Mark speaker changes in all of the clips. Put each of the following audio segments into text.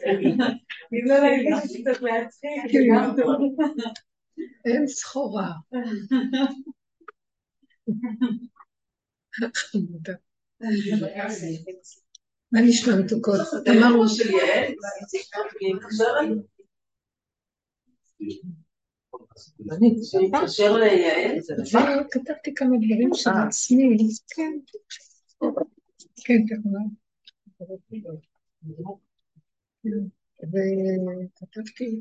Speaker 1: אם לא להגיד שצריך להצחיק, זה גם טוב.
Speaker 2: אין סחורה. חמודה. מה נשמע מתוקות?
Speaker 1: אמרנו של יעל, אני מתקשר ליעל.
Speaker 2: כתבתי כמה דברים של עצמי. כן. כן, תכנון. וכתבתי...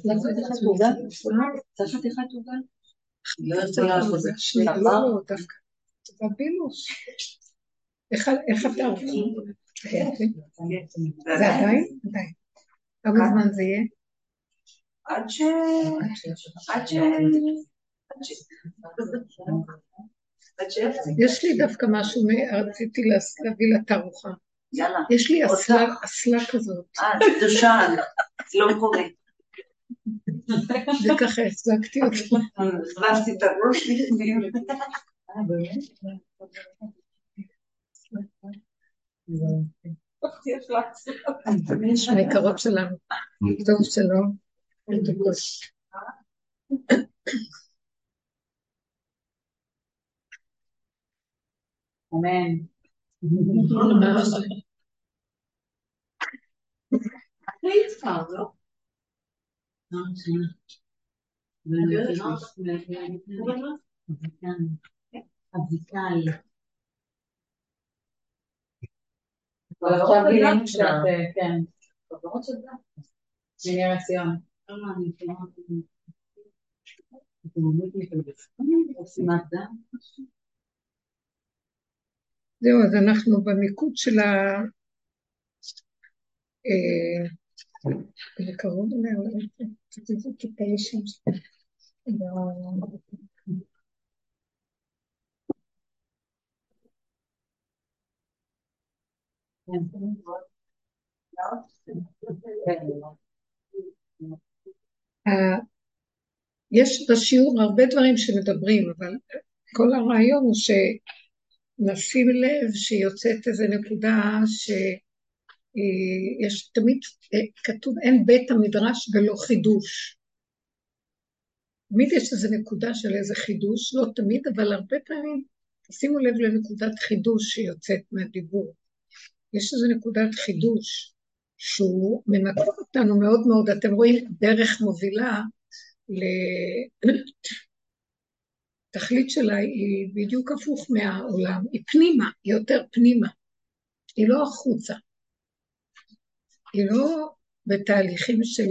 Speaker 1: צריך חתיכת עוגה?
Speaker 2: לא דווקא. בבילוש. איך אתה עובד? זה עדיין? עדיין. כמה זמן זה יהיה? יש לי דווקא משהו, רציתי להביא לתערוכה. יש לי אסלה כזאת.
Speaker 1: דושן, זה לא קורה.
Speaker 2: זה ככה החזקתי אותי.
Speaker 1: החזקתי את הראש לפנים.
Speaker 2: יש מהיקרות שלנו. טוב שלום.
Speaker 1: אמן. הכי צפר, לא? אביקאי. עכשיו גילינו שאת, כן. חברות של זה? מנהר הציון.
Speaker 2: זהו, אז אנחנו במיקוד של זה קרוב אליי, תתיזו טיפה ישם. יש בשיעור הרבה דברים שמדברים, אבל כל הרעיון הוא שנשים לב שיוצאת איזו נקודה שיש תמיד כתוב אין בית המדרש ולא חידוש. תמיד יש איזו נקודה של איזה חידוש, לא תמיד, אבל הרבה פעמים תשימו לב לנקודת חידוש שיוצאת מהדיבור. יש איזו נקודת חידוש שהוא ממקום אותנו מאוד מאוד, אתם רואים דרך מובילה לתכלית שלה היא בדיוק הפוך מהעולם, היא פנימה, היא יותר פנימה, היא לא החוצה, היא לא בתהליכים של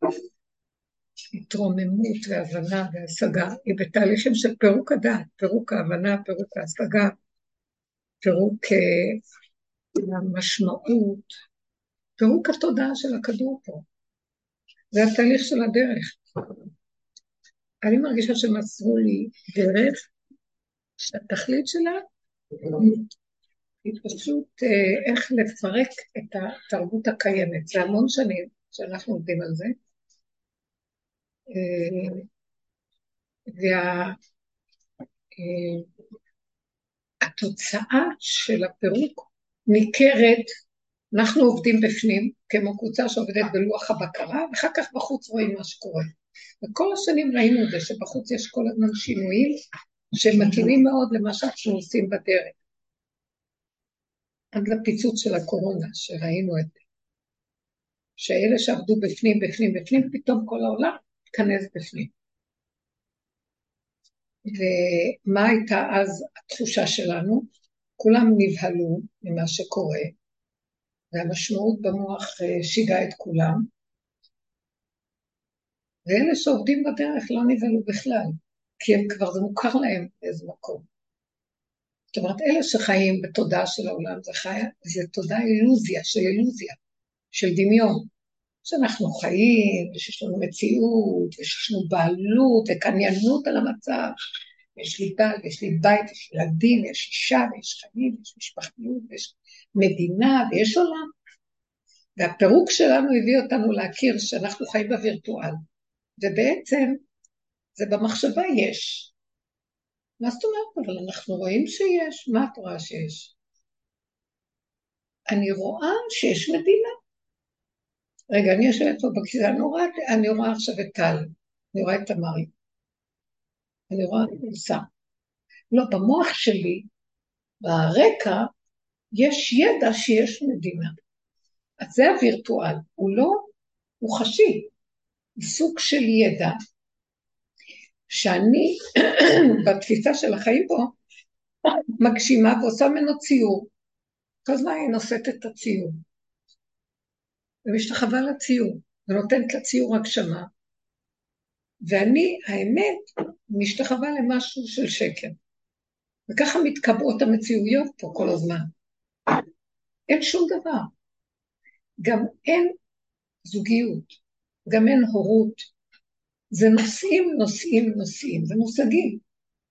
Speaker 2: התרוממות והבנה והשגה, היא בתהליכים של פירוק הדעת, פירוק ההבנה, פירוק ההשגה, פירוק המשמעות, פירוק התודעה של הכדור פה, זה התהליך של הדרך. אני מרגישה שמסרו לי דרך שהתכלית שלה היא פשוט איך לפרק את התרבות הקיימת. זה המון שנים שאנחנו עובדים על זה. והתוצאה של הפירוק ניכרת, אנחנו עובדים בפנים, כמו קבוצה שעובדת בלוח הבקרה, ואחר כך בחוץ רואים מה שקורה. וכל השנים ראינו את זה, שבחוץ יש כל הזמן שינויים, שמתאימים מאוד למה שאנחנו עושים בדרך. עד לפיצוץ של הקורונה, שראינו את זה. שאלה שעבדו בפנים, פתאום כל העולם תכנס בפנים. ומה הייתה אז התחושה שלנו? כולם נבהלו ממה שקורה, והמשמעות במוח שיגעה את כולם, ואלה שעובדים בדרך לא נבהלו בכלל, כי הם כבר זה מוכר להם באיזה מקום. זאת אומרת, אלה שחיים בתודעה של העולם, זה תודעה אילוזיה, של דמיון, שאנחנו חיים, ושיש לנו מציאות, ושיש לנו בעלות, וקניינות על המצב, יש לי בעל, יש לי בית, יש ילדים, יש אישה, ויש חיים, יש משפחתיות, ויש מדינה, ויש עולם. והפירוק שלנו הביא אותנו להכיר שאנחנו חיים בווירטואל, ובעצם זה במחשבה יש. מה זאת אומרת? אבל אנחנו רואים שיש. מה את רואה שיש? אני רואה שיש מדינה. רגע, אני יושבת פה בכיסא, אני רואה עכשיו את טל, אני רואה את תמרי, אני רואה את מוסה. לא, במוח שלי, ברקע, יש ידע שיש מדינה. אז זה הווירטואל, הוא לא, הוא חשי, הוא סוג של ידע, שאני בתפיסה של החיים פה, מגשימה ועושה ממנו ציור. כל הזמן היא נושאת את הציור, ומשתחווה לציור, ונותנת לציור הגשמה, ואני, האמת, משתחווה למשהו של שקר. וככה מתקבעות המציאויות פה כל הזמן. אין שום דבר. גם אין זוגיות, גם אין הורות. זה נושאים, זה מושגים.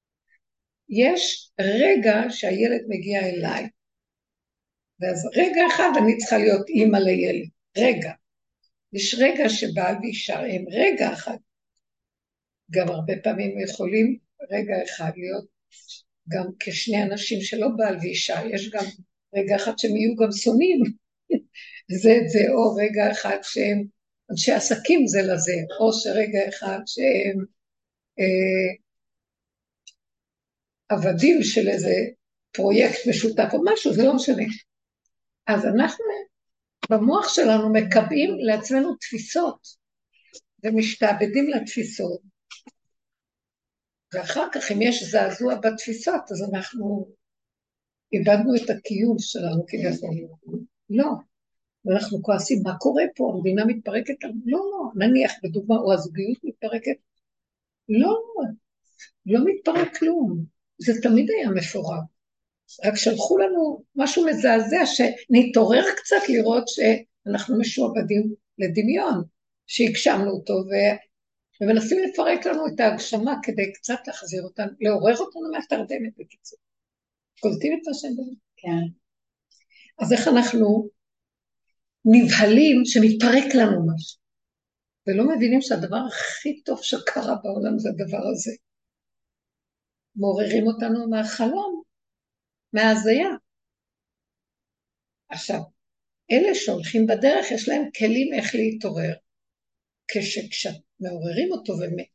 Speaker 2: יש רגע שהילד מגיע אליי, ואז רגע אחד אני צריכה להיות אימא לילד. רגע. יש רגע שבעל ואישה הם רגע אחד. גם הרבה פעמים יכולים רגע אחד להיות גם כשני אנשים שלא בעל ואישה. יש גם רגע אחד שהם יהיו גם שונאים. זה או רגע אחד שהם אנשי עסקים זה לזה, או שרגע אחד שהם עבדים של איזה פרויקט משותף או משהו, זה לא משנה. אז אנחנו במוח שלנו מקבעים לעצמנו תפיסות, ומשתעבדים לתפיסות, ואחר כך אם יש זעזוע בתפיסות, אז אנחנו איבדנו את הקיום שלנו כביכול. לא, ואנחנו כועסים, מה קורה פה? המדינה מתפרקת? לא, נניח בדוגמה, או הזוגיות מתפרקת? לא, לא מתפרק כלום. זה תמיד היה מפורק. רק שלחו לנו משהו מזעזע, שנתעורר קצת לראות שאנחנו משועבדים לדמיון, שהגשמנו אותו, ומנסים לפרק לנו את ההגשמה כדי קצת להחזיר אותנו, לעורר אותנו מהתרדמת בקיצור. קולטים את מה שאני אומרת?
Speaker 1: כן.
Speaker 2: אז איך אנחנו נבהלים שמתפרק לנו משהו, ולא מבינים שהדבר הכי טוב שקרה בעולם זה הדבר הזה. מעוררים אותנו מהחלום, מההזיה. עכשיו, אלה שהולכים בדרך, יש להם כלים איך להתעורר, כשמעוררים אותו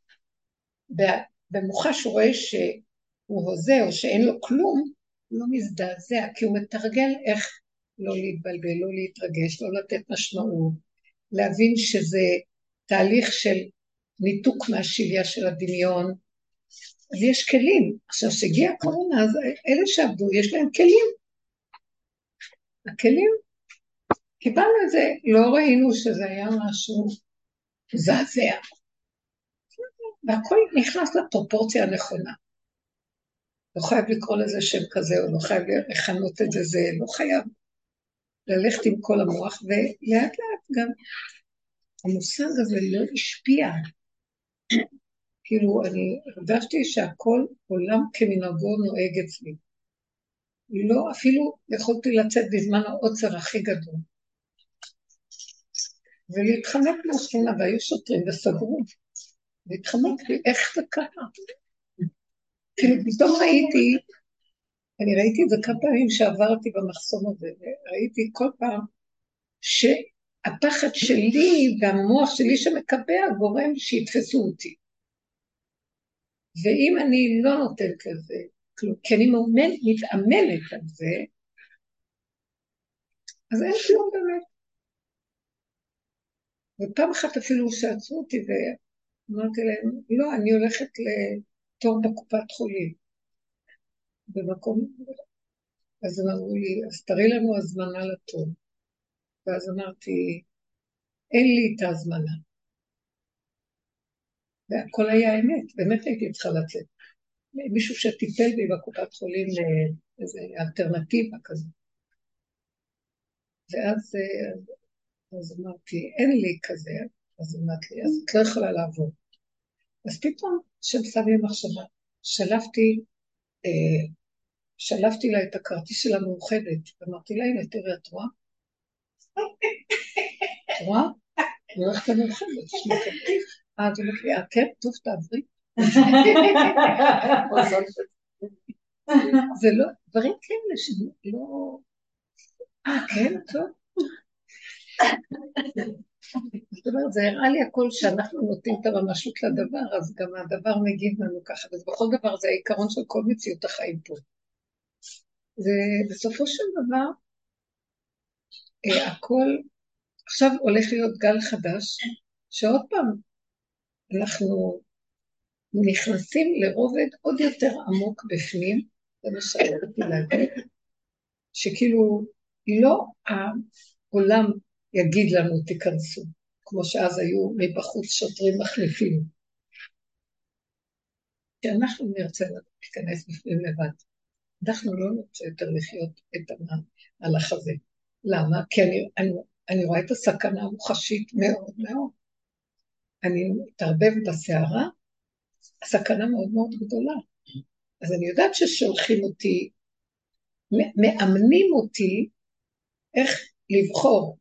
Speaker 2: במוחש הוא רואה שהוא הוזה או שאין לו כלום, הוא לא מזדעזע, כי הוא מתרגל איך לא להתבלבל, לא להתרגש, לא לתת משמעות, להבין שזה תהליך של ניתוק מהשיליה של הדמיון. אז יש כלים. עכשיו שהגיע הקורונה, אז אלה שעבדו, יש להם כלים. הכלים, קיבלנו את זה, לא ראינו שזה היה משהו זעזע. והכל נכנס לפרופורציה הנכונה. לא חייב לקרוא לזה שם כזה, או לא חייב לכנות את זה, לא חייב ללכת עם כל המוח, ולאט לאט גם המושג הזה לא השפיע. כאילו, אני הרגשתי שהכל עולם כמנהגו נוהג אצלי. לא, אפילו יכולתי לצאת בזמן העוצר הכי גדול. ולהתחמק מהשכונה, והיו שוטרים וסגרו. והתחמקתי, איך זה ככה? כאילו, פתאום אני ראיתי את זה כמה פעמים שעברתי במחסום הזה, וראיתי כל פעם שהפחד שלי והמוח שלי שמקבע גורם שיתפסו אותי. ואם אני לא נותנת לזה, כי אני מתעמלת על זה, אז אין כלום באמת. ופעם אחת אפילו שעצרו אותי ואמרתי להם, לא, אני הולכת לתור בקופת חולים, במקום, אז הם אמרו לי, אז תראי לנו הזמנה לתור. ואז אמרתי, אין לי את ההזמנה. והכל היה האמת, באמת הייתי צריכה לצאת. מישהו שטיפל בי בקופת חולים לאיזו אלטרנטיבה כזו. ואז אז אמרתי, אין לי כזה, אז אמרתי לי, אז את לא יכולה לעבור. אז פתאום שם שם לי מחשבה, שלפתי לה את הכרטיס של המאוחדת, אמרתי לה, הנה תראי, את רואה? את רואה? אני הולכת למאוחדת, יש לי כרטיס. אז היא אמרתי, כן, טוב, תעברי. זה לא, דברים כאלה שלא, כן, טוב. זאת אומרת, זה הראה לי הכל שאנחנו נותנים את הממשות לדבר, אז גם הדבר מגיב לנו ככה, ובכל דבר זה העיקרון של כל מציאות החיים פה. ובסופו של דבר, הכל עכשיו הולך להיות גל חדש, שעוד פעם אנחנו נכנסים לרובד עוד יותר עמוק בפנים, זה מה שרציתי להגיד, שכאילו לא העולם יגיד לנו תיכנסו, כמו שאז היו מבחוץ שוטרים מחליפים, שאנחנו נרצה להיכנס בפנים לבד. אנחנו לא נרצה יותר לחיות את המהלך הזה. למה? כי אני רואה את הסכנה המוחשית מאוד מאוד. אני מתערבב בסערה, הסכנה מאוד מאוד גדולה. אז אני יודעת ששולחים אותי, מאמנים אותי איך לבחור,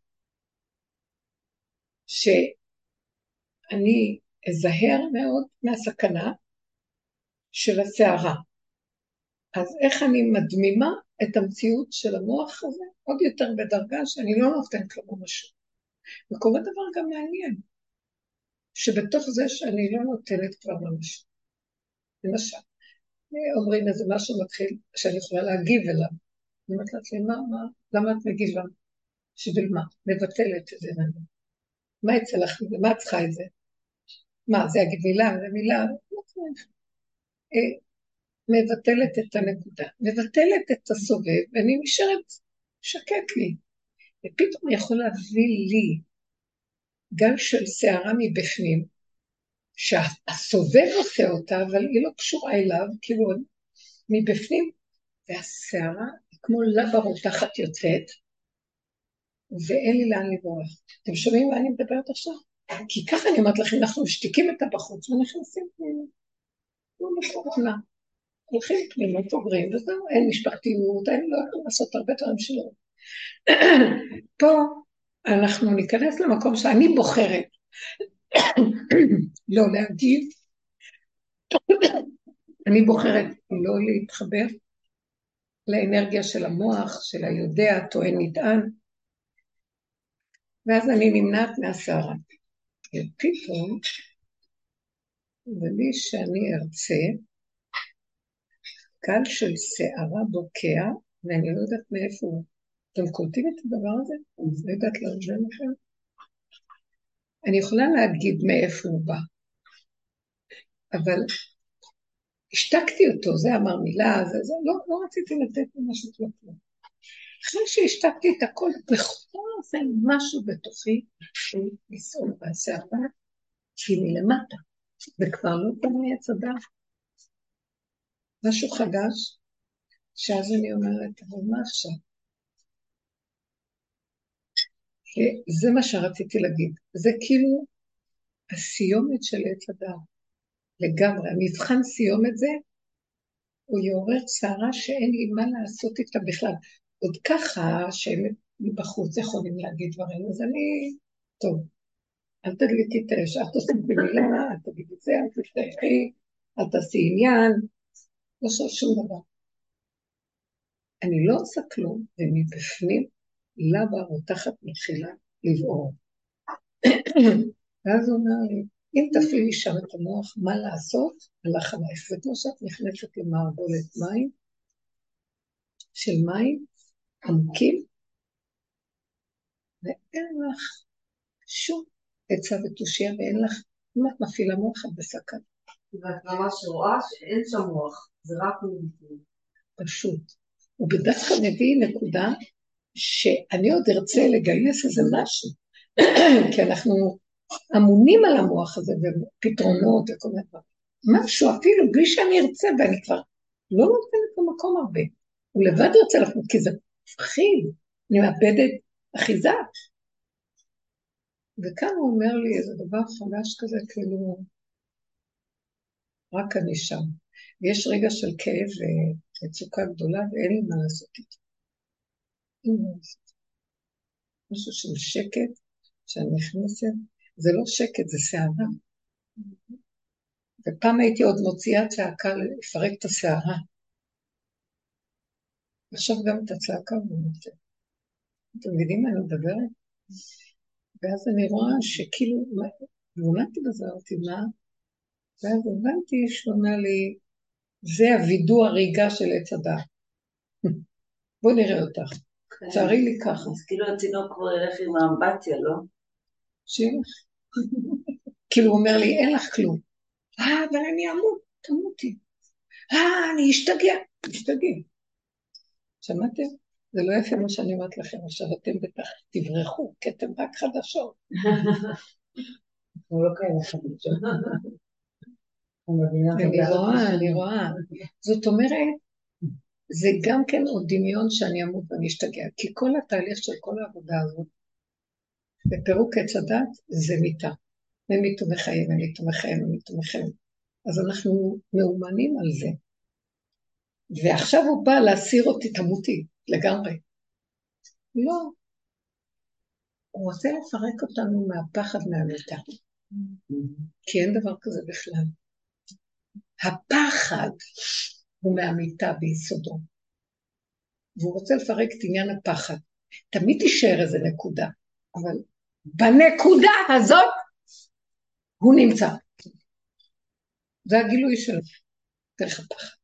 Speaker 2: שאני אזהר מאוד מהסכנה של הסערה. אז איך אני מדמימה את המציאות של המוח הזה, עוד יותר בדרגה שאני לא נותנת לו משהו. וקורה דבר גם מעניין, שבתוך זה שאני לא נותנת כבר משהו. למשל, אומרים איזה משהו מתחיל, שאני יכולה להגיב אליו. אני אומרת לעצמי, למה את מגיבה? בשביל מה? מבטלת את זה. מה יצא לך? מה את צריכה את זה? מה, זה יגיד מילה, זה מילה? לא צריך. מבטלת את הנקודה, מבטלת את הסובב, ואני נשארת שקט לי. ופתאום יכול להביא לי גל של שערה מבפנים, שהסובב עושה אותה, אבל היא לא קשורה אליו, כאילו מבפנים, והשערה כמו לבה רותחת יוצאת, ואין לי לאן לברוח. אתם שומעים מה אני מדברת עכשיו? כי ככה אני אומרת לכם, אנחנו משתיקים את הבחוץ ונכנסים פנימה. לא משתנה. הולכים פנימה, סוגרים, וזהו, אין משפחתיות, אין לא יכולים לעשות הרבה דברים שלא. פה אנחנו ניכנס למקום שאני בוחרת לא להגיב, אני בוחרת לא להתחבר לאנרגיה של המוח, של היודע, טוען נטען, ואז אני נמנעת מהסערה. ופתאום, בלי שאני ארצה, קל של שערה בוקע, ואני לא יודעת מאיפה הוא. אתם קולטים את הדבר הזה? אני לא יודעת להרגיע לכם. אני יכולה להגיד מאיפה הוא בא, אבל השתקתי אותו, זה אמר מילה, זה, לא רציתי לתת משהו כלום. אחרי שהשתקתי את הכל, בכל זה משהו בתוכי, שהוא לסעור והשערה, שהיא מלמטה, וכבר לא תמיד יצדה. משהו חדש, שאז אני אומרת, אבל מה עכשיו? זה מה שרציתי להגיד, זה כאילו הסיומת של עץ הדעת, לגמרי, המבחן סיומת זה, הוא יעורר צערה שאין לי מה לעשות איתה בכלל. עוד ככה שהם בחוץ יכולים להגיד דברים, אז אני, טוב, אל תדליקי את האש, אל תעשי במילה, אל תגידי את זה, אל תשתייכי, אל תעשי עניין, לא עושה שום דבר. אני לא עושה כלום, ומבפנים, לבה רותחת מתחילה לבעור. ואז הוא אומר לי, אם תפעילי שם את המוח, מה לעשות? הלך עלייך. זה כמו שאת נכנסת למערבולת מים, של מים עמוקים, ואין לך שום עצה ותושייה, ואין לך, אם את מפעילה מוח, את בסכנה.
Speaker 1: ואת ממש רואה שאין שם מוח, זה רק מבפנים.
Speaker 2: פשוט. הוא בדווקא מביא נקודה, שאני עוד ארצה לגייס איזה משהו, כי אנחנו אמונים על המוח הזה, ופתרונות וכל מיני דברים. משהו אפילו בלי שאני ארצה, ואני כבר לא נותנת במקום הרבה. הוא לבד יוצא לך, כי זה מפחיד, אני מאבדת אחיזה. וכאן הוא אומר לי איזה דבר חדש כזה, כאילו, רק אני שם. ויש רגע של כאב ומצוקה גדולה, ואין לי מה לעשות איתו. אין מה לעשות. משהו של שקט, שאני נכנסת, זה לא שקט, זה שערה. ופעם הייתי עוד מוציאה צעקה לפרק את השערה. עכשיו גם את הצעקה הוא מוצא. אתם מבינים מה אני מדברת? ואז אני רואה שכאילו, והונעתי בזה, אמרתי, מה? ואז הבנתי שהוא אומר לי, זה הווידוא הריגה של עץ הדעת. בוא נראה אותך. צערי לי ככה.
Speaker 1: אז כאילו התינוק כבר ילך עם האמבטיה, לא?
Speaker 2: שילך. כאילו הוא אומר לי, אין לך כלום. אבל אני אמות, תמותי. אני אשתגע. שמעתם? זה לא יפה מה שאני אומרת לכם, עכשיו אתם בטח תברחו, כי אתם רק חדשות.
Speaker 1: הוא לא כאלה חדשות.
Speaker 2: אני רואה. זאת אומרת, זה גם כן עוד דמיון שאני אמות ואני אשתגע, כי כל התהליך של כל העבודה הזאת, בפירוק עץ הדת, זה מיתה. ומיתו מחיים. אז אנחנו מאומנים על זה. ועכשיו הוא בא להסיר אותי, תמותי, לגמרי. לא. הוא רוצה לפרק אותנו מהפחד מהמיתה. כי אין דבר כזה בכלל. הפחד הוא מהמיתה ביסודו. והוא רוצה לפרק את עניין הפחד. תמיד תישאר איזה נקודה. אבל בנקודה הזאת הוא נמצא. זה הגילוי שלו. דרך הפחד.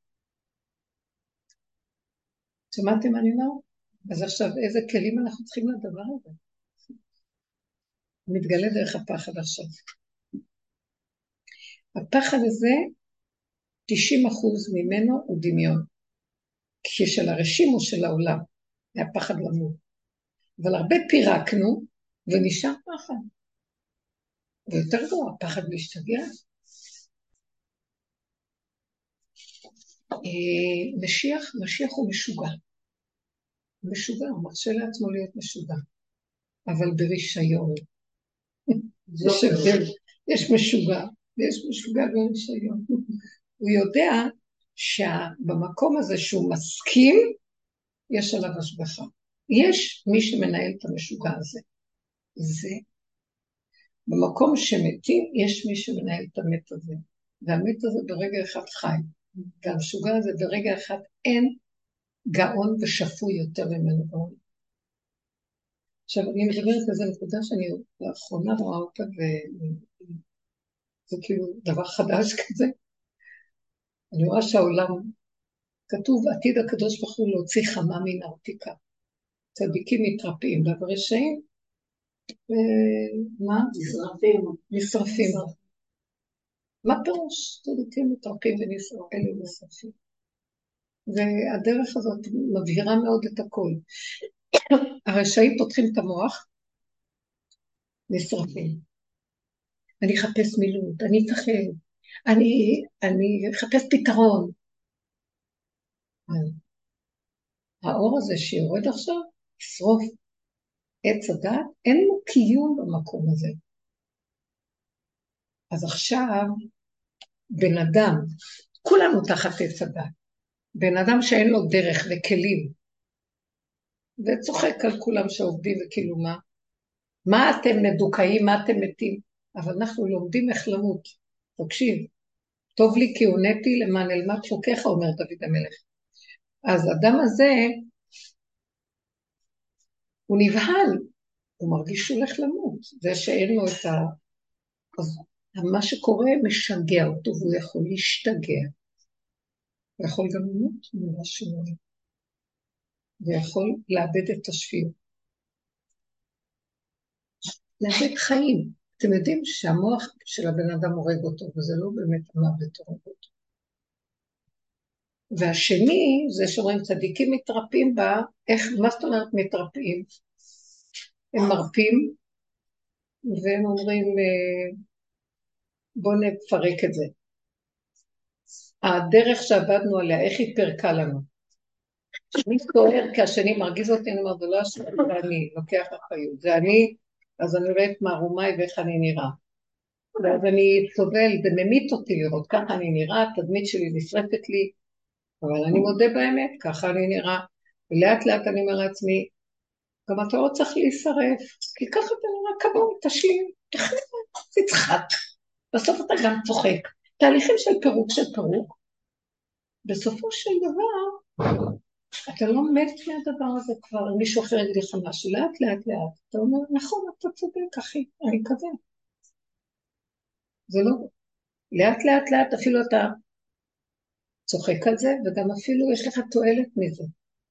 Speaker 2: שמעתם מה אני אומר? אז עכשיו איזה כלים אנחנו צריכים לדבר הזה? מתגלה דרך הפחד עכשיו. הפחד הזה, 90% ממנו הוא דמיון. כשל הרשימו של העולם, היה פחד למות. אבל הרבה פירקנו, ונשאר פחד. ויותר גרוע, פחד להשתגע. משיח הוא משוגע. הוא מרשה לעצמו להיות משוגע. אבל ברישיון. יש הבדל, יש משוגע, ויש משוגע ברישיון. הוא יודע שבמקום הזה שהוא מסכים, יש עליו השגחה. יש מי שמנהל את המשוגע הזה. זה. במקום שמתים, יש מי שמנהל את המת הזה. והמת הזה ברגע אחד חי. והמשוגע הזה ברגע אחד אין גאון ושפוי יותר ממנו. עכשיו, אני מדברת על זה נקודה שאני לאחרונה רואה אותה, וזה כאילו דבר חדש כזה. אני רואה שהעולם, כתוב, עתיד הקדוש ברוך הוא להוציא חמה מן העתיקה. צדיקים מתרפאים, והרשעים, מה? נשרפים. מה פירוש? צדיקים מתרפאים ונשרפים. והדרך הזאת מבהירה מאוד את הכל. הרשעים פותחים את המוח, נשרפים. אני אחפש מילוט, אני אפחד, אני אחפש פתרון. האור הזה שיורד עכשיו, ישרוף עץ הדת, אין לו קיום במקום הזה. אז עכשיו, בן אדם, כולנו תחת עץ הדת, בן אדם שאין לו דרך וכלים, וצוחק על כולם שעובדים וכאילו מה אתם מדוכאים, מה אתם מתים, אבל אנחנו לומדים איך למות. תקשיב, טוב לי כי הונאתי למען אלמד חוקיך, אומר דוד המלך. אז אדם הזה, הוא נבהל, הוא מרגיש שהוא הולך למות, זה שאין לו את אז מה שקורה משגע אותו, והוא יכול להשתגע. הוא יכול גם למות ממה שהוא ויכול לאבד את השפיות. לאבד חיים. אתם יודעים שהמוח של הבן אדם הורג אותו, וזה לא באמת המוות הורג אותו. והשני, זה שאומרים צדיקים מתרפאים בה, מה זאת אומרת מתרפאים? הם מרפים, והם אומרים, בואו נפרק את זה. הדרך שעבדנו עליה, איך היא פרקה לנו? אני סוער, כי השני מרגיז אותי, אני אומרת, זה לא השני, זה אני, לוקח אחריות. זה אני, אז אני רואה את מערומיי ואיך אני נראה. ואז אני סובל, זה ממית אותי לראות, ככה אני נראה, התדמית שלי נשרפת לי, אבל אני מודה באמת, ככה אני נראה. ולאט לאט אני אומר לעצמי, גם אתה לא צריך להישרף, כי ככה אתה נראה כמוהו, תשלים, תצחק. בסוף אתה גם צוחק. תהליכים של פירוק, בסופו של דבר, אתה לא מת מהדבר הזה כבר, מישהו אחר יגיד לך משהו, לאט לאט לאט. אתה אומר, נכון, אתה צודק, אחי, אני כזה. זה לא, לאט לאט לאט אפילו אתה צוחק על זה, וגם אפילו יש לך תועלת מזה.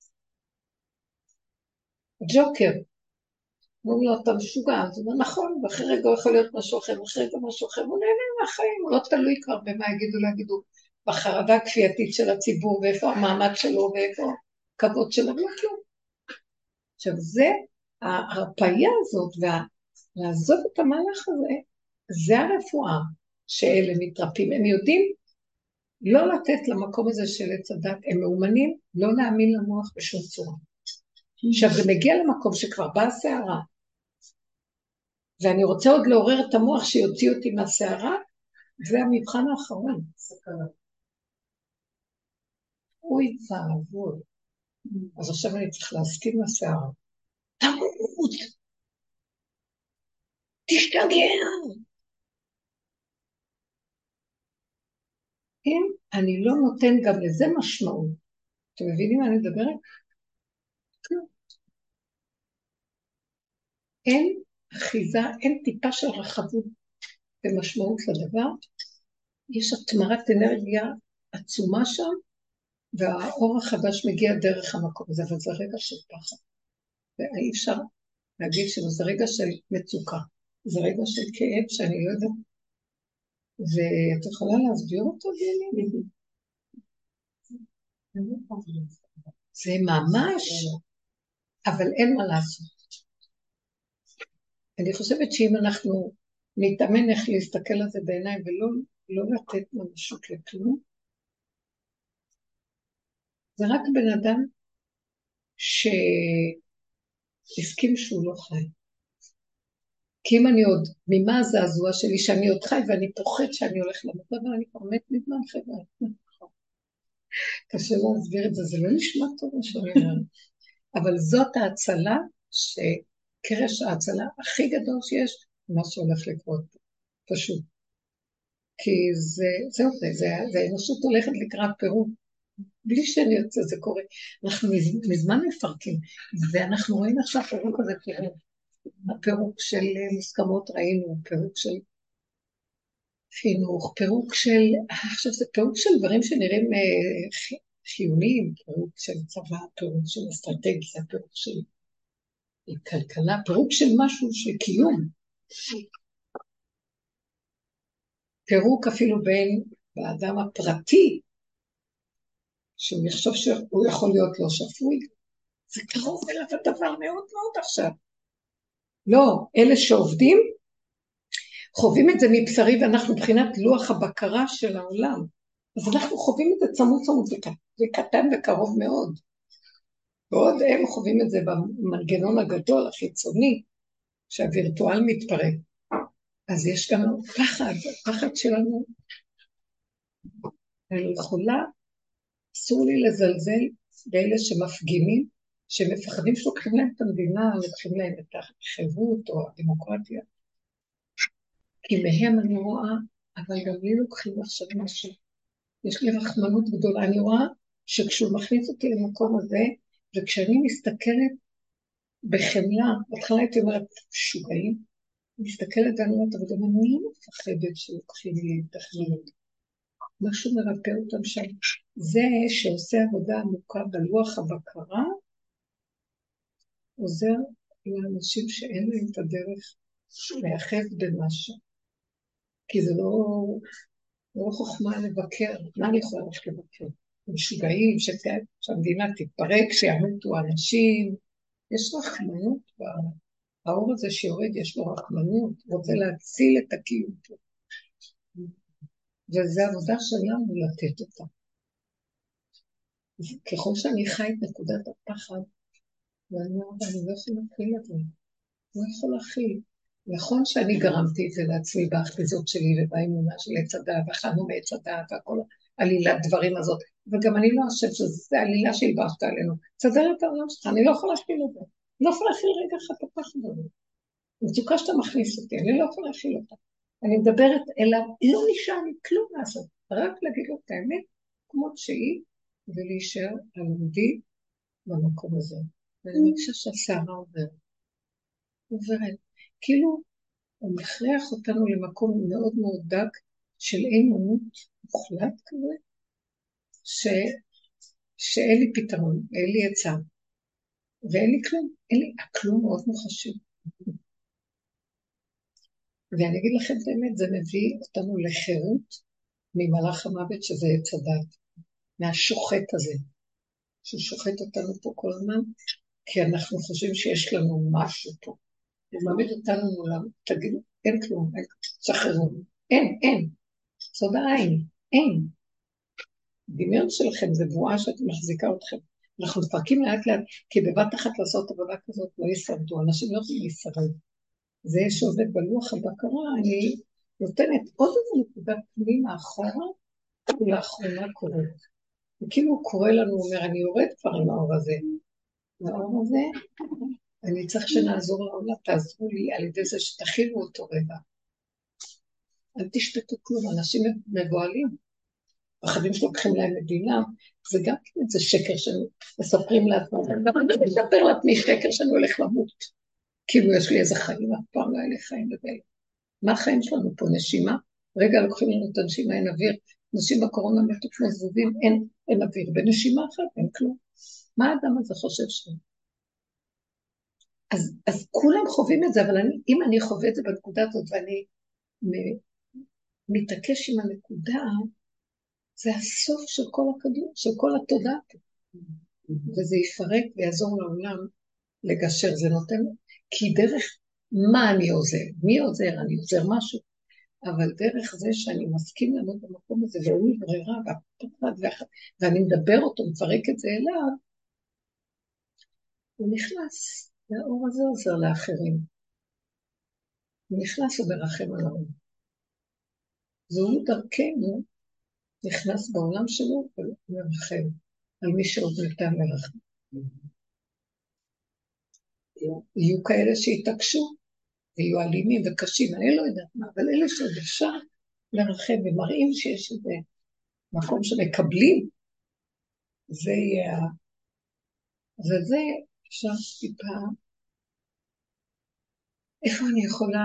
Speaker 2: ג'וקר, הוא לא, אתה משוגע, זה לא נכון, ואחרי רגע הוא יכול להיות משהו אחר, ואחרי רגע משהו אחר, הוא נהנה מהחיים, הוא לא תלוי כבר במה יגידו לא יגידו, בחרדה הכפייתית של הציבור, ואיפה המעמד שלו, ואיפה הכבוד שלו, לא כלום. עכשיו זה, ההרפאיה הזאת, ולעזוב את המהלך הזה, זה הרפואה שאלה מתרפאים, הם יודעים לא לתת למקום הזה של עץ הדת, הם מאומנים, לא להאמין למוח בשום צורה. עכשיו זה מגיע למקום שכבר באה הסערה, ואני רוצה עוד לעורר את המוח שיוציא אותי מהסערה, זה המבחן האחרון. אוי ואבוי. אז עכשיו אני צריך להסכים לסערה. תמות! תשתגע! אם אני לא נותן גם לזה משמעות, אתם מבינים מה אני מדברת? אין אחיזה, אין טיפה של רחבות ומשמעות לדבר, יש התמרת אנרגיה עצומה שם, והאור החדש מגיע דרך המקום הזה, אבל זה רגע של פחד. ואי אפשר להגיד שזה רגע של מצוקה, זה רגע של כאב שאני לא יודעת, ואת יכולה להסביר אותו ביני? זה ממש, אבל אין מה לעשות. אני חושבת שאם אנחנו נתאמן איך להסתכל על זה בעיניים ולא לא לתת ממשות לכלום, זה רק בן אדם שהסכים שהוא לא חי. כי אם אני עוד, ממה הזעזוע שלי שאני עוד חי ואני פוחד שאני הולך למות, אבל אני כבר מת מזמן חבר'ה. קשה להסביר את זה, זה לא נשמע טוב מה שאני אומרת. אבל זאת ההצלה, שקרש ההצלה הכי גדול שיש, מה שהולך לקרות פשוט. כי זה האנושות הולכת לקראת פירוק. בלי שאני ארצה, זה קורה. אנחנו מזמן מפרקים, ואנחנו רואים עכשיו פירוק הזה, הפירוק של מוסכמות ראינו, פירוק של חינוך, פירוק של, עכשיו זה פירוק של דברים שנראים חיוניים, פירוק של צבא, פירוק של אסטרטגיה, פירוק של כלכלה, פירוק של משהו של קיום. פירוק אפילו בין האדם הפרטי, שהוא יחשוב שהוא יכול להיות לא שפוי, זה קרוב אליו הדבר מאוד מאוד עכשיו. לא, אלה שעובדים, חווים את זה מבשרי, ואנחנו מבחינת לוח הבקרה של העולם. אז אנחנו חווים את זה צמוד וקטן וקרוב מאוד. ועוד הם חווים את זה במנגנון הגדול, החיצוני, שהווירטואל מתפרק. אז יש גם פחד, הפחד שלנו. אני יכולה, אסור לי לזלזל באלה שמפגינים, שמפחדים שלוקחים להם את המדינה, לוקחים להם את החירות או הדמוקרטיה. כי מהם אני רואה, אבל גם לי לוקחים עכשיו משהו. יש לי רחמנות גדולה, אני רואה שכשהוא מכניס אותי למקום הזה, וכשאני מסתכלת בחמלה, בהתחלה הייתי אומרת, שוגעים, מסתכלת על אומרת, אבל גם אני לא מפחדת שלוקחים לי את החמלות. משהו מרפא אותם שם. זה שעושה עבודה עמוקה בלוח הבקרה, עוזר לאנשים שאין להם את הדרך להיאחז במשהו. כי זה לא חוכמה לבקר. מה אני יכולה לבקר? משוגעים, שהמדינה תתפרק, שימותו אנשים. יש רחמנות האור הזה שיורד, יש לו רחמנות, רוצה להציל את הקיום פה. וזו עבודה שלנו לתת אותה. ככל שאני חי את נקודת הפחד, ואני אומרת, אני לא יכול להכיל את זה. לא יכול להכיל. נכון שאני גרמתי את זה לעצמי באחיזות שלי ובאמונה של עץ הדעת, ואכלנו מעץ הדעת והכל עלילת דברים הזאת, וגם אני לא חושבת שזו עלילה שהלבשת עלינו. תסדר את העולם שלך, אני לא יכולה להכיל את זה. אני לא יכולה להכיל רגע אחד את הפחד הזה. מצוקה שאתה מכניס אותי, אני לא יכולה להכיל אותה. אני מדברת אליו, לא נשאר לי כלום לעשות, רק להגיד לו את האמת, כמו שהיא, ולהישאר על עמדי, במקום הזה. ואני מרגישה שהסערה עוברת. כאילו, הוא מכריח אותנו למקום מאוד מאוד דק של אין אונות מוחלט כזה, שאין לי פתרון, אין לי עצה, ואין לי כלום, אין לי, הכלום מאוד מוחשי. ואני אגיד לכם באמת, זה מביא אותנו לחירות ממלאך המוות שזה עץ הדת, מהשוחט הזה, שהוא שוחט אותנו פה כל הזמן, כי אנחנו חושבים שיש לנו משהו פה. הוא מעמיד אותנו מולם, תגידו, אין כלום, שחררו, אין, סוד העין, אין. דמיון שלכם זה בועה שאת מחזיקה אתכם. אנחנו מפרקים לאט לאט, כי בבת אחת לעשות עבודה כזאת לא ישרדו, אנשים לא יכולים להישרד. זה שעובד בלוח הבקרה, אני נותנת עוד איזה נקודת פנימה אחורה, ולאחרונה קוראת. וכאילו הוא קורא לנו, הוא אומר, אני יורד כבר עם האור הזה. והאור הזה, אני צריך שנעזור לעולם, תעזרו לי על ידי זה שתכירו אותו רגע. אל תשפטו כלום, אנשים מבועלים. החברים שלוקחים להם מדינה, זה גם כן איזה שקר שמספרים לעצמם, אני מספר לעצמי שקר שאני הולך למות. כאילו יש לי איזה חיים, אף פעם לא היה לי חיים לבית. מה החיים שלנו פה? נשימה? רגע לוקחים לנו את הנשימה, אין אוויר. אנשים בקורונה מתו כמו זבובים, אין אוויר. בנשימה אחת אין כלום. מה האדם הזה חושב שם? אז כולם חווים את זה, אבל אם אני חווה את זה בנקודה הזאת, ואני מתעקש עם הנקודה, זה הסוף של כל הכדור, של כל התודעה. וזה יפרק ויעזור לעולם לגשר, זה נותן, כי דרך מה אני עוזר? מי עוזר? אני עוזר משהו. אבל דרך זה שאני מסכים לעמוד במקום הזה, והוא ברירה, ואני מדבר אותו, מפרק את זה אליו, הוא נכנס, והאור הזה עוזר לאחרים. הוא נכנס וברחם על העולם. והוא דרכנו נכנס בעולם שלו ומרחם על מי שעוד ניתן לרחם. יהיו כאלה שיתעקשו, ויהיו אלימים וקשים, אני לא יודעת מה, אבל אלה שעוד אפשר לרחם ומראים שיש איזה מקום שמקבלים, זה יהיה, וזה אפשר טיפה, איפה אני יכולה,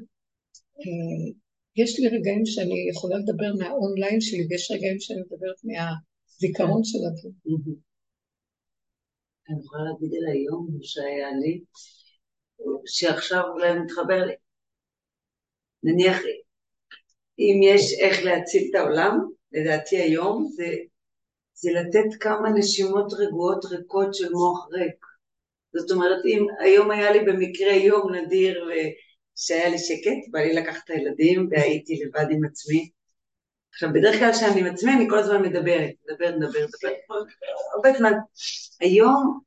Speaker 2: יש לי רגעים שאני יכולה לדבר מהאונליין שלי, ויש רגעים שאני מדברת מהזיכרון של הדברים.
Speaker 1: אני יכולה להגיד על היום שהיה לי, שעכשיו אולי מתחבר לי. נניח, אם יש איך להציל את העולם, לדעתי היום, זה לתת כמה נשימות רגועות ריקות של מוח ריק. זאת אומרת, אם היום היה לי במקרה יום נדיר שהיה לי שקט, בא לי לקחת את הילדים והייתי לבד עם עצמי. עכשיו, בדרך כלל כשאני עם עצמי, אני כל הזמן מדברת, הרבה זמן. היום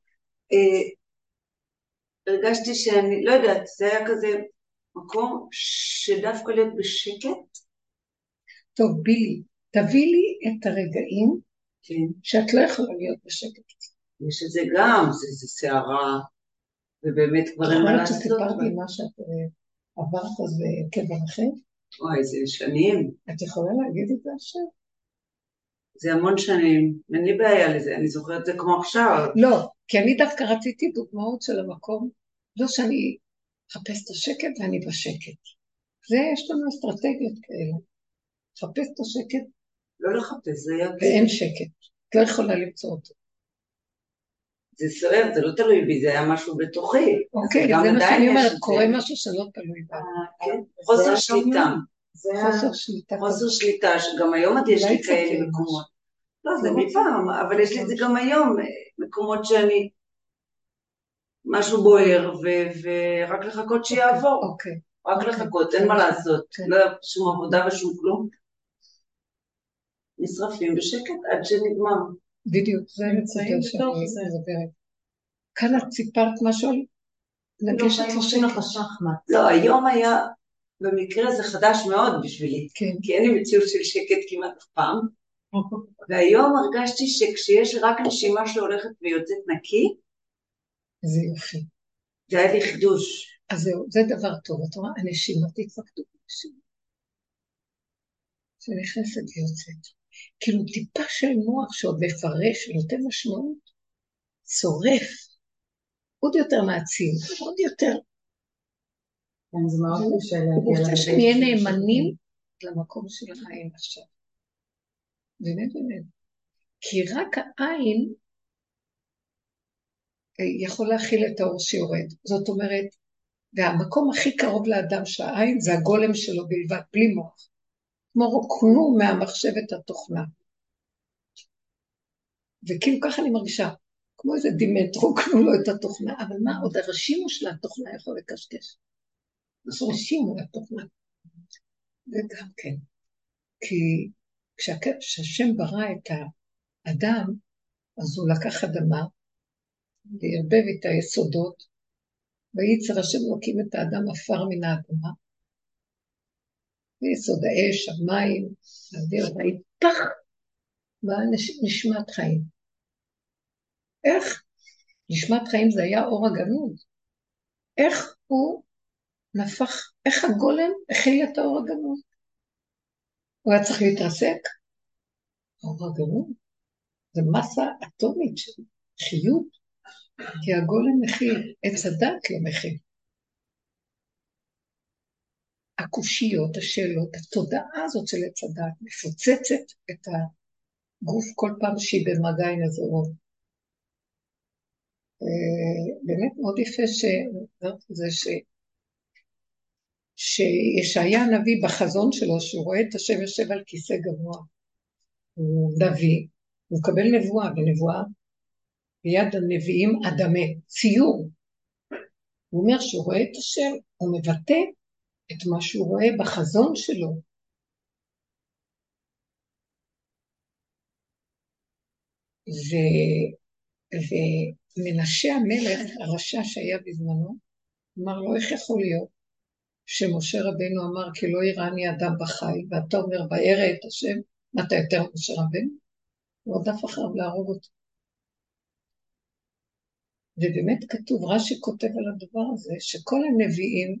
Speaker 1: הרגשתי שאני, לא יודעת, זה היה כזה מקום שדווקא להיות בשקט.
Speaker 2: טוב, בילי, תביא לי את הרגעים שאת לא יכולה להיות בשקט.
Speaker 1: יש את זה גם, זה שערה, ובאמת כבר אין מה לעשות.
Speaker 2: שסיפרתי מה שאת עברת אז בקבר אחר?
Speaker 1: וואי, זה שנים.
Speaker 2: את יכולה להגיד את זה עכשיו? זה
Speaker 1: המון שנים, אין לי בעיה לזה, אני זוכרת את זה כמו עכשיו.
Speaker 2: לא, כי אני דווקא רציתי דוגמאות של המקום, לא שאני אחפש את השקט ואני בשקט. זה, יש לנו אסטרטגיות כאלה. לחפש את השקט.
Speaker 1: לא לחפש, זה היה...
Speaker 2: ואין שקט. את לא יכולה למצוא אותו.
Speaker 1: זה סוער, זה לא תלוי בי, זה היה משהו בתוכי.
Speaker 2: אוקיי, זה מה שאני אומרת, קורה משהו שלא תלוי בה.
Speaker 1: כן, חוסר שליטה.
Speaker 2: חוסר שליטה.
Speaker 1: חוסר שליטה, שגם היום עוד יש לי כאלה מקומות. לא, זה מפעם, אבל יש לי את זה גם היום, מקומות שאני... משהו בוער, ורק לחכות שיעבור. רק לחכות, אין מה לעשות. לא היה שום עבודה ושום כלום. נשרפים בשקט עד שנגמר.
Speaker 2: בדיוק, זה נמצאים בתוך זה. כאן את סיפרת משהו על לגשת לשחמט.
Speaker 1: לא, היום היה, במקרה זה חדש מאוד בשבילי, כי אין לי מציאות של שקט כמעט אף פעם, והיום הרגשתי שכשיש רק נשימה שהולכת ויוצאת נקי,
Speaker 2: זה יופי.
Speaker 1: זה היה לי חידוש.
Speaker 2: אז זהו, זה דבר טוב, את רואה, הנשימה תתפקדו בנשימה. שנכנסת ויוצאת. כאילו טיפה של מוח שעוד מפרש ונותן משמעות, שורף, עוד יותר מעצים, עוד יותר.
Speaker 3: זה מאוד קשה להגיע.
Speaker 2: הוא רוצה שנהיה נאמנים למקום של העין עכשיו. באמת. כי רק העין יכול להכיל את האור שיורד. זאת אומרת, והמקום הכי קרוב לאדם של העין זה הגולם שלו בלבד, בלי מוח. כמו רוקנו מהמחשבת התוכנה. וכאילו ככה אני מרגישה, כמו איזה דימט, רוקנו לו את התוכנה, אבל מה עוד הרשימו של התוכנה יכול לקשקש? אז רשימו לתוכנה. וגם כן, כי כשהשם ברא את האדם, אז הוא לקח אדמה, והרבב את היסודות, וייצר השם לוקים את האדם עפר מן האדמה, ויסוד האש, המים, האוויר, והיפך נשמת חיים. איך? נשמת חיים זה היה אור הגנוז. איך הוא נפח, איך הגולם הכיל את האור הגנוז? הוא היה צריך להתרסק? האור הגנוז זה מסה אטומית של חיות, כי הגולם מכיל, עץ הדת לא מכיל. הקושיות, השאלות, התודעה הזאת של עץ הדת מפוצצת את הגוף כל פעם שהיא במגע עם איזה אור. באמת מאוד יפה שישעיה הנביא בחזון שלו, שהוא רואה את השם יושב על כיסא גבוה, הוא נביא, הוא מקבל נבואה, ונבואה ביד הנביאים אדמה, ציור. הוא אומר שהוא רואה את השם, הוא מבטא את מה שהוא רואה בחזון שלו. ומנשה המלך, הרשע שהיה בזמנו, אמר לו, איך יכול להיות שמשה רבנו אמר, כי לא יראני אדם בחי, ואתה אומר, וירא את השם, אתה יותר משה רבנו? הוא עודף אחריו להרוג אותו. ובאמת כתוב, רש"י כותב על הדבר הזה, שכל הנביאים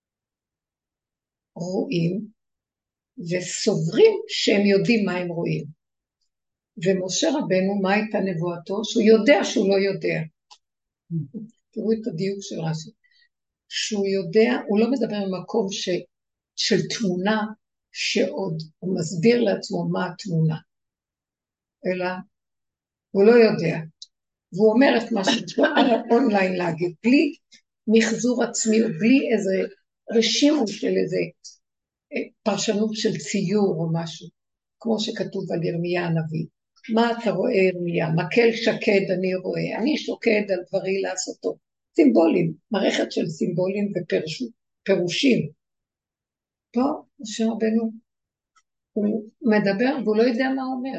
Speaker 2: רואים, וסוברים שהם יודעים מה הם רואים. ומשה רבנו, מה הייתה נבואתו? שהוא יודע שהוא לא יודע. תראו את הדיוק של רש"י. שהוא יודע, הוא לא מדבר במקום של תמונה, שעוד הוא מסביר לעצמו מה התמונה. אלא הוא לא יודע. והוא אומר את מה שהוא על האונליין להגיד, בלי מחזור עצמי, ובלי איזה רשימו של איזה פרשנות של ציור או משהו, כמו שכתוב על ירמיה הנביא. מה אתה רואה ירמיה? מקל שקד אני רואה, אני שוקד על דברי לעשותו. סימבולים, מערכת של סימבולים ופירושים. פה משה רבנו, הוא מדבר והוא לא יודע מה הוא אומר.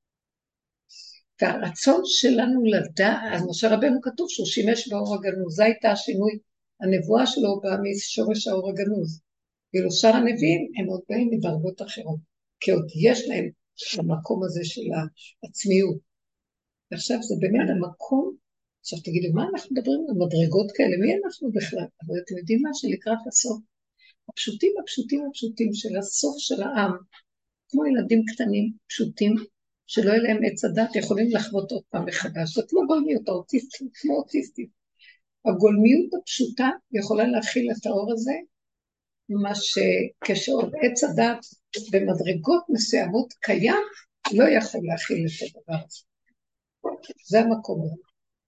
Speaker 2: והרצון שלנו לדעת, אז משה רבנו כתוב שהוא שימש באור הגנוז, זה הייתה השינוי, הנבואה שלו באה משורש האור הגנוז. ואילו שאר הנביאים הם עוד באים מדרגות אחרות, כי עוד יש להם המקום הזה של העצמיות. ועכשיו זה באמת המקום, עכשיו תגידו, מה אנחנו מדברים על מדרגות כאלה? מי אנחנו בכלל? אבל אתם יודעים מה? שלקראת הסוף, הפשוטים של הסוף של העם, כמו ילדים קטנים, פשוטים, שלא יהיה להם עץ הדת, יכולים לחוות עוד פעם מחדש. זה כמו גולמיות, כמו אוטיסטים. הגולמיות הפשוטה יכולה להכיל את האור הזה, מה שכשעוד עץ הדת במדרגות מסוימות קיים, לא יכול להכיל את הדבר הזה. זה המקום הזה.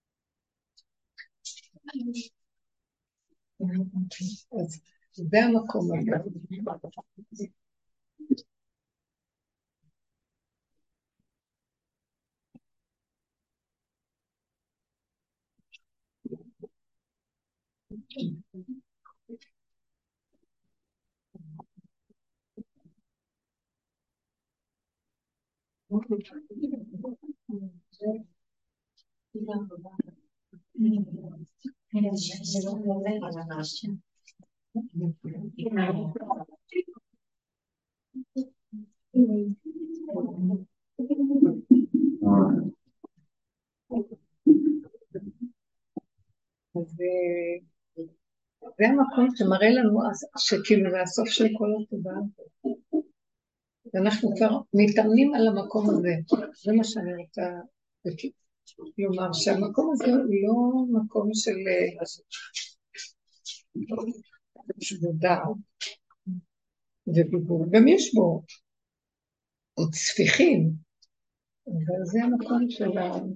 Speaker 2: אז זה המקום הזה. זה המקום שמראה לנו שכאילו זה הסוף של כל התודעה. ואנחנו כבר מתאמנים על המקום הזה. זה מה שאני רוצה כלומר שהמקום הזה הוא לא מקום של שבודה ודיבור, גם יש בו עוד ספיחים, אבל זה המקום של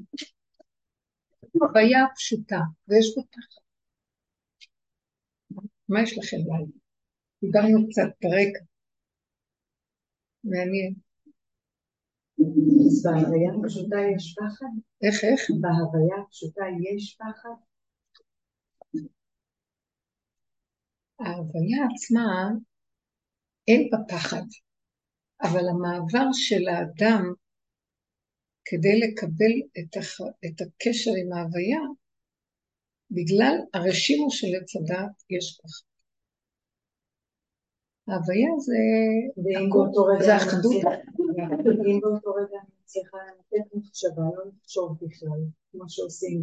Speaker 2: החוויה הפשוטה, ויש בו פחד. מה יש לכם להגיד? דיברנו קצת ברקע, מעניין.
Speaker 3: אז בהוויה הפשוטה יש פחד?
Speaker 2: איך?
Speaker 3: בהוויה הפשוטה יש פחד?
Speaker 2: ההוויה עצמה אין בה פחד, אבל המעבר של האדם כדי לקבל את הקשר עם ההוויה, בגלל הרשימו של עץ הדעת יש פחד. ההוויה זה האחדות.
Speaker 3: אם באותו רגע אני צריכה לתת מחשבה, לא לחשוב בכלל, כמו שעושים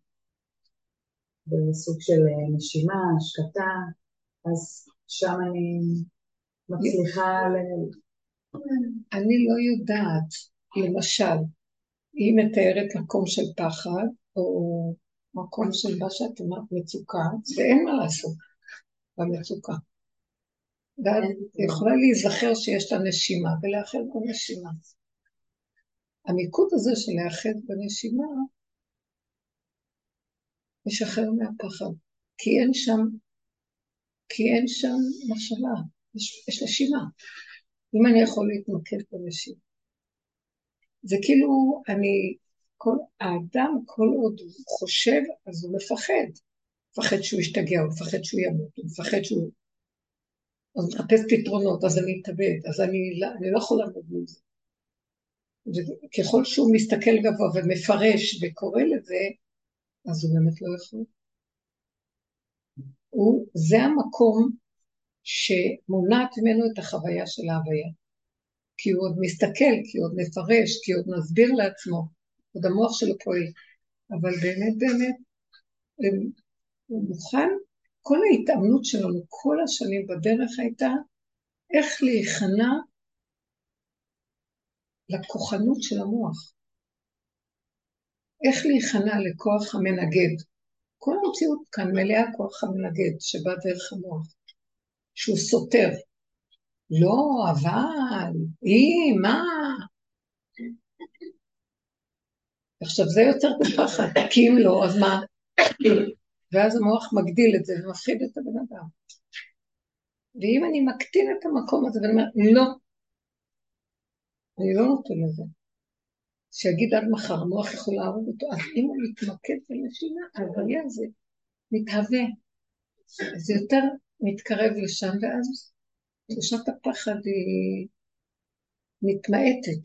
Speaker 3: בסוג של נשימה, השקטה, אז שם אני מצליחה
Speaker 2: אני לא יודעת, למשל, היא מתארת מקום של פחד, או מקום של מה שאת אומרת מצוקה, ואין מה לעשות במצוקה. ואת יכולה להיזכר שיש לה נשימה, ולאחד בנשימה. המיקוד הזה של לאחד בנשימה, משחרר מהפחד, כי אין שם מחשבה, יש נשימה. אם אני יכול להתמקד בנשימה. זה כאילו, האדם כל עוד הוא חושב, אז הוא מפחד שהוא ישתגע, הוא מפחד שהוא ימות, הוא מפחד שהוא... אז הוא מחפש פתרונות, אז אני אתאבד, אז אני לא יכול לעמוד מזה. וככל שהוא מסתכל גבוה ומפרש וקורא לזה, אז הוא באמת לא יכול. זה המקום שמונעת ממנו את החוויה של ההוויה. כי הוא עוד מסתכל, כי הוא עוד מפרש, כי הוא עוד מסביר לעצמו, עוד המוח שלו פועל. אבל באמת, הוא מוכן, כל ההתאמנות שלנו, כל השנים בדרך הייתה, איך להיכנע לכוחנות של המוח. איך להיכנע לכוח המנגד. כל המציאות כאן מלאה כוח המנגד, שבא דרך המוח, שהוא סותר. לא, אבל, מה? עכשיו זה יותר פחד, כי אם לא, אז מה? ואז המוח מגדיל את זה ומפחיד את הבן אדם. ואם אני מקטין את המקום הזה ואני אומר, לא, אני לא נותן לזה. שיגיד עד מחר, המוח יכול להרוג אותו, אז אם הוא מתמקד בנשימה, ההוויה הזה מתהווה. זה יותר מתקרב לשם, ואז תחושת הפחד היא מתמעטת.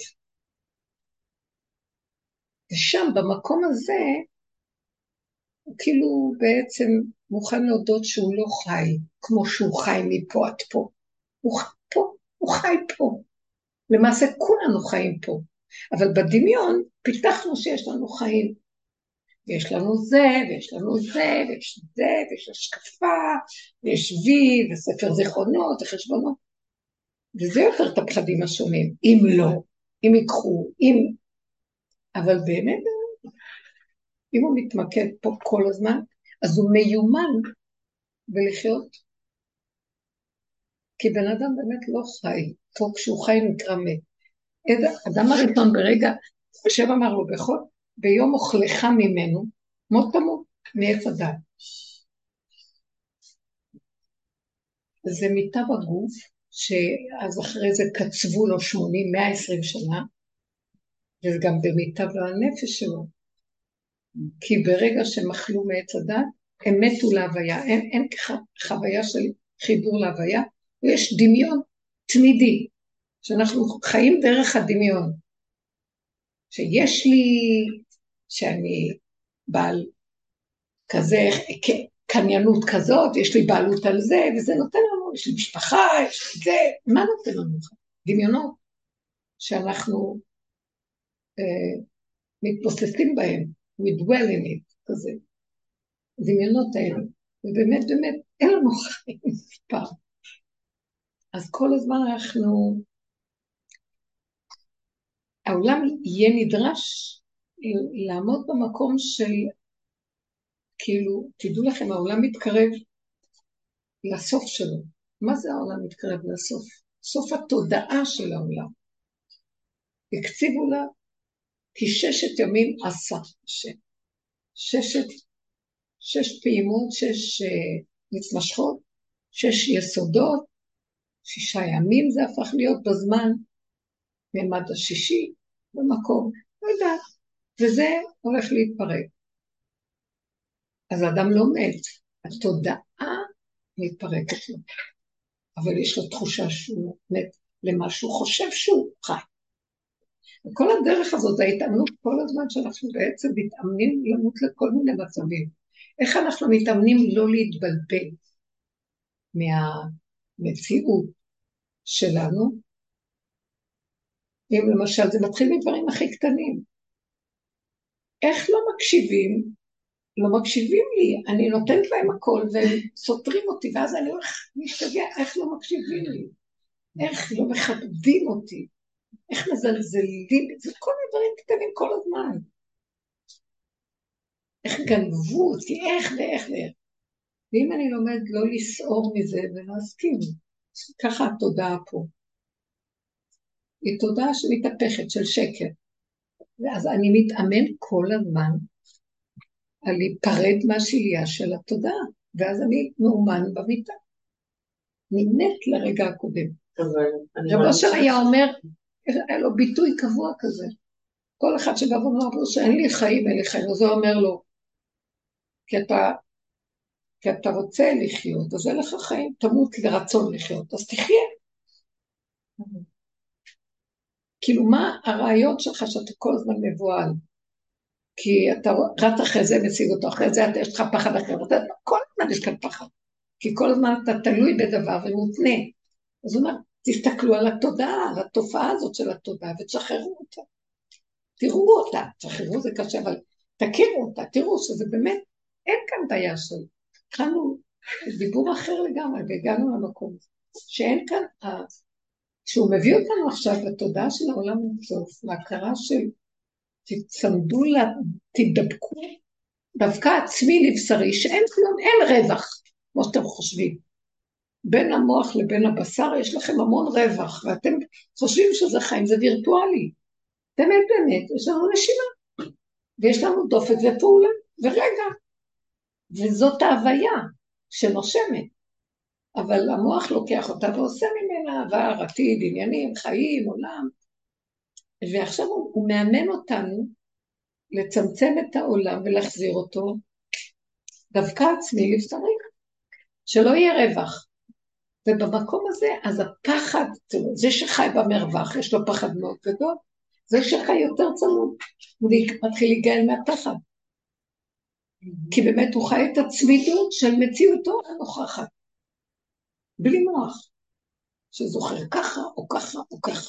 Speaker 2: ושם, במקום הזה, הוא כאילו בעצם מוכן להודות שהוא לא חי, כמו שהוא חי מפה עד פה. הוא חי פה. למעשה כולנו חיים פה. אבל בדמיון פיתחנו שיש לנו חיים. ויש לנו זה, ויש לנו זה, ויש זה, ויש השקפה, ויש וי, וספר זיכרונות, וחשבונות. וזה יותר את הפחדים השונים. אם לא, אם ייקחו, אבל באמת, אם הוא מתמקד פה כל הזמן, אז הוא מיומן בלחיות. כי בן אדם באמת לא חי, פה כשהוא חי נקרא מת. אדם הראשון ברגע, השם אמר לו, ביום אוכלך ממנו, מות תמות מעץ הדת. זה מיטה בגוף, שאז אחרי זה קצבו לו 80, 120 שנה, וזה גם במיטה בנפש שלו. כי ברגע שהם אכלו מעץ הדת, הם מתו להוויה, אין חוויה של חיבור להוויה, ויש דמיון תמידי, שאנחנו חיים דרך הדמיון, שיש לי, שאני בעל כזה, קניינות כזאת, יש לי בעלות על זה, וזה נותן לנו, יש לי משפחה, יש לי זה, מה נותן לנו? דמיונות, שאנחנו מתבוססים בהם, we dwell in it, כזה, דמיונות האלה, ובאמת, אין לנו חיים מספר. אז כל הזמן העולם יהיה נדרש לעמוד במקום של, כאילו, תדעו לכם, העולם מתקרב לסוף שלו. מה זה העולם מתקרב לסוף? סוף התודעה של העולם. הקציבו לה, כי 6 ימים עשה השם. 6 פעימות, 6 מתמשכות, 6 יסודות, 6 ימים זה הפך להיות בזמן, מימד השישי, במקום, לא יודעת, וזה הולך להתפרק. אז האדם לא מת, התודעה מתפרקת לו, אבל יש לו תחושה שהוא מת למה שהוא חושב שהוא חי. וכל הדרך הזאת, ההתאמנות כל הזמן שאנחנו בעצם מתאמנים למות לכל מיני מצבים. איך אנחנו מתאמנים לא להתבלבל מהמציאות שלנו? אם למשל זה מתחיל מדברים הכי קטנים. איך לא מקשיבים? לא מקשיבים לי, אני נותנת להם הכל והם סותרים אותי, ואז אני הולך להשתגע, איך לא מקשיבים לי? איך לא מכבדים אותי? איך מזלזלים? זה כל מיני דברים קטנים כל הזמן. איך גנבו אותי, איך ואיך ואיך. ואם אני לומד לא לסעור מזה ולהסכים, ככה התודעה פה. היא תודעה שמתהפכת, של שקר. ואז אני מתאמן כל הזמן על להיפרד מהשיליה של התודעה, ואז אני מאומן במיטה. נמנית לרגע הקודם. רבו שם היה אומר, היה לו ביטוי קבוע כזה. כל אחד שגב אומר לו שאין לי חיים, אין לי חיים, אז הוא אומר לו, כי אתה רוצה לחיות, אז אין לך חיים, תמות לרצון לחיות, אז תחיה. כאילו מה הרעיון שלך שאתה כל הזמן מבועל? כי אתה רץ אחרי זה, משיג אותו, אחרי זה יש לך פחד אחר, כל הזמן יש כאן פחד, כי כל הזמן אתה תלוי בדבר ומותנה. אז הוא אומר, תסתכלו על התודעה, על התופעה הזאת של התודעה, ותשחררו אותה. תראו אותה, תשחררו זה קשה, אבל תכירו אותה, תראו שזה באמת, אין כאן בעיה של, התחלנו דיבור אחר לגמרי, והגענו למקום, שאין כאן, שהוא מביא אותנו עכשיו לתודעה של העולם לסוף, להכרה של, תצמדו לה, תדבקו, דווקא עצמי לבשרי, שאין כלום, אין רווח, כמו שאתם חושבים. בין המוח לבין הבשר יש לכם המון רווח, ואתם חושבים שזה חיים, זה וירטואלי. באמת, יש לנו נשימה, ויש לנו דופק ופעולה, ורגע. וזאת ההוויה שנושמת. אבל המוח לוקח אותה ועושה ממנה עבר, עתיד, עניינים, חיים, עולם. ועכשיו הוא מאמן אותנו לצמצם את העולם ולהחזיר אותו, דווקא עצמי לבשרי, שלא יהיה רווח. ובמקום הזה, אז הפחד, זה שחי במרווח, יש לו פחד מאוד גדול, זה שחי יותר צמוד, הוא מתחיל להיגאל מהפחד. כי באמת הוא חי את הצמידות של מציאותו הנוכחת, בלי מוח, שזוכר ככה או ככה או ככה.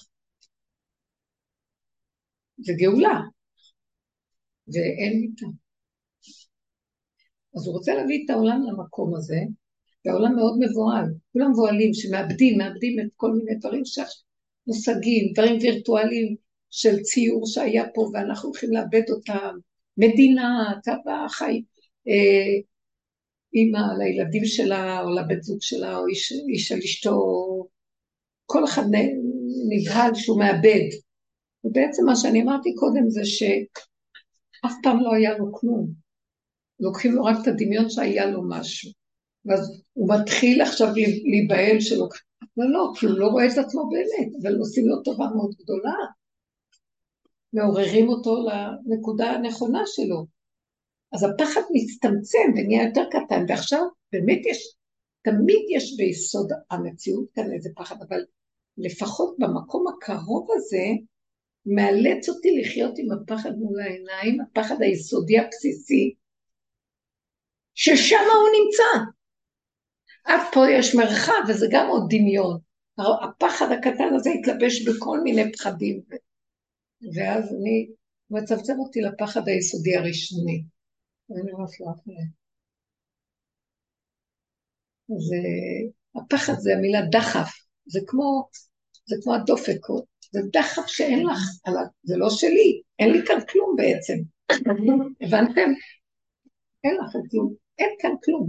Speaker 2: זה גאולה, ואין מיטה. אז הוא רוצה להביא את העולם למקום הזה, והעולם מאוד מבועל, כולם מבועלים שמאבדים את כל מיני דברים מושגים, דברים וירטואליים של ציור שהיה פה, ואנחנו הולכים לאבד אותם, מדינה, צבא, חי, אמא לילדים שלה, או לבית זוג שלה, או איש על אשתו, כל אחד נבהל שהוא מאבד. ובעצם מה שאני אמרתי קודם זה שאף פעם לא היה לו כלום. לוקחים לו רק את הדמיון שהיה לו משהו. ואז הוא מתחיל עכשיו להיבהל שלו. לא, כי הוא לא רואה את עצמו באמת, אבל עושים לו טובה מאוד גדולה. מעוררים אותו לנקודה הנכונה שלו. אז הפחד מצטמצם ונהיה יותר קטן, ועכשיו באמת תמיד יש ביסוד המציאות כאן איזה פחד, אבל לפחות במקום הקרוב הזה, מאלץ אותי לחיות עם הפחד מול העיניים, הפחד היסודי הבסיסי, ששם הוא נמצא. עד פה יש מרחב, וזה גם עוד דמיון. הפחד הקטן הזה התלבש בכל מיני פחדים, ואז אני מצמצם אותי לפחד היסודי הראשוני. ואני לא אפלח להם. הפחד זה המילה דחף, זה כמו הדופק, זה דחף שאין לך, זה לא שלי, אין לי כאן כלום בעצם. הבנתם? אין לכם כלום. אין כאן כלום.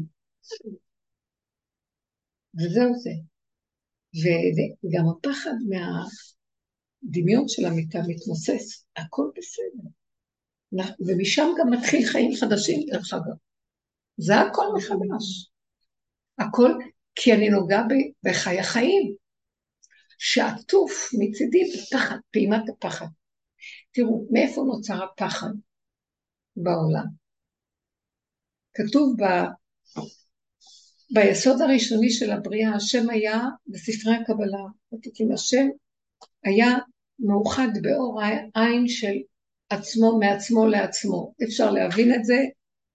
Speaker 2: וזהו זה. וגם הפחד מהדמיון של המיטה מתמוסס. הכל בסדר. ומשם גם מתחיל חיים חדשים דרך אגב. זה הכל מחדש. הכל, כי אני נוגע בחיי החיים, שעטוף מצידי בפחד, פעימת הפחד. תראו, מאיפה נוצר הפחד בעולם? כתוב ביסוד הראשוני של הבריאה, השם היה בספרי הקבלה, כתוב, השם היה מאוחד באור העין של עצמו, מעצמו לעצמו. אפשר להבין את זה,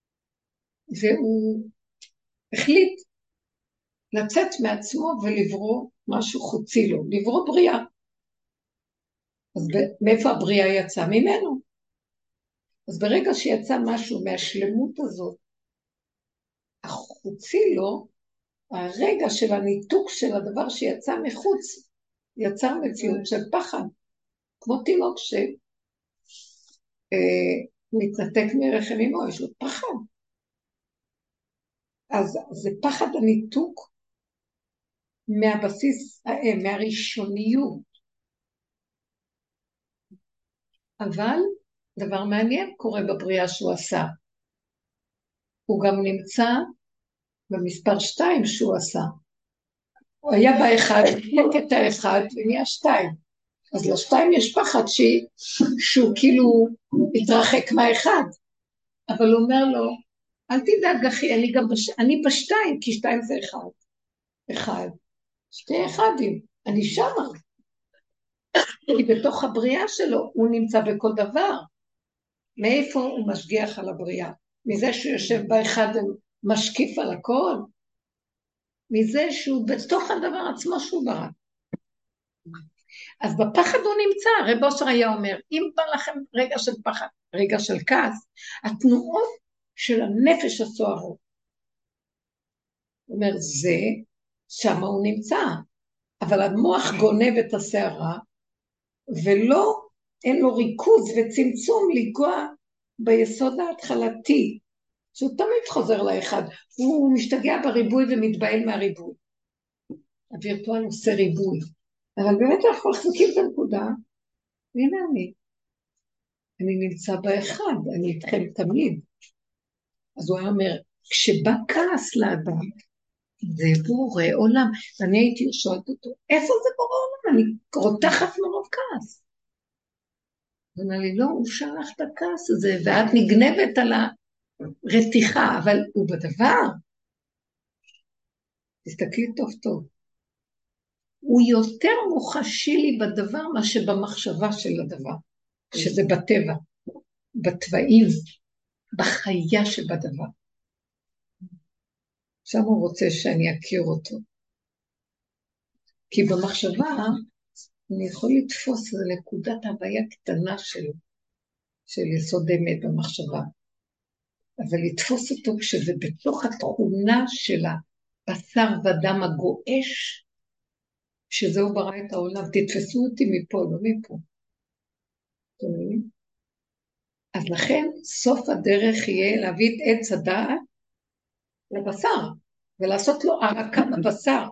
Speaker 2: והוא החליט לצאת מעצמו ולברוא משהו חוצי לו, לברוא בריאה. אז מאיפה הבריאה יצאה? ממנו. אז ברגע שיצא משהו מהשלמות הזאת, החוצי לו, הרגע של הניתוק של הדבר שיצא מחוץ, יצר מציאות של פחד, כמו תינוק שמתנתק מרחם אמו, יש לו פחד. אז זה פחד הניתוק מהבסיס, מהראשוניות. אבל דבר מעניין קורה בבריאה שהוא עשה. הוא גם נמצא במספר 2 שהוא עשה. הוא היה באחד, קטע אחד ונהיה 2. אז לשתיים יש פחד שהוא כאילו התרחק מהאחד. אבל הוא אומר לו, אל תדאג אחי, אני בשתיים, כי 2 זה 1. 1. 2 אחדים, אני שמה. כי בתוך הבריאה שלו הוא נמצא בכל דבר. מאיפה הוא משגיח על הבריאה? מזה שהוא יושב באחד ומשקיף על הכל? מזה שהוא בתוך הדבר עצמו שהוא ברא. אז בפחד הוא נמצא. רב אושר היה אומר, אם בא לכם רגע של פחד, רגע של כעס, התנועות של הנפש הסוערות. הוא אומר, זה, שמה הוא נמצא. אבל המוח גונב את השערה, ולא, אין לו ריכוז וצמצום לגוע ביסוד ההתחלתי, שהוא תמיד חוזר לאחד, הוא משתגע בריבוי ומתבעל מהריבוי. הווירטואל עושה ריבוי, אבל באמת אנחנו מחזיקים את הנקודה, והנה אני נמצא באחד, אני איתכם תמיד. אז הוא אומר, כשבא כעס לאדם, זה בורא עולם, ואני הייתי שואלת אותו, איפה זה בורא עולם? אני רותחת מרוב כעס. הוא אומר לי, לא, הוא שלח את הכעס הזה, ואת נגנבת על הרתיחה, אבל הוא בדבר. תסתכלי טוב טוב. הוא יותר מוחשי לי בדבר, מה שבמחשבה של הדבר, שזה בטבע, בטבעים, בחיה שבדבר. עכשיו הוא רוצה שאני אכיר אותו. כי במחשבה, אני יכול לתפוס איזו נקודת הוויה קטנה של יסוד אמת במחשבה. אבל לתפוס אותו כשזה בתוך התכונה של הבשר ודם הגואש, שזהו ברא את העולם. תתפסו אותי מפה, לא מפה. אז לכן סוף הדרך יהיה להביא את עץ הדעת לבשר, ולעשות לו ערקה בבשר.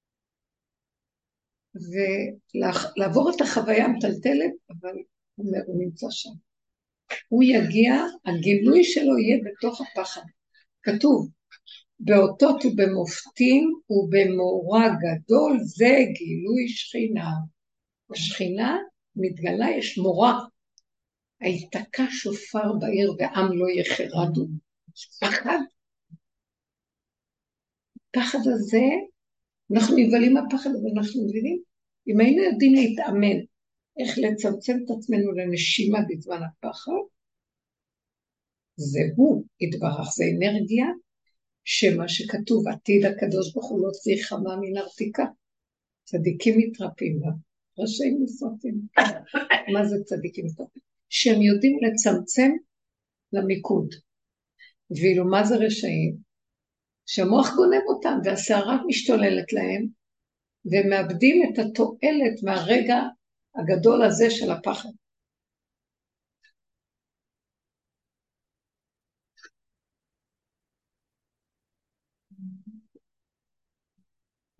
Speaker 2: ולעבור את החוויה המטלטלת, אבל הוא נמצא שם. הוא יגיע, הגילוי שלו יהיה בתוך הפחד. כתוב, באותות ובמופתים ובמאורע גדול, זה גילוי שכינה. השכינה מתגלה, יש מורא. היתקע שופר בעיר ועם לא יחרדו. פחד. פחד הזה, אנחנו נבלים מהפחד, אבל אנחנו מבינים, אם היינו יודעים להתאמן, איך לצמצם את עצמנו לנשימה בזמן הפחד, זה הוא יתברך, זה אנרגיה, שמה שכתוב, עתיד הקדוש ברוך הוא לא צריך חמה מן ארתיקה, צדיקים מתרפים בה, רשעים נשרפים. מה זה צדיקים מתרפים? שהם יודעים לצמצם למיקוד, ואילו מה זה רשעים? שהמוח גונב אותם, והשערה משתוללת להם, והם מאבדים את התועלת מהרגע הגדול הזה של הפחד.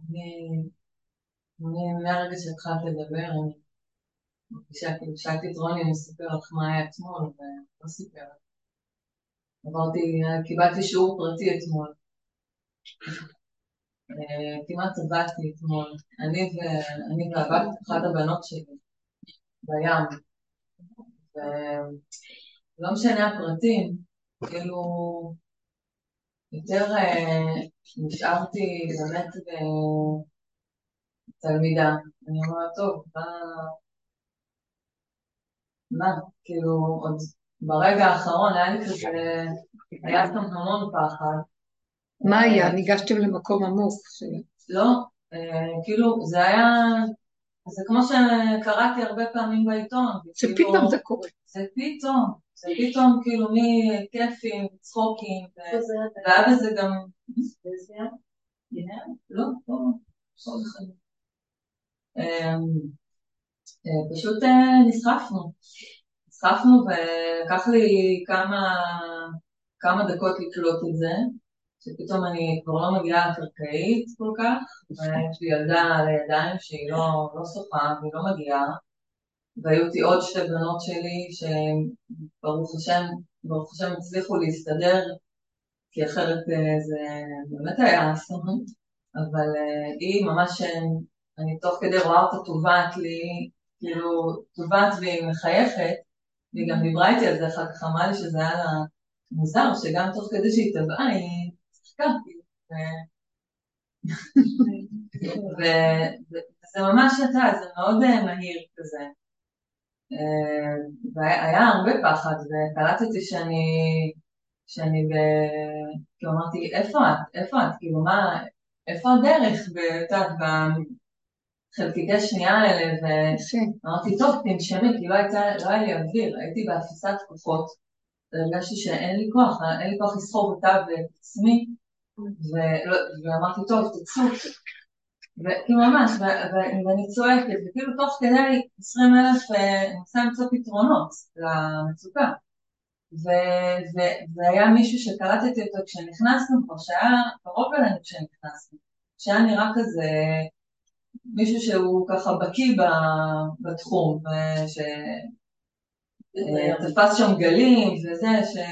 Speaker 4: מהרגע שהתחלת לדבר, אני מרגישה כאילו שאלתי את רוני לספר לך מה היה אתמול, ולא סיפר. קיבלתי שיעור פרטי אתמול. כמעט טבעתי אתמול. אני והבת, אחת הבנות שלי, בים. ולא משנה הפרטים, כאילו יותר נשארתי באמת תלמידה. אני אומרת, טוב, מה, כאילו, עוד ברגע האחרון היה לי כזה, היה שם המון פחד.
Speaker 2: מה היה? ניגשתם למקום עמוק.
Speaker 4: לא, כאילו, זה כמו שקראתי הרבה פעמים בעיתון.
Speaker 2: שפתאום זה קורה.
Speaker 4: זה פתאום כאילו מכיפים, צחוקים, והיה בזה גם... לא, פשוט נסחפנו ולקח לי כמה דקות לקלוט את זה, שפתאום אני כבר לא מגיעה לקרקעית כל כך, ויש לי ילדה על הידיים שהיא לא שוחה והיא לא מגיעה, והיו אותי עוד שתי בנות שלי שברוך השם הצליחו להסתדר, כי אחרת זה באמת היה אסון, אבל היא ממש, אני תוך כדי רואה אותה טובעת לי, כאילו טובעת והיא מחייכת, והיא גם דיברה איתי על זה אחר כך, אמרה לי שזה היה לה מוזר, שגם תוך כדי שהיא טבעה היא צחקה, וזה ממש זה מאוד מהיר כזה. והיה הרבה פחד, וקלטתי שאני כאילו אמרתי, איפה את? כאילו מה, איפה הדרך בחלקיקי שנייה האלה, ואמרתי, טוב, תנשמי, כי לא היה לי אוויר, הייתי באפיסת כוחות, והרגשתי שאין לי כוח לסחוב אותה ואת עצמי, ואמרתי, טוב, תצאו, וכאילו ממש, ואני צועקת, וכאילו תוך כדי 20,000 ננסה למצוא פתרונות למצוקה. והיה מישהו שקלטתי אותו כשנכנסנו פה, שהיה קרוב אלינו כשנכנסנו, שהיה נראה כזה מישהו שהוא ככה בקיא בתחום, שתפס שם גלים וזה,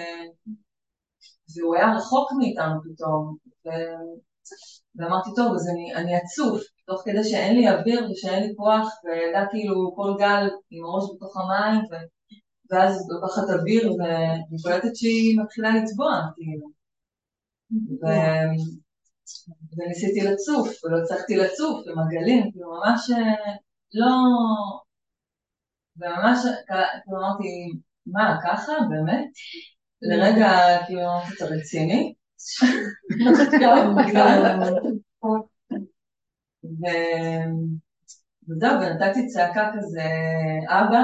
Speaker 4: והוא היה רחוק מאיתנו פתאום, ואמרתי, טוב, אז אני עצוב, תוך כדי שאין לי אוויר ושאין לי כוח, וידע כאילו כל גל עם הראש בתוך המים, ואז לוקחת אוויר, ואני קולטת שהיא מתחילה לצבוע, כאילו. וניסיתי לצוף, ולא הצלחתי לצוף עם הגלים, כאילו ממש לא... וממש, כאילו אמרתי, מה, ככה, באמת? לרגע, כאילו אמרתי, אתה רציני? וזהו, ונתתי צעקה כזה, אבא,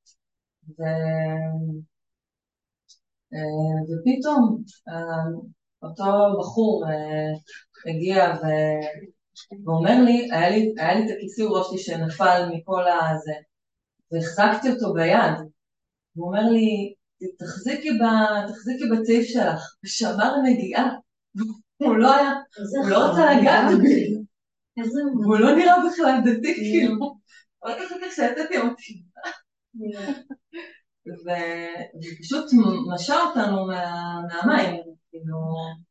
Speaker 4: ופתאום אותו בחור הגיע ואומר לי, היה לי את הכיסוי ראש שלי שנפל מכל הזה, והחזקתי אותו ביד, והוא אומר לי, תחזיקי בצעיף שלך, ושמר נגיעה, הוא לא רצה לגעת אותי, והוא לא נראה בכלל דתי, כאילו, רק אחר כך שיצאתי אותי. ופשוט משע אותנו מהמים, כאילו,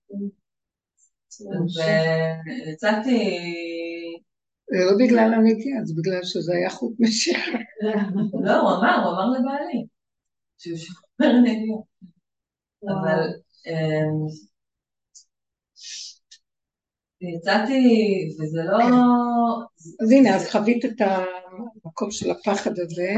Speaker 4: ויצאתי...
Speaker 2: זה לא בגלל הנגיעה, זה בגלל שזה היה חוט משיכה.
Speaker 4: לא, הוא אמר לבעלי, שהוא שומר נגיעה. אבל יצאתי, וזה לא...
Speaker 2: אז הנה, אז חווית את המקום של הפחד הזה.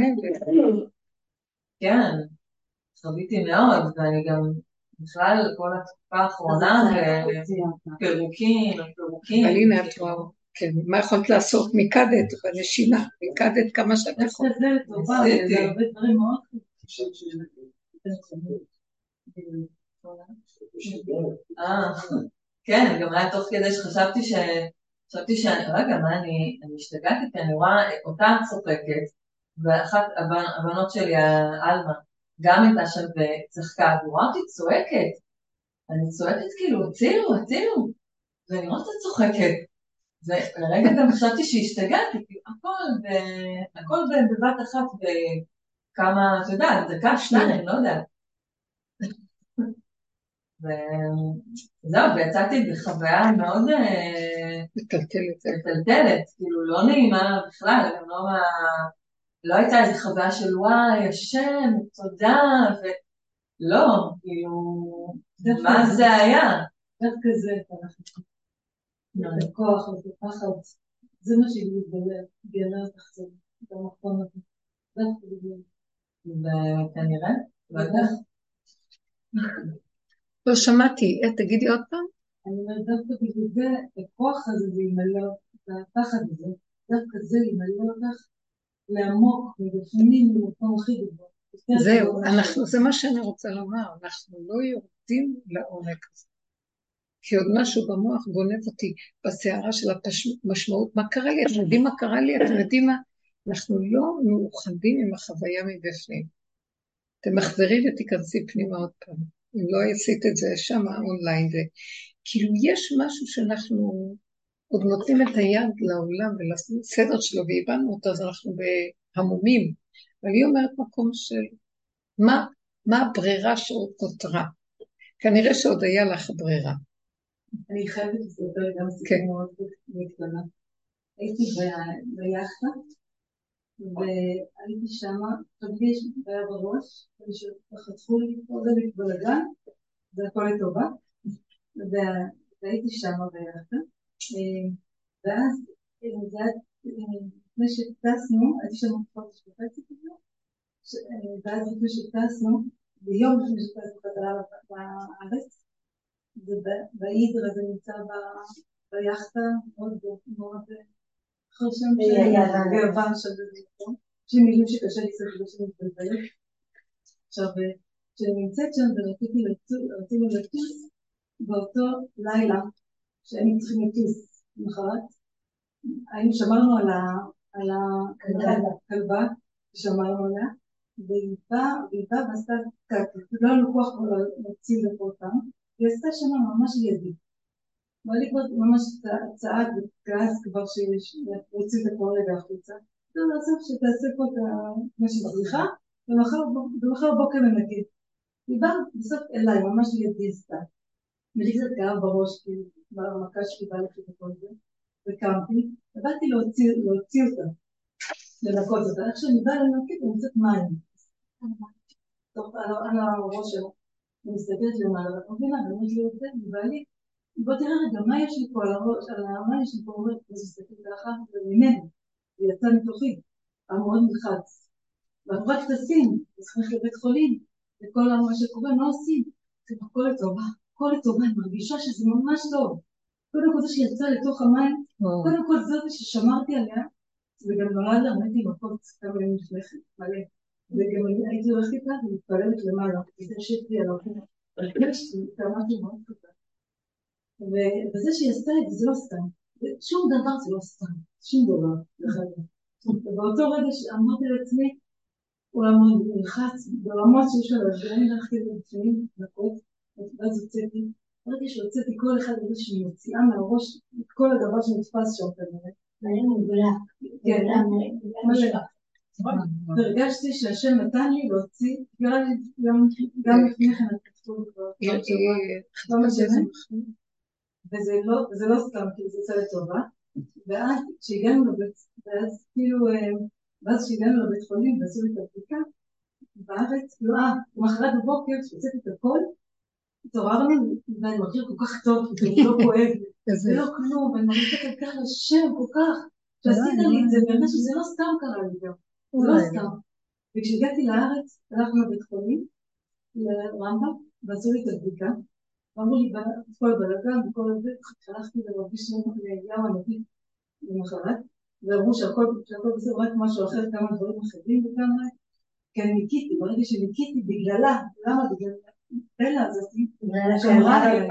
Speaker 4: כן, חוויתי מאוד, ואני גם בכלל כל התקופה האחרונה, פירוקים.
Speaker 2: אבל הנה את רואה, כן, מה יכולת לעשות? מיקדת בנשימה, מיקדת כמה שאת יכולת.
Speaker 4: זה טובה, זה הרבה דברים מאוד כן, גם היה תוך כדי שחשבתי רגע, מה אני השתגעתי, אני רואה אותה צוחקת, ואחת הבנות שלי, אלמה, גם הייתה שם וצחקה, ורואה אותי צועקת, אני צועקת כאילו, הצילו, ואני רואה אותה צוחקת, ולרגע גם חשבתי שהשתגעתי, כאילו, הכל בבת אחת, בכמה, אתה יודע, דקה, שניים, לא יודעת. וזהו, ויצאתי בחוויה מאוד מטלטלת, כאילו לא נעימה בכלל, גם לא הייתה איזו חוויה של וואי, השם, תודה, ולא, כאילו, מה זה היה?
Speaker 3: דווקא זה, את הכוח, את הפחד, זה מה שהתגלה תחת במקום הזה, דווקא בגלל.
Speaker 4: וכנראה, לא יודעת.
Speaker 2: לא שמעתי, תגידי עוד פעם?
Speaker 3: אני אומרת, דווקא בגלל זה, הכוח הזה זה ימלא, והפחד הזה, דווקא זה ימלא אותך לעמוק, מבפנים, ממקום הכי גבוה.
Speaker 2: זהו, זה מה שאני רוצה לומר, אנחנו לא יורדים לעומק הזה. כי עוד משהו במוח גונב אותי בסערה של המשמעות, מה קרה לי? אתם יודעים מה קרה לי? אתם יודעים מה? אנחנו לא מאוחדים עם החוויה מבפנים. אתם מחזרי ותיכנסי פנימה עוד פעם. אם לא עשית את זה שם אונליין, כאילו יש משהו שאנחנו עוד נותנים את היד לעולם ולסדר שלו, והבנו אותו, אז אנחנו בהמומים. ואני אומרת מקום של מה הברירה שעוד נותרה? כנראה שעוד היה לך ברירה.
Speaker 3: אני חייבת לספר גם סיפור מאוד מתקנה. הייתי ביחדה, והייתי שמה, חשבתי יש בעיה בראש, וחתכו לי פה זה בלגן, זה הכל לטובה, והייתי שמה ביחדה, ואז לפני שטסנו, הייתי שם חודש וחצי כזה, ואז לפני שטסנו, ביום לפני שטסנו חזרה בארץ, והאידר הזה נמצא ביחדה מאוד מאוד חרשם ביוון שווה מקום, שמילים שקשה לי סביב שאני מתבלבלת. עכשיו, כשאני נמצאת שם ורצינו לטוס, באותו לילה שהיינו צריכים לטוס למחרת, שמרנו על הכלבה, שמרנו עליה, והיא באה ועשתה קקי, לא היה לנו כוח להוציא לפה אותם, היא עשתה שם ממש לידי. ואני כבר ממש צעד וכעס כבר שרוצים את הכל רגע החוצה. לא לעשות שתעשה פה את מה שצריכה, ומחר בוקר ננקד. היא באה בסוף אליי, ממש לידי עשתה. ולי קצת כאב בראש, כי במכה שלי בא לכי וכל זה, וקמתי, ובאתי להוציא אותה, לנקות אותה. איך שאני באה לנקד, אני מוצאת מים. טוב, על הראש שלו. אני מסתכלת למעלה, ואת מבינה, ואומרת לי את זה, ובעלי, בוא תראה רגע, מה יש לי פה על הראש, מה יש לי פה, אומרת, אז מסתכלת לאחר, וממנו, היא יצאה מתוכי, המאוד מלחץ. ואנחנו רק טסים, צריכים ללכת לבית חולים, וכל מה שקורה, מה עושים? זה הכל לטובה, הכל לטובה, אני מרגישה שזה ממש טוב. קודם כל זה שיצאה לתוך המים, קודם כל זאת ששמרתי עליה, וגם נולד לה, ראיתי מכות כמה ימים לפני מלא. וגם הייתי הולכת איתה ומתפללת למעלה, וזה שפתי על האופן, הרגשתי כמה מאוד טובה. וזה שהיא עשתה את זה, זה לא סתם. שום דבר זה לא סתם. שום דבר. ובאותו רגע שאמרתי לעצמי, הוא מאוד נלחץ, ברמות שיש לו להגרעים להכתי לבפנים, נקות, ואז הוצאתי. ברגע שהוצאתי כל אחד לזה שהיא מוציאה מהראש את כל הדבר שנתפס שם כנראה.
Speaker 5: אני מגולה.
Speaker 3: כן, מלא. והרגשתי שהשם נתן לי להוציא, גם לפני כן התפתחו כבר. לא משנה. וזה לא סתם, כי זה יצא לטובה. ואז כשהגענו לבית חולים ועשו לי את הבדיקה, בארץ, למחרת בבוקר, כשהוצאתי את הכל, התעוררנו, ואני מרגיש כל כך טוב, כי זה לא כואב, זה לא כלום, ואני מרגישה כל כך לשם, כל כך, שעשית לי את זה, באמת שזה לא סתם קרה לי גם, זה לא סתם. וכשהגעתי לארץ, הלכנו לבית חולים, לרמב"ם, ועשו לי את הבדיקה, ואמרו לי, את כל הבלגן וכל הזה, הלכתי ומרגיש ים ענקי למחרת, ואמרו שהכל בסדר, רק משהו אחר, כמה דברים אחרים וכמה, כי אני ניקיתי, ברגע שניקיתי בגללה, למה בגללה? בגללה הזאתי, שאמרה לי,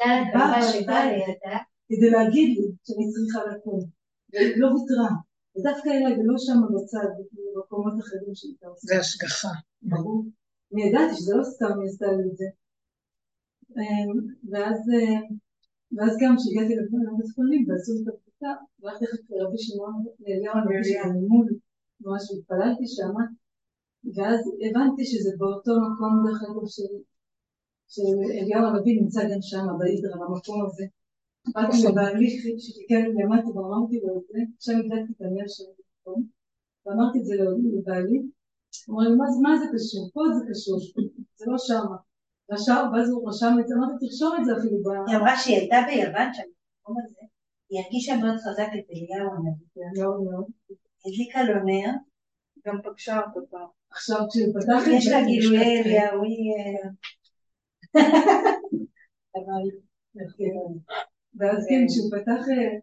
Speaker 3: כדי להגיד לי שאני צריכה לקום, ולא ויתרה, ודווקא אליי ולא שם בצד, במקומות אחרים שהייתה עושה.
Speaker 2: זה השגחה.
Speaker 3: ברור. אני ידעתי שזה לא סתם היא עשתה לי את זה. ואז גם כשהגעתי לבית חולים ועשו את סבתא, והלכתי אחרי רבי שמעון לאליהו הנביא שבממול, ממש התפללתי שם, ואז הבנתי שזה באותו מקום דרך אגב שאליהו הנביא נמצא גם שם, באידרה, במקום הזה. באתי לבעלי שחיכה לי למטה ואמרתי לו את זה, עכשיו הגדלתי את הנייר של המקום, ואמרתי את זה לבעלי, הוא אמר לי, מה זה קשור? פה זה קשור, זה לא שמה. ואז הוא רשם את זה, אמרתי, תרשום את זה אפילו.
Speaker 5: היא אמרה שהיא הייתה ביוון שם, במקום הזה, היא הרגישה מאוד חזק את אליהו הנביא.
Speaker 3: מאוד מאוד.
Speaker 5: הדליקה לו נר,
Speaker 6: גם פגשה אותו פעם.
Speaker 3: עכשיו כשהוא פתח את זה,
Speaker 5: יש לה גילויי אליהו,
Speaker 3: ואז כן, כשהוא פתח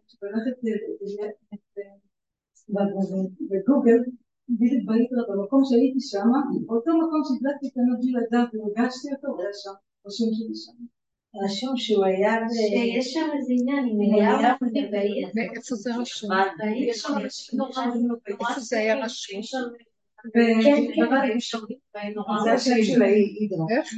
Speaker 3: בגוגל, בדיוק באיטרה, במקום שהייתי שם, באותו מקום שהדלקתי את הנביא לדעת והרגשתי אותו, הוא היה שם, רשום שלי שם.
Speaker 5: רשום שהוא היה
Speaker 7: שיש שם איזה עניין עם אליהו הנביא בעיר.
Speaker 2: ואיפה זה רשום?
Speaker 7: יש שם אנשים נורא
Speaker 2: איפה זה היה רשום?
Speaker 6: זה השם של ההידרה.
Speaker 2: איך?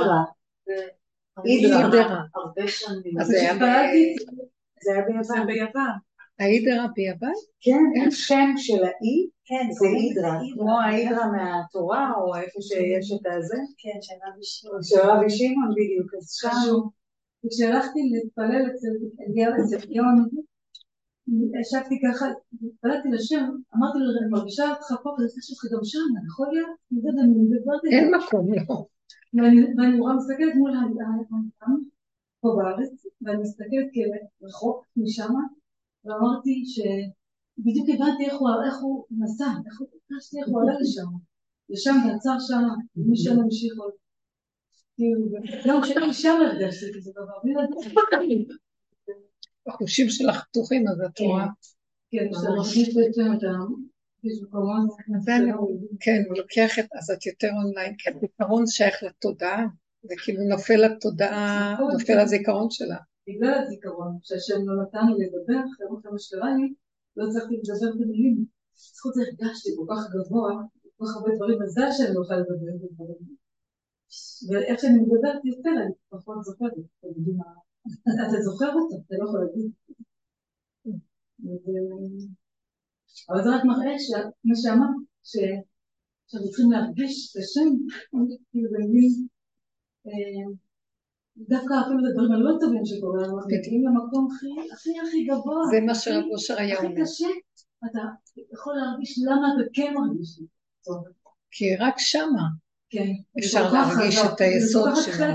Speaker 6: הידרה.
Speaker 7: הרבה שנים.
Speaker 2: אז
Speaker 6: זה היה ביוון.
Speaker 2: ההידרה ביוון?
Speaker 6: כן, השם של האי זה
Speaker 5: זה
Speaker 6: הידרה, כמו ההידרה מהתורה או איפה שיש את הזה.
Speaker 5: כן, של רבי
Speaker 6: שמעון בדיוק. אז שם
Speaker 3: וכשהלכתי להתפלל אצל אליהו הנביא, ישבתי ככה, התפללתי לשם, אמרתי לו, אני מרגישה אותך פה, ואני חושבת לך גם שם, יכול להיות?
Speaker 2: אין מקום, לא.
Speaker 3: ואני רואה מסתכלת מול העם, פה בארץ, ואני מסתכלת כרחוק משם, ואמרתי שבדיוק הבנתי איך הוא נסע, איך הוא עלה לשם ועצר שם, ומשם המשיך עוד. גם כשאני שם הרגשתי כזה דבר, בלי לדעת.
Speaker 2: החושים שלך פתוחים, אז את רואה.
Speaker 3: כן, כשאתה מרגיש בעצם את
Speaker 2: כן, הוא לוקח את, אז את יותר אונליין, כי הזיכרון שייך לתודעה, זה כאילו נופל לתודעה, נופל הזיכרון שלה.
Speaker 3: בגלל הזיכרון, שהשם לא נתן לי לדבר, אחרי מה שקרה לי, לא הצלחתי לדבר במילים. זכות זה הרגשתי כל כך גבוה, כל כך הרבה דברים, מזל שאני לא יכולה לדבר בדברים. ואיך שאני מדברת יותר, אני פחות זוכרת. אתה זוכר אותו, אתה לא יכול להגיד. אבל זה רק מראה מה שאמרת, שאנחנו צריכים להרגיש את השם, כאילו במילים, דווקא אפילו לדברים הלא טובים שקורה, אנחנו מגיעים למקום הכי גבוה.
Speaker 2: זה מה שרב אושר היה אומר.
Speaker 3: הכי קשה, אתה יכול להרגיש למה אתה כן מרגיש טוב.
Speaker 2: כי רק שמה
Speaker 3: אפשר
Speaker 2: להרגיש את היסוד שלנו.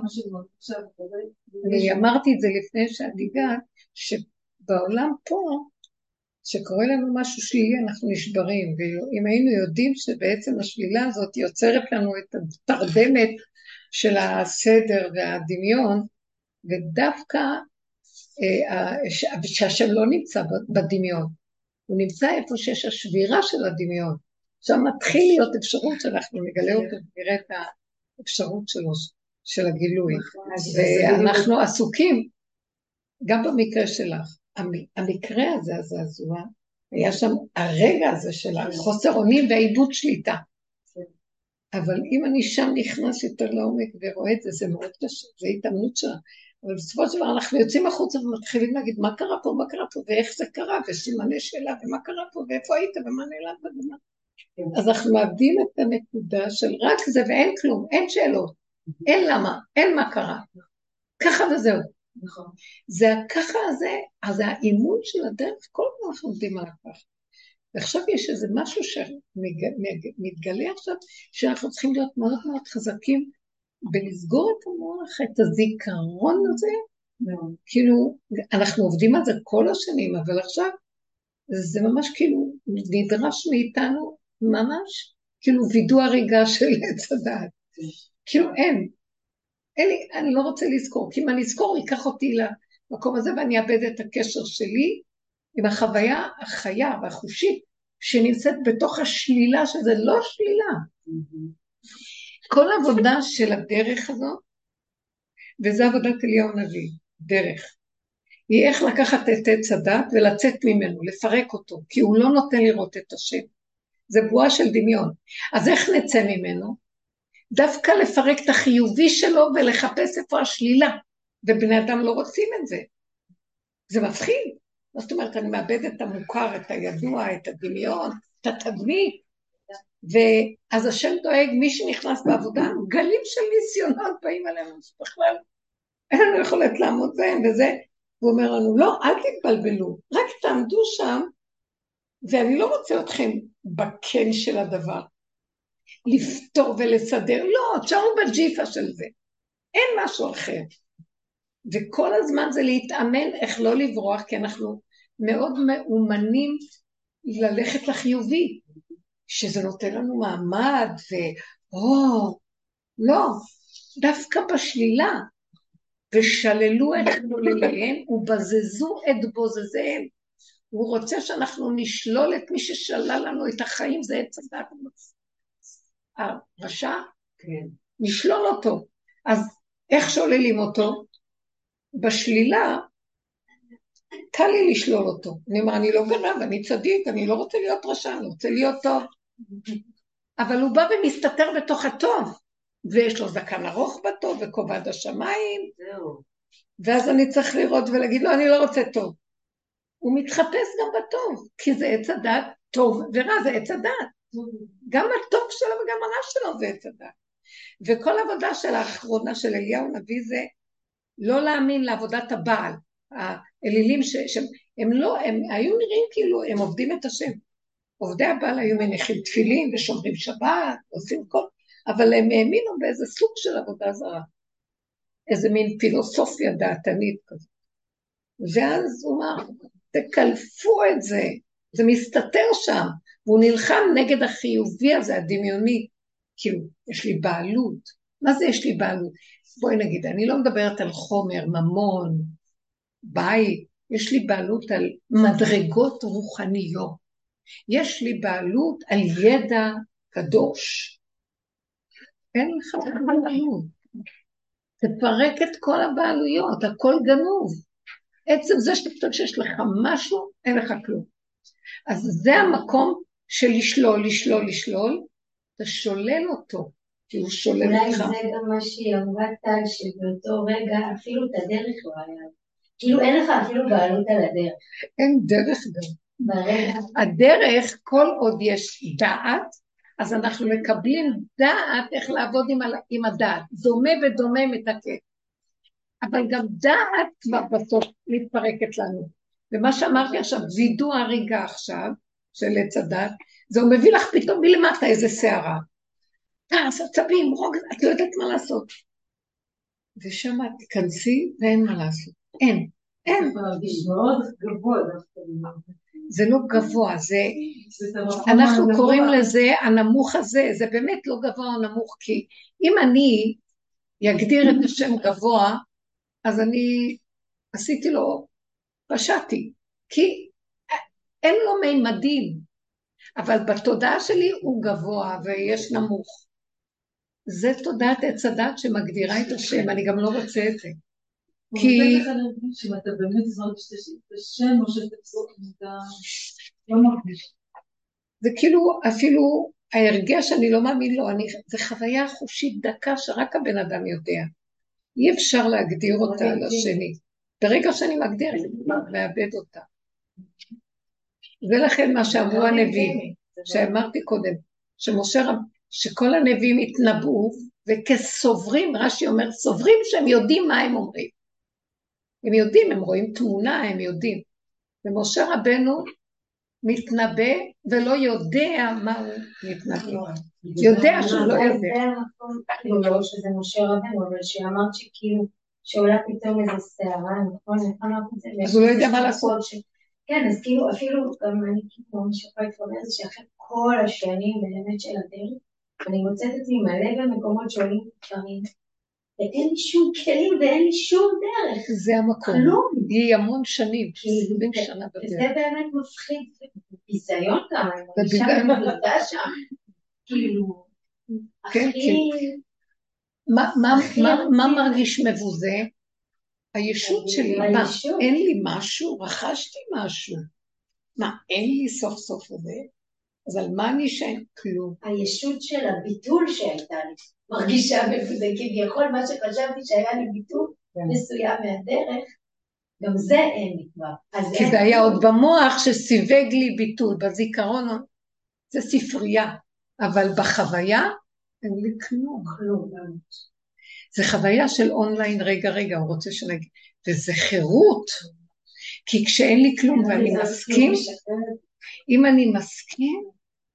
Speaker 2: אני אמרתי את זה לפני שאת הגעת, שבעולם פה, שקורה לנו משהו שלילי, אנחנו נשברים, ואם היינו יודעים שבעצם השלילה הזאת יוצרת לנו את התרדמת של הסדר והדמיון, ודווקא שהשם לא נמצא בדמיון, הוא נמצא איפה שיש השבירה של הדמיון, שם מתחיל להיות אפשרות שאנחנו נגלה אותו, נראה את האפשרות שלו, של הגילוי, ואנחנו עסוקים, גם במקרה שלך, המקרה הזה, הזעזוע, היה שם הרגע הזה של החוסר אונים והעיבוד שליטה. אבל אם אני שם נכנס יותר לעומק ורואה את זה, זה מאוד קשה, זה התאמנות שלה. אבל בסופו של דבר אנחנו יוצאים החוצה ומתחילים להגיד מה קרה פה, ואיך זה קרה, וסימני שאלה, ומה קרה פה, ואיפה היית, ומה נעלם בדמה. אז אנחנו מאבדים את הנקודה של רק זה ואין כלום, אין שאלות, אין למה, אין מה קרה. ככה וזהו.
Speaker 3: נכון.
Speaker 2: זה הככה הזה, אז האימון של הדרך, כל פעם אנחנו עובדים על הככה. ועכשיו יש איזה משהו שמתגלה עכשיו, שאנחנו צריכים להיות מאוד מאוד חזקים, ולסגור את המוח, את הזיכרון הזה, כאילו, אנחנו עובדים על זה כל השנים, אבל עכשיו, זה ממש כאילו, נדרש מאיתנו, ממש, כאילו וידוא הריגה של עץ הדעת. כאילו אין לי, אני לא רוצה לזכור, כי אם אני אזכור, ייקח אותי למקום הזה, ואני אאבד את הקשר שלי, עם החוויה החיה והחושית, שנמצאת בתוך השלילה, שזה לא שלילה. כל העבודה של הדרך הזאת, וזה עבודת אליהו הנביא, דרך, היא איך לקחת את עץ הדת ולצאת ממנו, לפרק אותו, כי הוא לא נותן לראות את השם. זה בועה של דמיון. אז איך נצא ממנו? דווקא לפרק את החיובי שלו ולחפש איפה השלילה, ובני אדם לא רוצים את זה. זה מפחיד. מה זאת אומרת, אני מאבד את המוכר, את הידוע, את הדמיון, את התדמית, ואז השם דואג, מי שנכנס בעבודה, גלים של ניסיונות באים עלינו, בכלל, אין לנו יכולת לעמוד בהם, וזה, הוא אומר לנו, לא, אל תתבלבלו, רק תעמדו שם, ואני לא רוצה אתכם בקן של הדבר, לפתור ולסדר, לא, תשארו בג'יפה של זה, אין משהו אחר. וכל הזמן זה להתאמן איך לא לברוח, כי אנחנו מאוד מאומנים ללכת לחיובי, שזה נותן לנו מעמד, לא, דווקא בשלילה, ושללו את חלוליהם, ובזזו את בוזזיהם. הוא רוצה שאנחנו נשלול את מי ששלל לנו את החיים, זה עץ הדת. הרשע? כן. נשלול אותו. אז איך שוללים אותו? בשלילה, קל לי לשלול אותו. אני אומר, אני לא גנב, אני צדיק, אני לא רוצה להיות רשע, אני רוצה להיות טוב. אבל הוא בא ומסתתר בתוך הטוב, ויש לו זקן ארוך בטוב, וכובד השמיים, ואז אני צריך לראות ולהגיד לו, אני לא רוצה טוב. הוא מתחפש גם בטוב, כי זה עץ הדת, טוב ורע זה עץ הדת. גם הטוב שלו וגם הרע שלו זה עץ הדת. וכל עבודה של האחרונה של אליהו נביא זה, לא להאמין לעבודת הבעל. האלילים שהם לא, הם היו נראים כאילו, הם עובדים את השם. עובדי הבעל היו מניחים תפילין ושומרים שבת, עושים כל, אבל הם האמינו באיזה סוג של עבודה זרה. איזה מין פילוסופיה דעתנית כזאת. ואז הוא אמר, תקלפו את זה, זה מסתתר שם, והוא נלחם נגד החיובי הזה, הדמיוני, כאילו, יש לי בעלות. מה זה יש לי בעלות? בואי נגיד, אני לא מדברת על חומר, ממון, בית, יש לי בעלות על מדרגות רוחניות. יש לי בעלות על ידע קדוש. אין לך בעלות. תפרק את כל הבעלויות, הכל גנוב. עצם זה שאתה חושב שיש לך משהו, אין לך כלום. אז זה המקום של לשלול, אתה שולל אותו, כי הוא שולל
Speaker 7: אולי
Speaker 2: אותך.
Speaker 7: זה גם מה שהיא אמרה טל, שבאותו רגע אפילו את הדרך לא היה. כאילו אין לך אפילו בעלות על הדרך.
Speaker 2: אין דרך גם.
Speaker 7: ברגע.
Speaker 2: הדרך, כל עוד יש דעת, אז אנחנו מקבלים דעת איך לעבוד עם הדעת. דומה ודומה מתקן. אבל גם דעת כבר בסוף מתפרקת לנו. ומה שאמרתי עכשיו, וידוא הריגה עכשיו, של עץ הדת, זה הוא מביא לך פתאום מלמטה איזה שערה. תעש, עצבים, רוג, את לא יודעת מה לעשות. ושם תיכנסי ואין מה לעשות. אין.
Speaker 3: מאוד גבוה.
Speaker 2: זה לא גבוה, אנחנו קוראים לזה הנמוך הזה, זה באמת לא גבוה או נמוך, כי אם אני יגדיר את השם גבוה, אז אני עשיתי לו, פשעתי, כי אין לו מימדים, אבל בתודעה שלי הוא גבוה ויש נמוך. זה תודעת עץ הדת שמגדירה את השם, אני גם לא רוצה את זה. כי...
Speaker 3: אם אתה באמת זורק את השם או שאתה צורק את לא מרגיש.
Speaker 2: זה כאילו אפילו ההרגש אני לא מאמין לו, זה חוויה חושית דקה שרק הבן אדם יודע. אי אפשר להגדיר אותה על השני. ברגע שאני מגדיר, אני מאבד אותה. ולכן מה שאמרו הנביאים, שאמרתי קודם, שכל הנביאים התנבאו, וכסוברים, רש"י אומר, סוברים שהם יודעים מה הם אומרים. הם יודעים, הם רואים תמונה, הם יודעים. ומשה רבנו מתנבא ולא יודע מה הוא מתנבא. יודע שהוא לא יודע.
Speaker 7: זה המקום, לא שזה משה רבנו, אבל שאמרת שכאילו, שעולה פתאום איזה שערה, נכון?
Speaker 2: אז הוא לא יודע מה לעשות.
Speaker 7: כן, אז כאילו, אפילו גם אני כמו משפט אומרת, שאחרי כל השנים באמת של הדרך, אני מוצאת את עצמי מלא במקומות שעולים דברים, ואין לי שום כלים ואין לי שום דרך.
Speaker 2: זה המקום. כלום. היא המון שנים, 20 שנה בדרך.
Speaker 7: וזה באמת מפחיד, ביזיון גם, אני שם מבודה שם, כאילו, הכי...
Speaker 2: מה מרגיש מבוזה? הישות שלי, מה? אין לי משהו? רכשתי משהו. מה, אין לי סוף סוף הזה? אז על מה נשאר? כלום.
Speaker 7: הישות של הביטול שהייתה לי, מרגישה מבוזה, כביכול מה שחשבתי שהיה לי ביטול מסוים מהדרך, גם זה אין לי כבר.
Speaker 2: כי זה היה עוד במוח שסיווג לי ביטול, בזיכרון, זה ספרייה, אבל בחוויה אין לי כלום. זה חוויה של אונליין, רגע, הוא רוצה שנגיד, וזה חירות, כי כשאין לי כלום ואני מסכים, אם אני מסכים,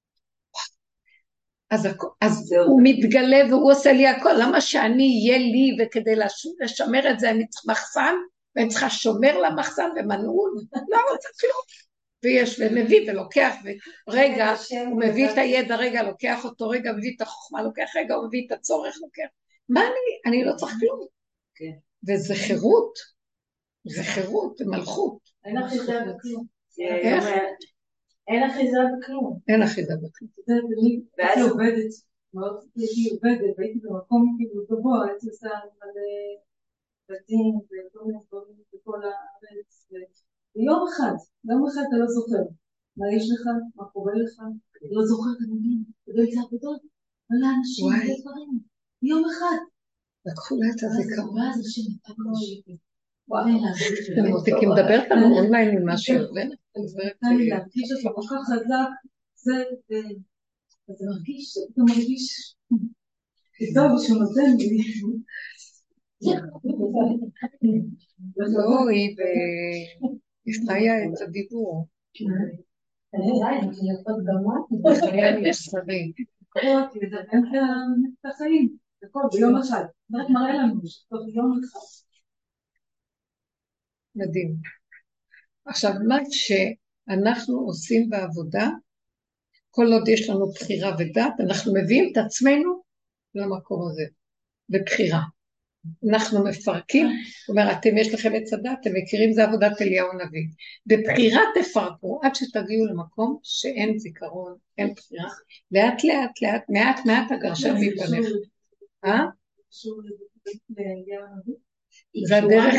Speaker 2: אז הוא מתגלה והוא עושה לי הכל, למה שאני יהיה לי וכדי לשמר את זה אני צריך מחסן, ואני צריכה שומר למחסן ומנעול, לא רוצה כלום. ויש ומביא ולוקח, ורגע הוא מביא את הידע, רגע לוקח אותו, רגע מביא את החוכמה, לוקח רגע, הוא מביא את הצורך, לוקח. מה אני לא צריך כלום. וזה חירות, זה חירות, זה מלכות.
Speaker 3: אין אחיזה בכלום.
Speaker 2: איך?
Speaker 3: אין אחיזה בכלום.
Speaker 2: אין אחיזה בכלום.
Speaker 3: הייתי עובדת, והייתי במקום כאילו גבוה, הייתי עושה מלא בתים וכל מיני דברים בכל הארץ, ויום אחד אתה לא זוכר מה יש לך, מה קורה לך, לא זוכר את המילים, ובאיזה עבודות, מלא אנשים, מלא דברים, יום אחד.
Speaker 2: לקחו לה את הזיכרון.
Speaker 3: ואז השם נתן קושי.
Speaker 2: כי מדברת לנו אונליין ממה שעובד.
Speaker 3: אני להרגיש אותו כל כך חזק, זה מרגיש, אתה מרגיש, טוב שהוא נותן לי.
Speaker 2: לא, היא חיה את הדיבור. חיה מסרי.
Speaker 3: לדבר את החיים, הכל ביום אחד. רק מראה לנו שטוב יום אחד.
Speaker 2: מדהים. עכשיו, מה שאנחנו עושים בעבודה, כל עוד יש לנו בחירה ודעת, אנחנו מביאים את עצמנו למקום הזה, בבחירה. אנחנו מפרקים, זאת אומרת, יש לכם את צדת, אתם מכירים, זה עבודת אליהו הנביא. בבחירה תפרקו, עד שתגיעו למקום שאין זיכרון, אין בחירה. לאט, מעט הגרשת מפניך. זה הדרך,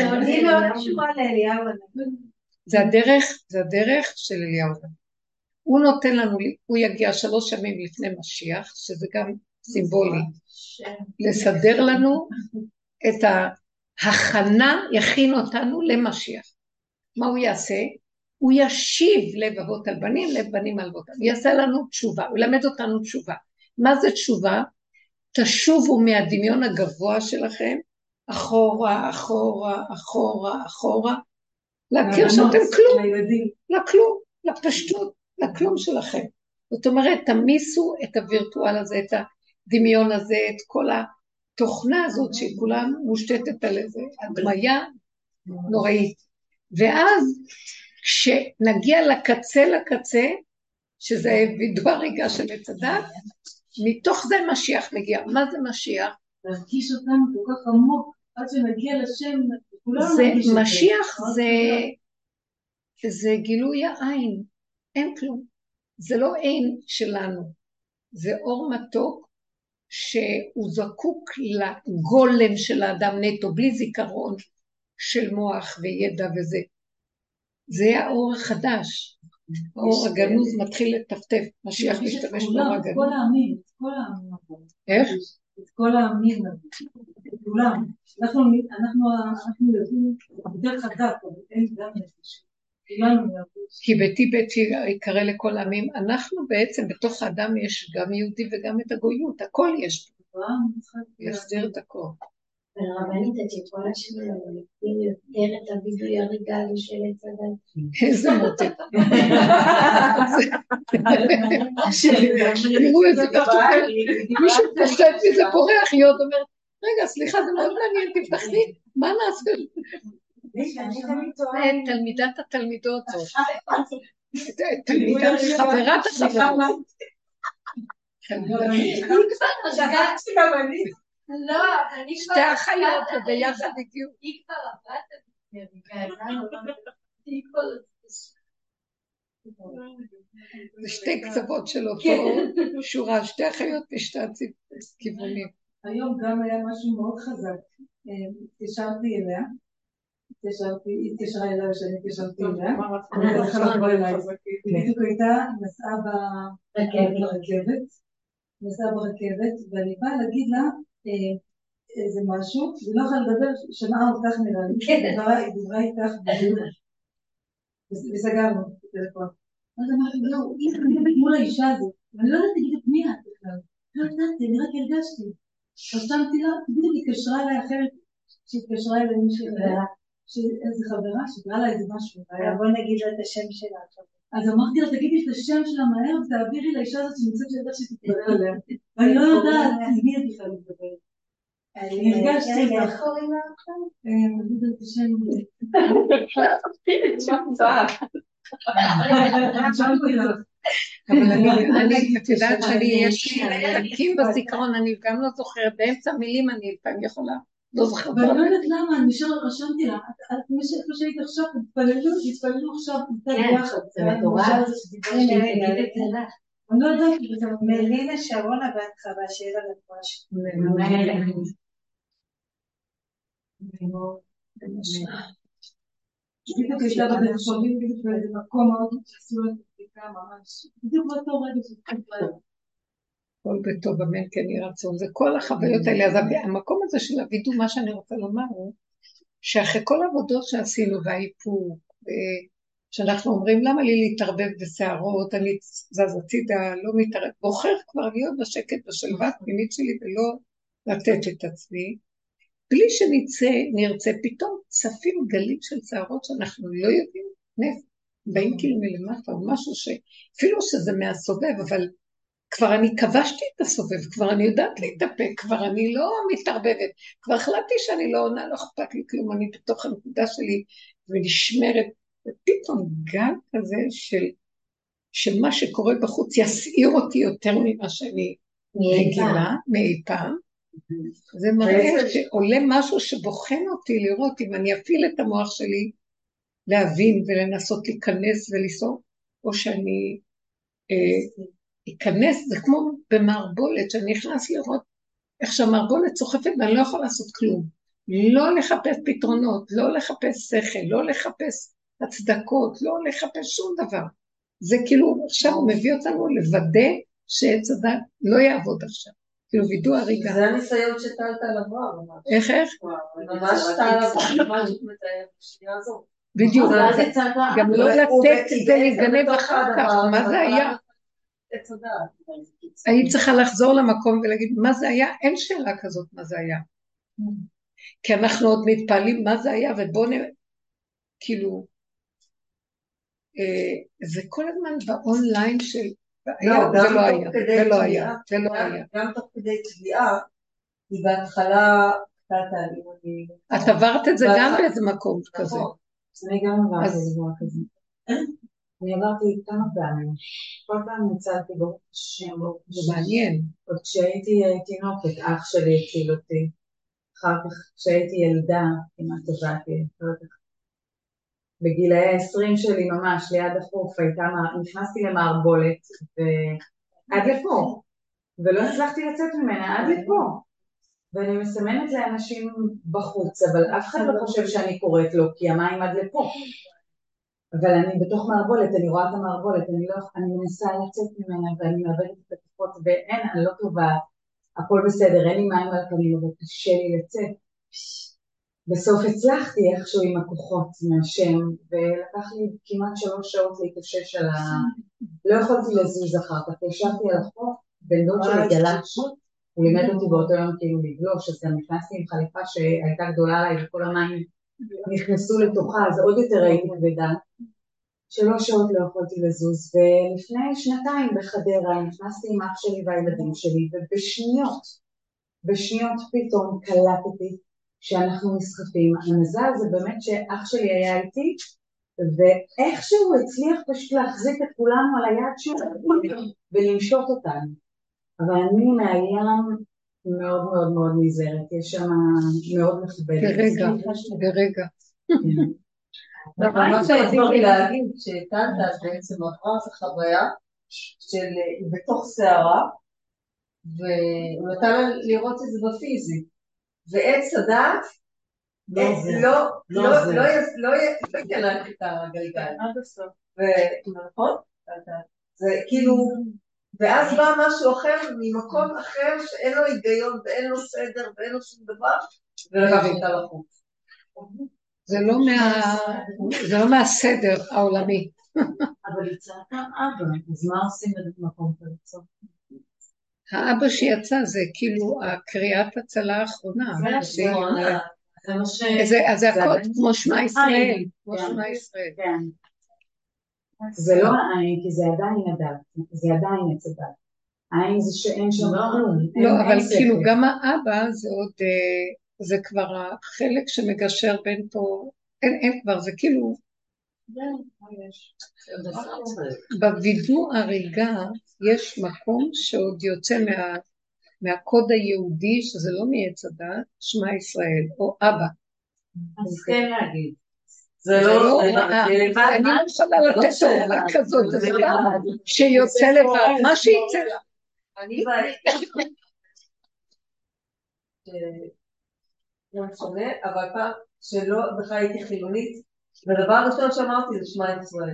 Speaker 2: זה הדרך של אליהו הנביא. הוא נותן לנו, הוא יגיע 3 ימים לפני משיח, שזה גם סימבולי, לסדר לנו את ההכנה, יכין אותנו למשיח. מה הוא יעשה? הוא ישיב לב אבות על בנים, לב בנים על אבות. הוא יעשה לנו תשובה, הוא למד אותנו תשובה. מה זה תשובה? תשובו מהדמיון הגבוה שלכם, אחורה, להכיר שאתם כלום, לכלום, לפשטות, לכלום שלכם. זאת אומרת, תמיסו את הווירטואל הזה, את הדמיון הזה, את כל התוכנה הזאת שכולה מושתתת על איזה הדמיה נוראית. ואז כשנגיע לקצה, שזה בדבר רגע של הצדת, מתוך זה משיח מגיע. מה זה משיח?
Speaker 3: להרגיש אותנו כל כך עמוק, עד שנגיע לשם,
Speaker 2: משיח זה גילוי העין, אין כלום. זה לא עין שלנו, זה אור מתוק שהוא זקוק לגולם של האדם נטו, בלי זיכרון של מוח וידע וזה. זה האור החדש. האור הגנוז מתחיל לטפטף, משיח משתמש באור הגנוז.
Speaker 3: כל העמים.
Speaker 2: איך?
Speaker 3: את כל העמים, את כולם. אנחנו יודעים יותר חזק, אבל אין גם נפש.
Speaker 2: כי ביתי בית יקרא לכל העמים, אנחנו בעצם בתוך האדם יש גם יהודי וגם את הגויות, הכל יש פה. יסדיר את הכל.
Speaker 7: הרבנית, את יכולה להגדיר יותר את הביטוי הרגלי של הצדת?
Speaker 2: איזה מותק. תראו איזה פתוחת, מישהו פוחד מזה פורח, היא עוד אומרת, רגע, סליחה, זה מאוד מעניין, תפתחי, מה נעשה? תלמידת התלמידות זאת. תלמידת חברת החברות.
Speaker 7: לא,
Speaker 2: שתי החיות וביחד הגיעו.
Speaker 7: היא כבר עבדת.
Speaker 2: זה שתי קצוות של אותו שורה, שתי החיות בשתי כיוונים.
Speaker 3: היום גם היה משהו מאוד חזק. התקשרתי אליה. היא התקשרה אליה ושאני התקשרתי אליה. בדיוק הייתה, נסעה ברכבת, ואני באה להגיד לה, איזה משהו, ולא יכולה לדבר, שמעה אותך נראה לי, היא דיברה איתך, וסגרנו את הטלפון. אז אמרתי, לא, היא מתכתבת מול האישה הזאת, ואני לא יודעת תגיד את מי את בכלל. לא ידעתי, אני רק הרגשתי. רשמתי לה, בדיוק התקשרה אליי אחרת, שהתקשרה אליי מישהו, איזה חברה, שקרא לה איזה משהו.
Speaker 5: בוא נגיד לה את השם שלה.
Speaker 3: אז אמרתי לה, תגידי את השם שלה מהר, ותעבירי לאישה הזאת שנמצאת שידעה שתתקרר עליה. ואני לא יודעת, מי את בכלל מדברת. אני הרגשתי לך.
Speaker 5: איך קוראים לה עכשיו?
Speaker 3: נגיד את השם.
Speaker 2: אבל אני, את יודעת שאני, יש לי עתקים בזיכרון, אני גם לא זוכרת, באמצע מילים אני לפעמים יכולה, לא זוכרת.
Speaker 3: ואני לא יודעת למה, אני נשאר, רשמתי לה, איפה שהיית עכשיו, תתפללו עכשיו, ביחד.
Speaker 5: זה מטורף.
Speaker 3: אני לא יודעת,
Speaker 5: מלינה שרונה בהתחלה, שיהיה לה רפואה.
Speaker 3: בדיוק הייתה בבית חולים, בדיוק באיזה מקום מאוד עשו את הבדיקה ממש, בדיוק באותו רגע שתקרא.
Speaker 2: כל בטוב, אמן כן יהי רצון, זה כל החוויות האלה. אז המקום הזה של הווידוא, מה שאני רוצה לומר הוא, שאחרי כל העבודות שעשינו והאיפוק, שאנחנו אומרים למה לי להתערבב בסערות, אני זז הצידה, לא מתערב, בוחר כבר להיות בשקט בשלווה הפנימית שלי ולא לתת את עצמי, בלי שנרצה פתאום צפים גלים של שערות שאנחנו לא יודעים, באים כאילו מלמטה או משהו אפילו שזה מהסובב, אבל כבר אני כבשתי את הסובב, כבר אני יודעת להתאפק, כבר אני לא מתערבבת, כבר החלטתי שאני לא עונה, לא אכפת לי כלום, אני בתוך הנקודה שלי ונשמרת, ופתאום גם כזה שמה שקורה בחוץ יסעיר אותי יותר ממה שאני רגילה, מאי פעם, זה מראה שעולה משהו שבוחן אותי לראות אם אני אפעיל את המוח שלי, להבין ולנסות להיכנס ולסור, או שאני אכנס, זה כמו במערבולת, שאני נכנס לראות איך שהמערבולת צוחפת ואני לא יכול לעשות כלום. לא לחפש פתרונות, לא לחפש שכל, לא לחפש הצדקות, לא לחפש שום דבר. זה כאילו עכשיו הוא מביא אותנו לוודא שעץ הדת לא יעבוד עכשיו. כאילו וידוא הריגה.
Speaker 4: זה הניסיון שטלת על אברהם.
Speaker 2: איך?
Speaker 4: ממש טל על אברהם מתאר בשנייה הזו.
Speaker 2: בדיוק. גם לא לתת את זה להיגנב אחר כך, מה זה היה? היית צריכה לחזור למקום ולהגיד מה זה היה, אין שאלה כזאת מה זה היה. כי אנחנו עוד מתפעלים מה זה היה, ובוא כאילו, זה כל הזמן באונליין של, ולא היה.
Speaker 4: גם תוך כדי תביעה, היא בהתחלה,
Speaker 2: את עברת את זה גם באיזה מקום כזה.
Speaker 6: אני גם עברתי דבר כזה. אני עברתי כמה פעמים. כל פעם ניצלתי ברוך השם.
Speaker 2: זה מעניין.
Speaker 6: עוד כשהייתי תינוקת, אח שלי הציל אותי. אחר כך כשהייתי ילדה, כמעט עבדתי. בגילאי 20 שלי ממש, ליד החוף, נכנסתי למערבולת, עד לפה. ולא הצלחתי לצאת ממנה, עד לפה. ואני מסמנת לאנשים בחוץ, אבל אף אחד לא חושב שאני קוראת לו, כי המים עד לפה. אבל אני בתוך מערבולת, אני רואה את המערבולת, אני מנסה לצאת ממנה, ואני מאבדת את התקפות, ואין, אני לא טובה, הכל בסדר, אין לי מים על הפנים, אבל קשה לי לצאת. בסוף הצלחתי איכשהו עם הכוחות מהשם, ולקח לי כמעט 3 שעות להתאושש על לא יכולתי לזוז אחר כך, ישבתי על החוף, בן דוד שלי גלש, הוא לימד אותי באותו יום כאילו לגלוש, אז גם נכנסתי עם חליפה שהייתה גדולה עליי, וכל המים נכנסו לתוכה, אז עוד יותר הייתי כבדה. 3 שעות לא יכולתי לזוז, ולפני 2 בחדרה נכנסתי עם אח שלי והילדים שלי, ובשניות פתאום קלטתי שאנחנו נסחפים. המזל זה באמת שאח שלי היה איתי, ואיכשהו הצליח פשוט להחזיק את כולנו על היד שלו ולמשוך אותנו. אבל אני מהים מאוד מאוד מאוד נזהרת, יש שם מאוד מכבדת.
Speaker 2: ברגע.
Speaker 4: מה שרציתי להגיד, שהטלת בעצם עברה זו חוויה של בתוך שערה, והוא נתן לראות את זה בפיזי, ועץ הדעת לא ייתן לך את הגלגל. נכון? זה כאילו
Speaker 8: ואז בא משהו אחר ממקום אחר שאין לו היגיון ואין לו סדר ואין לו שום דבר, ולקח אותה לחוץ.
Speaker 2: זה לא מהסדר העולמי.
Speaker 6: אבל יצאת אבא, אז מה עושים במקום כזה?
Speaker 2: האבא שיצא זה כאילו הקריאת הצלה האחרונה. אז זה הכל כמו שמע ישראל. כמו שמע ישראל.
Speaker 6: זה לא העין, כי זה עדיין הדת, זה עדיין עץ הדת. העין זה שאין שם כלום.
Speaker 2: לא, אבל כאילו גם האבא זה עוד, זה כבר החלק שמגשר בין פה, אין כבר, זה כאילו, בווידוא הריגה יש מקום שעוד יוצא מהקוד היהודי, שזה לא מעץ הדת, שמע ישראל, או אבא.
Speaker 6: אז כן להגיד.
Speaker 2: זה לא, אני יכולה לתת תורה כזאת, שיוצא לבד, מה שיצא לה.
Speaker 8: אני לא משנה, אבל פעם שלא בכלל הייתי חילונית, והדבר הראשון שאמרתי זה שמע ישראל.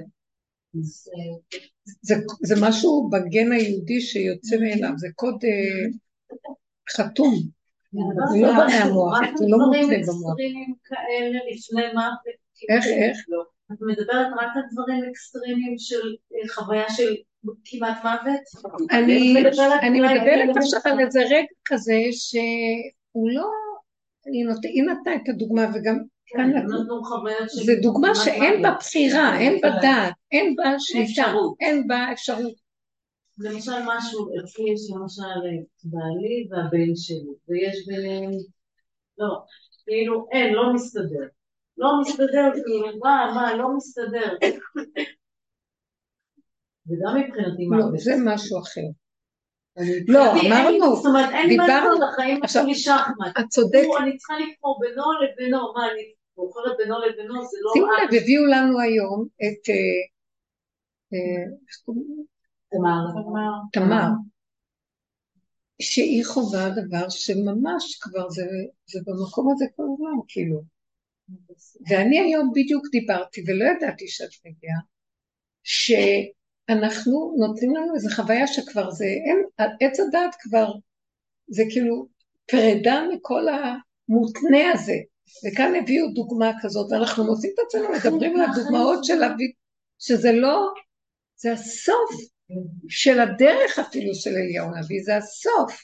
Speaker 2: זה משהו בגן היהודי שיוצא מאליו, זה קוד חתום, זה לא בני המוח, זה לא מותנה במוח.
Speaker 9: כאלה לפני מוות.
Speaker 2: איך?
Speaker 9: את מדברת רק על דברים אקסטרימיים של חוויה של כמעט מוות?
Speaker 2: אני מדברת עכשיו על איזה רגע כזה שהוא לא, היא נתנה את הדוגמה וגם כאן זה דוגמה שאין בה בחירה, אין בה דעת, אין בה שליטה, אין בה אפשרות.
Speaker 9: למשל משהו, אצלי יש למשל בעלי והבן שלי, ויש ביניהם, לא, כאילו אין, לא מסתדר. לא מסתדר, כאילו, מה, לא מסתדר. וגם מבחינתי מה.
Speaker 2: לא, זה משהו אחר. לא, אמרנו, דיברנו,
Speaker 9: עכשיו,
Speaker 2: את צודקת.
Speaker 9: אני צריכה לבחור בינו לבינו, מה, אני בוחרת בינו לבינו, זה לא...
Speaker 2: שימו לב, הביאו לנו היום את תמר, שהיא חובה דבר שממש כבר זה במקום הזה כל הזמן, כאילו. ואני היום בדיוק דיברתי, ולא ידעתי שאת מגיעה, שאנחנו נותנים לנו איזו חוויה שכבר זה, עץ הדעת כבר, זה כאילו פרידה מכל המותנה הזה, וכאן הביאו דוגמה כזאת, ואנחנו מוצאים את עצמנו, מדברים על הדוגמאות של אביב, שזה לא, זה הסוף של הדרך אפילו של אליהו הנביא, זה הסוף.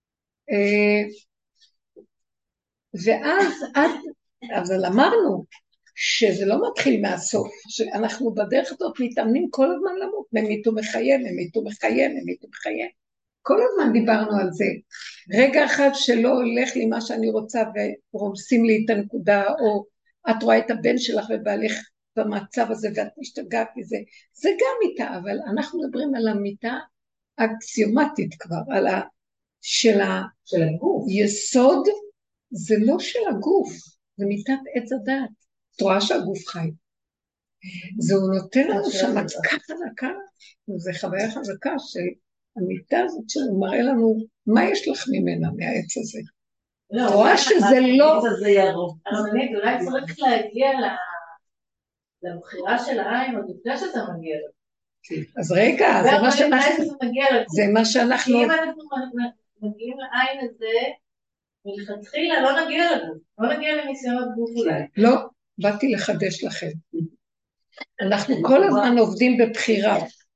Speaker 2: ואז אבל אמרנו שזה לא מתחיל מהסוף, שאנחנו בדרך הזאת מתאמנים כל הזמן למות, ממית ומחיה, ממית ומחיה, ממית ומחיה. כל הזמן דיברנו על זה. רגע אחד שלא הולך לי מה שאני רוצה ורומסים לי את הנקודה, או את רואה את הבן שלך ובעלך במצב הזה ואת משתגעת מזה, זה גם מיטה, אבל אנחנו מדברים על המיטה אקסיומטית כבר, על של הגוף. יסוד זה לא של הגוף, זה מיטת עץ הדעת. את רואה שהגוף חי. זה הוא נותן לנו שם ככה חזקה, וזו חוויה חזקה שהמיטה הזאת שהוא מראה לנו מה יש לך ממנה מהעץ הזה. את רואה שזה לא...
Speaker 9: אבל אני אולי צריך להגיע לבחירה של העין עוד לפני שאתה מגיע לה.
Speaker 2: אז רגע, זה מה שאנחנו...
Speaker 9: אם אנחנו מגיעים לעין הזה, מלכתחילה לא נגיע לגוף, לא נגיע לניסיונות גוף אולי.
Speaker 2: לא, באתי לחדש לכם. אנחנו כל הזמן עובדים בבחירה.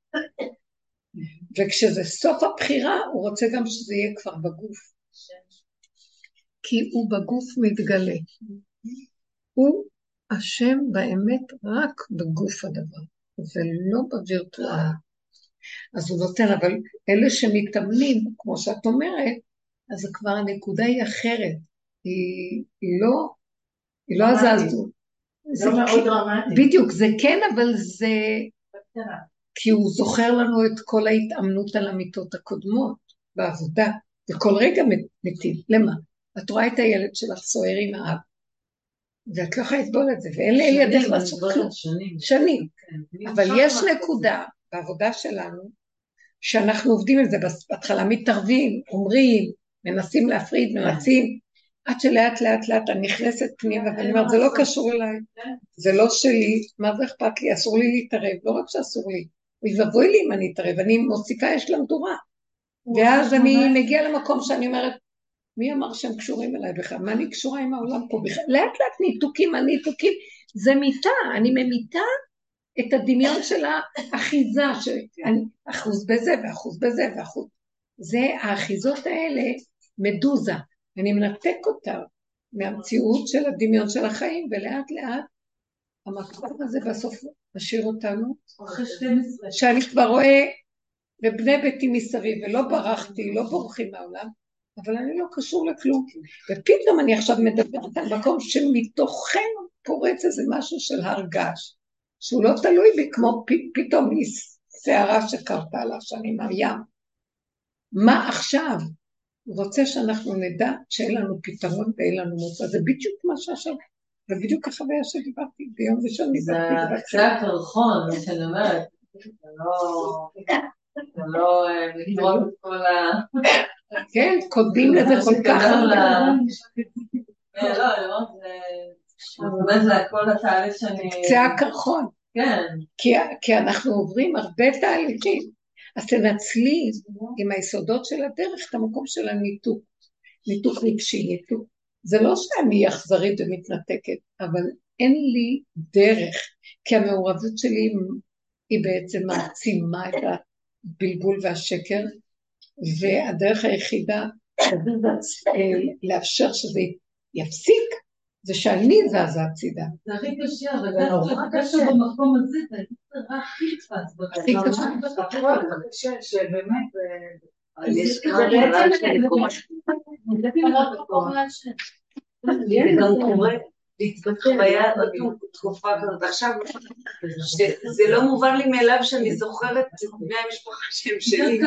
Speaker 2: וכשזה סוף הבחירה, הוא רוצה גם שזה יהיה כבר בגוף. כי הוא בגוף מתגלה. הוא השם באמת רק בגוף הדבר, ולא בווירטואל. אז הוא נותן, אבל אלה שמתאמנים, כמו שאת אומרת, אז כבר הנקודה היא אחרת. היא לא הזזו.
Speaker 9: זה מאוד דרמטי.
Speaker 2: בדיוק, זה כן, אבל זה... כי הוא זוכר לנו את כל ההתאמנות על המיטות הקודמות בעבודה, וכל רגע מתים. למה? את רואה את הילד שלך סוער עם האב, ואת לא יכולה לסבול את זה, ואין לידך לעשות כלום. שנים. אבל יש נקודה בעבודה שלנו, שאנחנו עובדים עם זה בהתחלה, מתערבים, אומרים, מנסים להפריד, מנסים, עד שלאט לאט לאט אני נכנסת פנימה, ואני אומרת, זה לא קשור אליי, זה לא שלי, מה זה אכפת לי, אסור לי להתערב, לא רק שאסור לי, ובואי לי אם אני אתערב, אני מוסיפה אש למדורה. ואז אני מגיעה למקום שאני אומרת, מי אמר שהם קשורים אליי בכלל? מה אני קשורה עם העולם פה בכלל? לאט לאט ניתוקים, הניתוקים, זה מיטה, אני ממיטה את הדמיון של האחיזה, אחוז בזה ואחוז בזה ואחוז. זה האחיזות האלה, מדוזה, אני מנתק אותה מהמציאות של הדמיון של החיים, ולאט לאט המקום הזה בסוף משאיר אותנו, שאני כבר רואה ובני ביתי מסביב, ולא ברחתי, לא בורחים מהעולם, אבל אני לא קשור לכלום. ופתאום אני עכשיו מדברת על מקום שמתוכנו פורץ איזה משהו של הרגש, שהוא לא תלוי בי כמו פתאום שערה שקרתה לה, שאני מרים. מה עכשיו? הוא רוצה שאנחנו נדע שאין לנו פתרון ואין לנו מוצא. זה בדיוק מה שעכשיו, זה בדיוק החוויה שדיברתי ביום ראשון.
Speaker 4: זה הקרחון, מה שאני אומרת. זה לא לקרוא את כל ה...
Speaker 2: כן, קודמים לזה כל כך הרבה.
Speaker 4: לא, זה הכל התהליך שאני...
Speaker 2: זה הקרחון.
Speaker 4: כן.
Speaker 2: כי אנחנו עוברים הרבה תהליכים. אז תנצלי עם היסודות של הדרך את המקום של הניתוק. ניתוק רגשי, ניתוק. זה לא שאני אכזרית ומתנתקת, אבל אין לי דרך, כי המעורבות שלי היא בעצם מעצימה את הבלבול והשקר, והדרך היחידה לאפשר שזה יפסיק, זה שאני זזה הצידה.
Speaker 4: זה הכי קשה, אבל זה נורא קשה במקום הזה, זה הכי תפס.
Speaker 2: הכי
Speaker 6: קשה, שבאמת...
Speaker 1: יש כמה שאני קוראת. זה גם קורה, להתפתח חוויה עוד תקופה כזאת. עכשיו, זה לא מובן לי מאליו שאני זוכרת את בני המשפחה שהם שלי.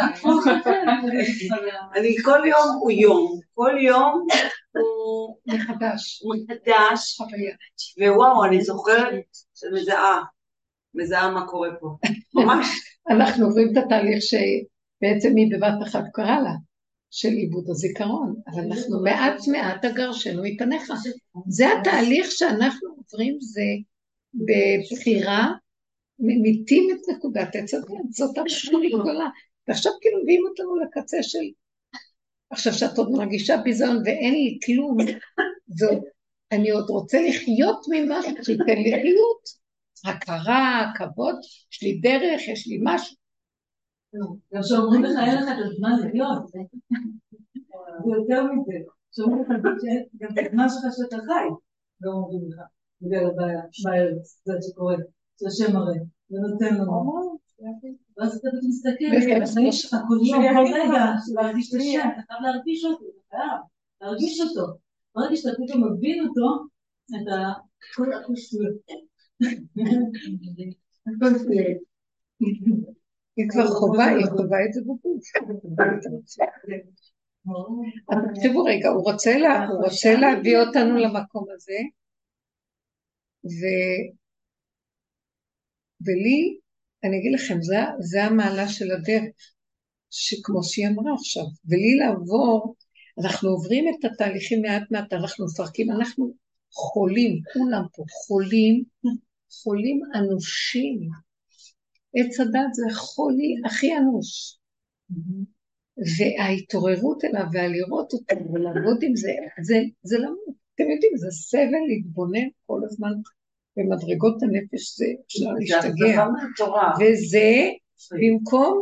Speaker 1: אני כל יום הוא יום, כל יום הוא
Speaker 2: מחדש,
Speaker 1: ווואו, אני זוכרת מזהה מה קורה פה, ממש.
Speaker 2: אנחנו עוברים את התהליך שבעצם היא בבת אחת קרה לה, של עיבוד הזיכרון, אבל אנחנו מעט הגרשנו מתניך. זה התהליך שאנחנו עוברים, זה בבחירה, ממיתים את נקודת עץ הדת, זאת המשמעות גדולה. ועכשיו כאילו מביאים אותנו לקצה של, עכשיו שאת עוד מרגישה ביזיון ואין לי כלום, אני עוד רוצה לחיות ממשהו, שייתן לי חיות, הכרה, כבוד, יש לי דרך, יש לי משהו.
Speaker 4: גם שאומרים לך, אין לך את הזמן לחיות. זה יותר מזה. שאומרים לך, גם את הזמן שלך שאתה חי. גם אומרים לך, בגלל הבעיה, בארץ, זה שקורה, שהשם מראה, ונותן לנו. ואז אתה מסתכל, החיים שלך כל יום, כל רגע, להרגיש את השם, אתה חייב להרגיש אותו, אתה חייב להרגיש אותו. ברגע שאתה פתאום מבין אותו, אתה כל הכוסיות.
Speaker 2: היא כבר חובה את זה בגוף. אבל תקשיבו רגע, הוא רוצה להביא אותנו למקום הזה, ולי, אני אגיד לכם, זה המעלה של הדרך, שכמו שהיא אמרה עכשיו, ולי לעבור, אנחנו עוברים את התהליכים מעט, אנחנו מפרקים, אנחנו חולים, כולם פה חולים אנושים, עץ הדת זה חולי הכי אנוש, וההתעוררות אליו והלראות אותו ולעבוד עם זה למות, אתם יודעים, זה סבל להתבונן כל הזמן במדרגות הנפש, זה אפשר להשתגע, וזה במקום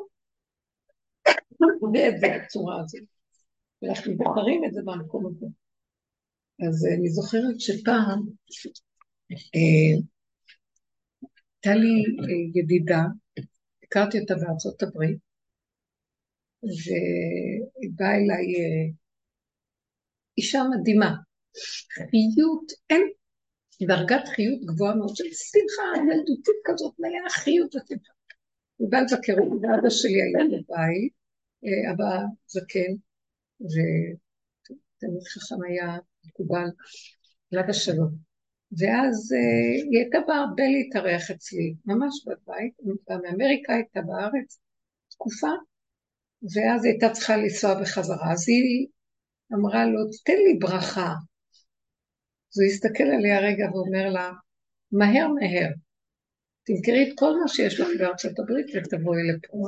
Speaker 2: ואת זה בצורה הזאת, ואנחנו בוחרים את זה במקום הזה. אז אני זוכרת שפעם הייתה לי ידידה, הכרתי אותה בארצות הברית, והיא באה אליי אישה מדהימה, חיות, אין, דרגת חיות גבוהה מאוד של שמחה ילדותית כזאת, מלאה חיות ושמחה. היא באה לבקר אותי, ואבא שלי היה בבית, אבא זקן, ותמיד חכם היה מקובל, לאבא שלו. ואז היא הייתה באה הרבה להתארח אצלי, ממש בבית, מאמריקה הייתה בארץ תקופה, ואז היא הייתה צריכה לנסוע בחזרה, אז היא אמרה לו, תן לי ברכה. אז הוא הסתכל עליה רגע ואומר לה, מהר, תמכרי את כל מה שיש לך בארצות הברית ותבואי לפה.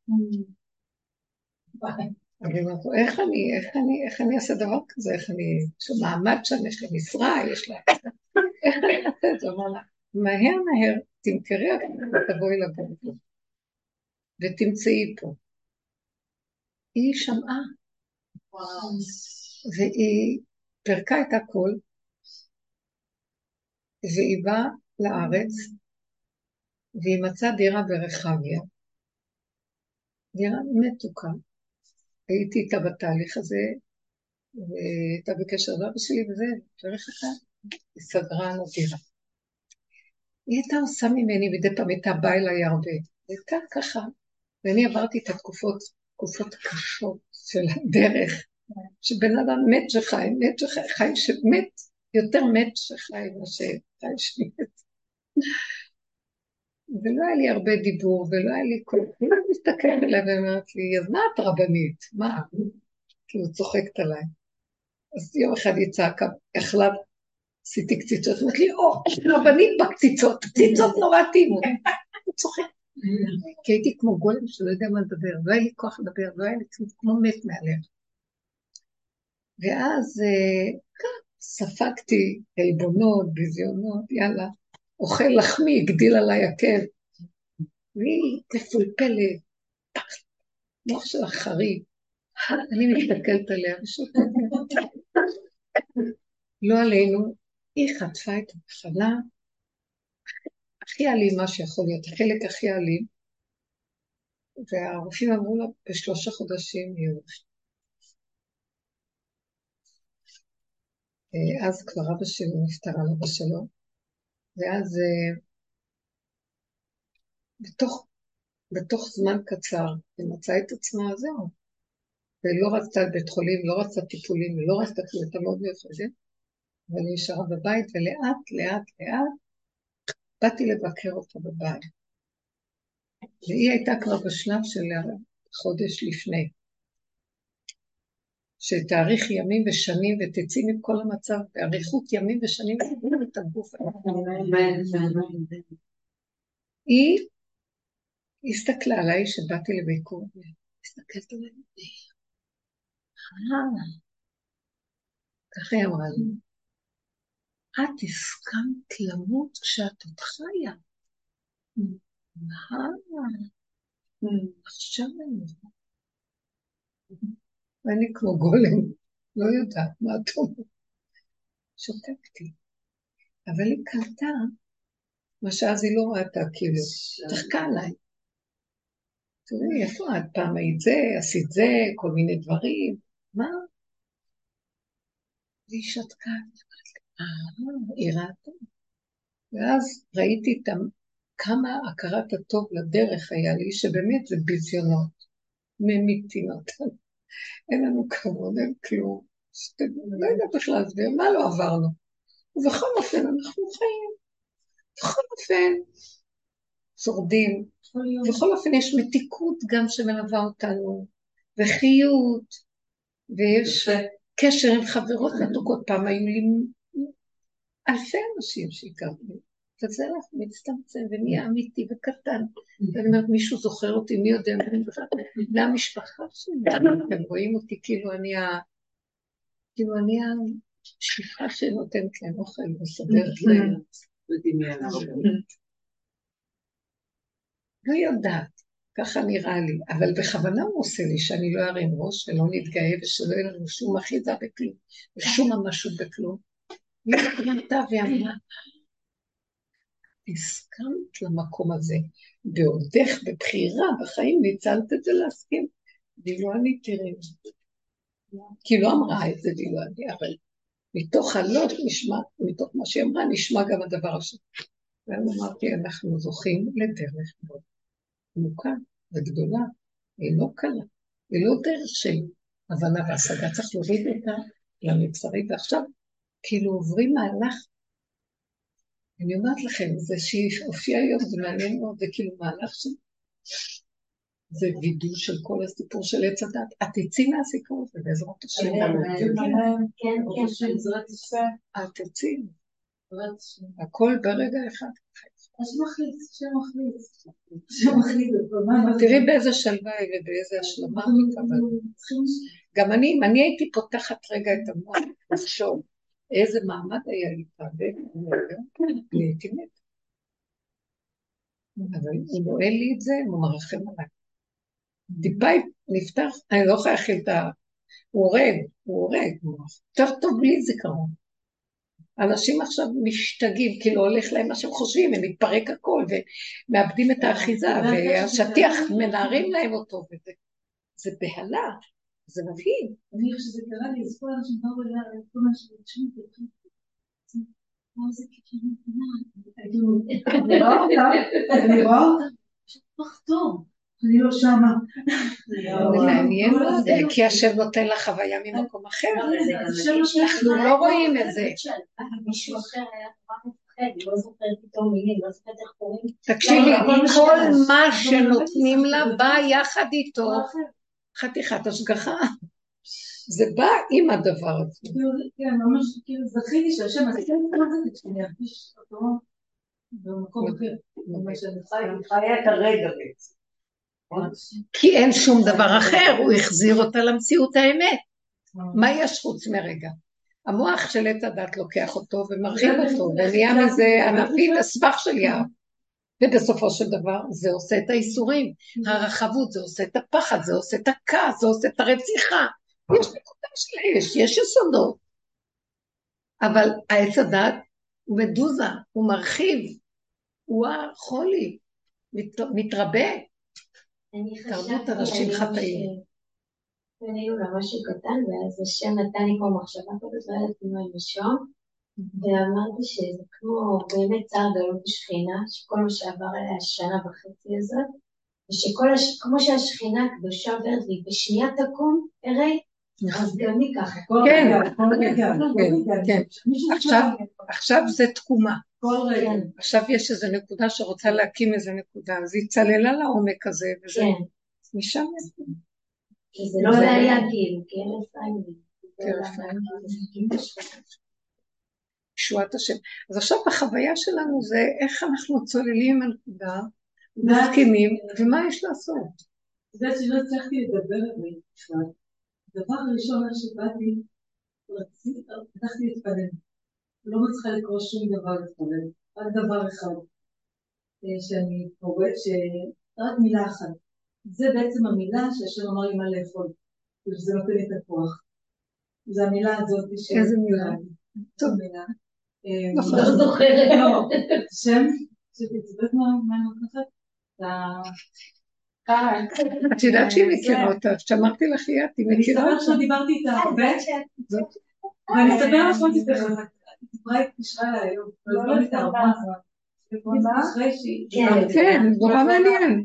Speaker 2: אני אומרת לו, איך אני אעשה דבר כזה? יש לו מעמד שם, יש לו משרה, יש לה... איך אני אעשה את זה? אמר לה, מהר, תמכרי הכל ותבואי לבוא ותמצאי פה. היא שמעה, והיא פרקה את הכל, והיא באה לארץ, והיא מצאה דירה ברחביה, דירה מתוקה. הייתי איתה בתהליך הזה, והייתה בקשר לאבא שלי וזה, דרך אחת, היא סדרה על הדירה. היא הייתה עושה ממני מדי פעם, הייתה באה אליי הרבה. הייתה ככה, ואני עברתי את התקופות קשות של הדרך, שבן אדם מת שחי, חי שמת, יותר מת שחי חי שמת. ולא היה לי הרבה דיבור, ולא היה לי כל... היא מסתכלת עליה ואומרת לי, אז מה את רבנית? מה? כי הוא צוחקת עליי. אז יום אחד היא צעקה, החלט, עשיתי קציצות, אמרת לי, רבנית בקציצות, קציצות נורא תימו. הוא צוחק. כי הייתי כמו גולם שלא יודע מה לדבר, לא היה לי כוח לדבר, לא היה לי כמו מת מעליך. ואז ספגתי עלבונות, ביזיונות, יאללה, אוכל לחמי, הגדיל עליי עקב. והיא תפולפלת, מוח של החריב. אני מסתכלת עליה ושותקת. לא עלינו, היא חטפה את המחלה, הכי אלים מה שיכול להיות, החלק הכי אלים, והרופאים אמרו לה, ב3 חודשים היא הולכת. אז כבר אבא שלו נפטר על אבא שלו, ואז בתוך זמן קצר היא מצאה את עצמה, זהו, ולא רצתה בית חולים, לא רצתה טיפולים, לא רצתה כלתה מאוד מיוחדת, אבל היא נשארה בבית, ולאט, באתי לבקר אותה בבית. והיא הייתה כבר בשלב של חודש לפני, שתאריך ימים ושנים ותצאי מכל המצב, באריכות ימים ושנים את הגוף. היא הסתכלה עליי שבאתי לביקור, הסתכלת עליי, ככה היא אמרה לי, את הסכמת למות כשאת עוד חיה. עכשיו אני ואני כמו גולם, לא יודעת מה את אומרת. שותקתי. אבל היא קלטה, מה שאז היא לא ראתה, כאילו, צחקה עליי. תראי, איפה את? פעם היית זה, עשית זה, כל מיני דברים. מה? והיא שתקה. היא ראתה. ואז ראיתי כמה הכרת הטוב לדרך היה לי, שבאמת זה ביזיונות, ממיתים אותנו. אין לנו כבוד, אין כלום. לא יודעת איך להסביר, מה לא עברנו? ובכל אופן אנחנו חיים. בכל אופן שורדים. בכל אופן יש מתיקות גם שמלווה אותנו, וחיות, ויש קשר עם חברות מתוקות. פעם היו לי אלפי אנשים שהכרתי. וזה לך מצטמצם ונהיה אמיתי וקטן. ואני אומרת, מישהו זוכר אותי, מי יודע, בני המשפחה שלי. הם רואים אותי כאילו אני השליחה שנותנת להם אוכל וסדרת להם. לא יודעת, ככה נראה לי, אבל בכוונה הוא עושה לי שאני לא ארים ראש ולא נתגאה ושלא יהיה לנו שום אחיזה בכלום, ושום ממשות בכלום. היא קרנתה ואמרה, הסכמת למקום הזה, בעודך בבחירה בחיים, ניצלת את זה להסכים, ולא אני תראה. כי לא אמרה את זה, ולא אני, אבל מתוך הלא נשמע, מתוך מה שהיא אמרה, נשמע גם הדבר השני. ואז אמרתי, אנחנו זוכים לדרך מאוד עמוקה וגדולה, היא לא קלה, היא לא דרך של הבנה והשגה, צריך להוריד אותה למצרים, ועכשיו כאילו עוברים מהלך, אני אומרת לכם, זה שהופיע היום, זה מעניין מאוד, זה כאילו מהלך של, זה וידוא של כל הסיפור של עץ הדת, את תצאי מהסיפור הזה בעזרת השם, את תצאי, הכל ברגע אחד,
Speaker 3: שמחליט.
Speaker 2: תראי באיזה שלווה ובאיזה השלמה. גם אני הייתי פותחת רגע את המוח, לחשוב איזה מעמד היה לי פעם, אני הייתי מת. אבל הוא נועל לי את זה, הוא מרחם עליי. טיפה נפתח, אני לא יכולה להכיל את ה... הוא הורג. יותר טוב בלי זיכרון. אנשים עכשיו משתגעים, כאילו הולך להם מה שהם חושבים, הם מתפרק הכל, ומאבדים את האחיזה, והשטיח מנערים להם אותו, זה בהלה, זה מבהיל.
Speaker 3: אני חושבת שזה קרה לי, אז כל אנשים באו אליי, כל מה שתשמעו, מה זה כאילו, אני רואה אותם, שפח טוב, אני לא שמה.
Speaker 2: זה מעניין מאוד, כי השם נותן לך חוויה ממקום אחר, אנחנו לא רואים את זה.
Speaker 7: מישהו אחר היה רק מפחד, לא זוכר פתאום מילים, לא זוכר איך קוראים.
Speaker 2: תקשיבי, כל מה שנותנים לה בא יחד איתו, חתיכת השגחה. זה בא עם הדבר הזה.
Speaker 3: כן, ממש כאילו זכיתי שהשם עשה את זה, שאני ארגיש אותו במקום אחר.
Speaker 1: אני חיה את הרגע בעצם.
Speaker 2: כי אין שום דבר אחר, הוא החזיר אותה למציאות האמת. מה יש חוץ מרגע? המוח של עץ הדת לוקח אותו ומרחיב אותו, ונהיה מזה ענפים לסבך של יער. ובסופו של דבר זה עושה את האיסורים, הרחבות, זה עושה את הפחד, זה עושה את הכעס, זה עושה את הרציחה. יש נקודה של אש, יש יסודות. אבל העץ הדת הוא מדוזה, הוא מרחיב, הוא החולי, מתרבה. תרבות אנשים חטאים.
Speaker 7: היינו לה משהו קטן, ואז השם נתן לי כמו מחשבה כזאת, לא ידעתי מה לנשום, ואמרתי שזה כמו באמת צער גלות בשכינה, שכל מה שעבר עליה השנה וחצי הזאת, וכמו שהשכינה הקדושה עוברת והיא בשנייה תקום, הרי, אז גם לי ככה.
Speaker 2: כן. עכשיו זה תקומה. עכשיו יש איזו נקודה שרוצה להקים איזו נקודה, אז היא צללה לעומק הזה, וזה משם יפה.
Speaker 7: זה לא בעיה כאילו, כרף עין.
Speaker 2: ישועת השם. אז עכשיו בחוויה שלנו זה איך אנחנו צוללים הנקודה, מסכימים, ומה יש לעשות?
Speaker 3: זה שלא הצלחתי לדבר על זה בכלל. דבר הראשון שבאתי, פתחתי להתפלל. לא מצליחה לקרוא שום דבר להתפלל. רק דבר אחד, שאני קוראת, רק מילה אחת. זה בעצם המילה שהשם אמר לי מה לאכול. זה נותן לי את הכוח. זה המילה הזאת.
Speaker 2: איזה מילה?
Speaker 3: טוב מילה.
Speaker 7: לא זוכרת.
Speaker 3: לא, שם, שתצטט מה אני לוקחת?
Speaker 2: את יודעת שהיא מכירה אותה, שאמרתי לך ליאת, היא מכירה אותה.
Speaker 3: אני אספר שדיברתי איתה הרבה, ואני אספר לך אותי בכלל. היא דיברה התקשרה לה היום. לא איתה הרבה זמן.
Speaker 2: כן, נורא מעניין.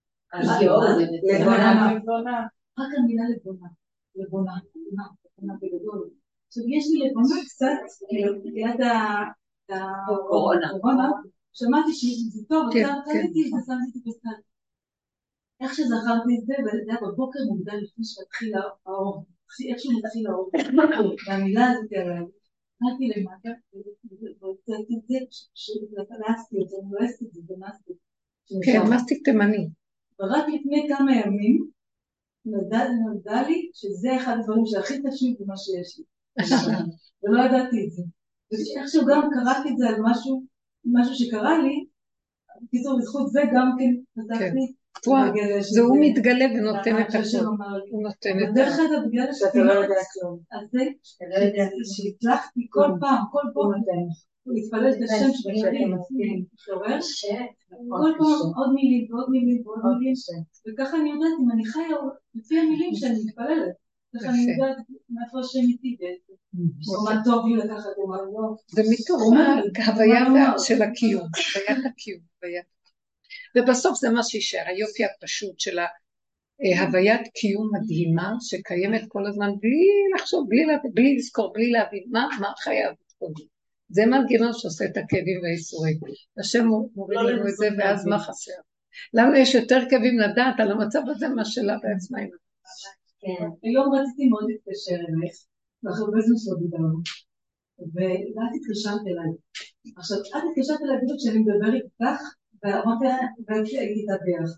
Speaker 3: לבונה. רק המילה לבונה בגדול. עכשיו יש לי לבונה קצת, ליד הקורונה, שמעתי שזה טוב, קניתי את זה, שמתי את זה. איך שזכרתי את זה, וזה היה בבוקר מוקדם לפני שהתחיל האור, איך שהוא מתחיל האור, והמילה הזאת עליי, אמרתי למטה, והוצאתי את זה, שלנסתי את זה, אני לא עשיתי את זה, ונסתי.
Speaker 2: כן, מסטיק תימני.
Speaker 3: ורק לפני כמה ימים, נודע לי שזה אחד הדברים שהכי חשוב במה שיש לי. ולא ידעתי את זה. ואיכשהו גם קראתי את זה על משהו שקרה לי, קיצור בזכות זה גם כן נתתי.
Speaker 2: זה הוא מתגלה ונותן את הכל. הוא נותן את
Speaker 3: דרך אגב, בגלל שאתה לא יודע כלום. אז זה שהצלחתי כל פעם, הוא התפלל את השם שבשבילים, מתעורר, כל פעם עוד מילים ועוד מילים ועוד מילים, וככה אני יודעת אם אני חיה לפי המילים שאני מתפללת, ככה אני יודעת מאיפה השם איתי בעצם, או מה טוב לי לקחת או מה לא.
Speaker 2: זה מתוך ההוויה של הקיום, הוויית הקיום, ובסוף זה מה שישאר, היופי הפשוט של ההוויית קיום מדהימה, שקיימת כל הזמן בלי לחשוב, בלי לזכור, בלי להבין מה חייב. זה מנגנון שעושה את הכאבים והאיסורים. השם מוריד לנו את זה, ואז מה חסר? לנו יש יותר כאבים לדעת על המצב הזה, מה שלה בעצמה.
Speaker 3: היום רציתי מאוד להתקשר אליך, ואנחנו בזמן שלא דיברנו, ואת התקשרת אליי, עכשיו, את התקשרת להגיד לו שאני מדבר איתך, ואמרתי לה, והייתי איתה ביחד.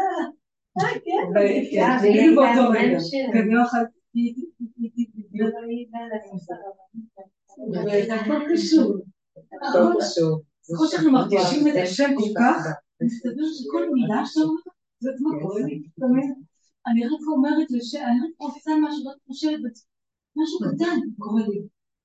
Speaker 3: כן, כאילו באותו רגע. כן, לא אחת, הייתי בדיוק. והכל קשור. כמו שאנחנו מרגישים את השם כל כך, מסתבר שכל מילה שלנו, זאת מה קורה לי, תמיד. אני רק אומרת לשם, אני רק רוצה משהו, רק חושבת, משהו קטן קורה לי.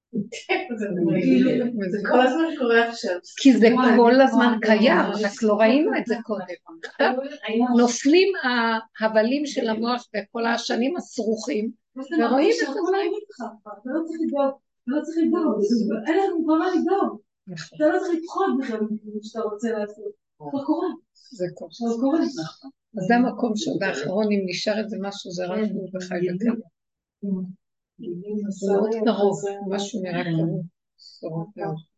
Speaker 9: זה כל הזמן קורה עכשיו.
Speaker 2: כי זה כל הזמן קיים, רק לא ראינו את זה קודם. נופלים ההבלים של המוח וכל השנים הסרוכים, ורואים את הדברים.
Speaker 3: אתה לא צריך לדאוג, אתה לא צריך לדאוג, אין לנו כבר מה לדאוג. אתה לא צריך לדחות בכלל שאתה רוצה לעשות. כבר קורה.
Speaker 2: זה קורה. אז זה המקום שעוד האחרון, אם נשאר את זה משהו, זה רק הוא בחי וקיים. זה מאוד קרוב, משהו נראה קרוב.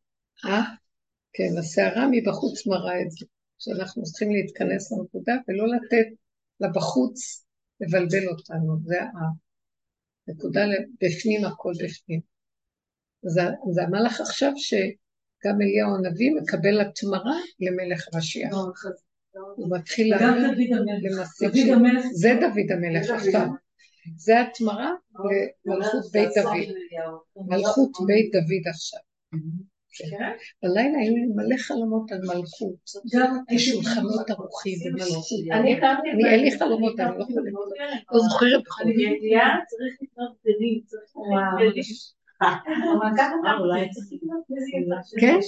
Speaker 2: כן, הסערה מבחוץ מראה את זה, שאנחנו צריכים להתכנס לנקודה ולא לתת לבחוץ לבלבל אותנו, זה הנקודה בפנים, הכל בפנים. זה המלאך עכשיו שגם אליהו הנביא מקבל התמרה למלך משיח. הוא מתחיל למסיק, זה דוד המלך עכשיו. זה התמרה למלכות בית דוד. מלכות בית דוד עכשיו. בלילה היו לי מלא חלומות על מלכות, כשולחנות ארוכים ומלכות. אין לי חלומות, אני לא זוכרת בכל זאת.
Speaker 9: אני בידיעה צריך לקנות בגדים, צריך לקנות בגדים. אולי צריך לקנות בגדים.
Speaker 2: כן?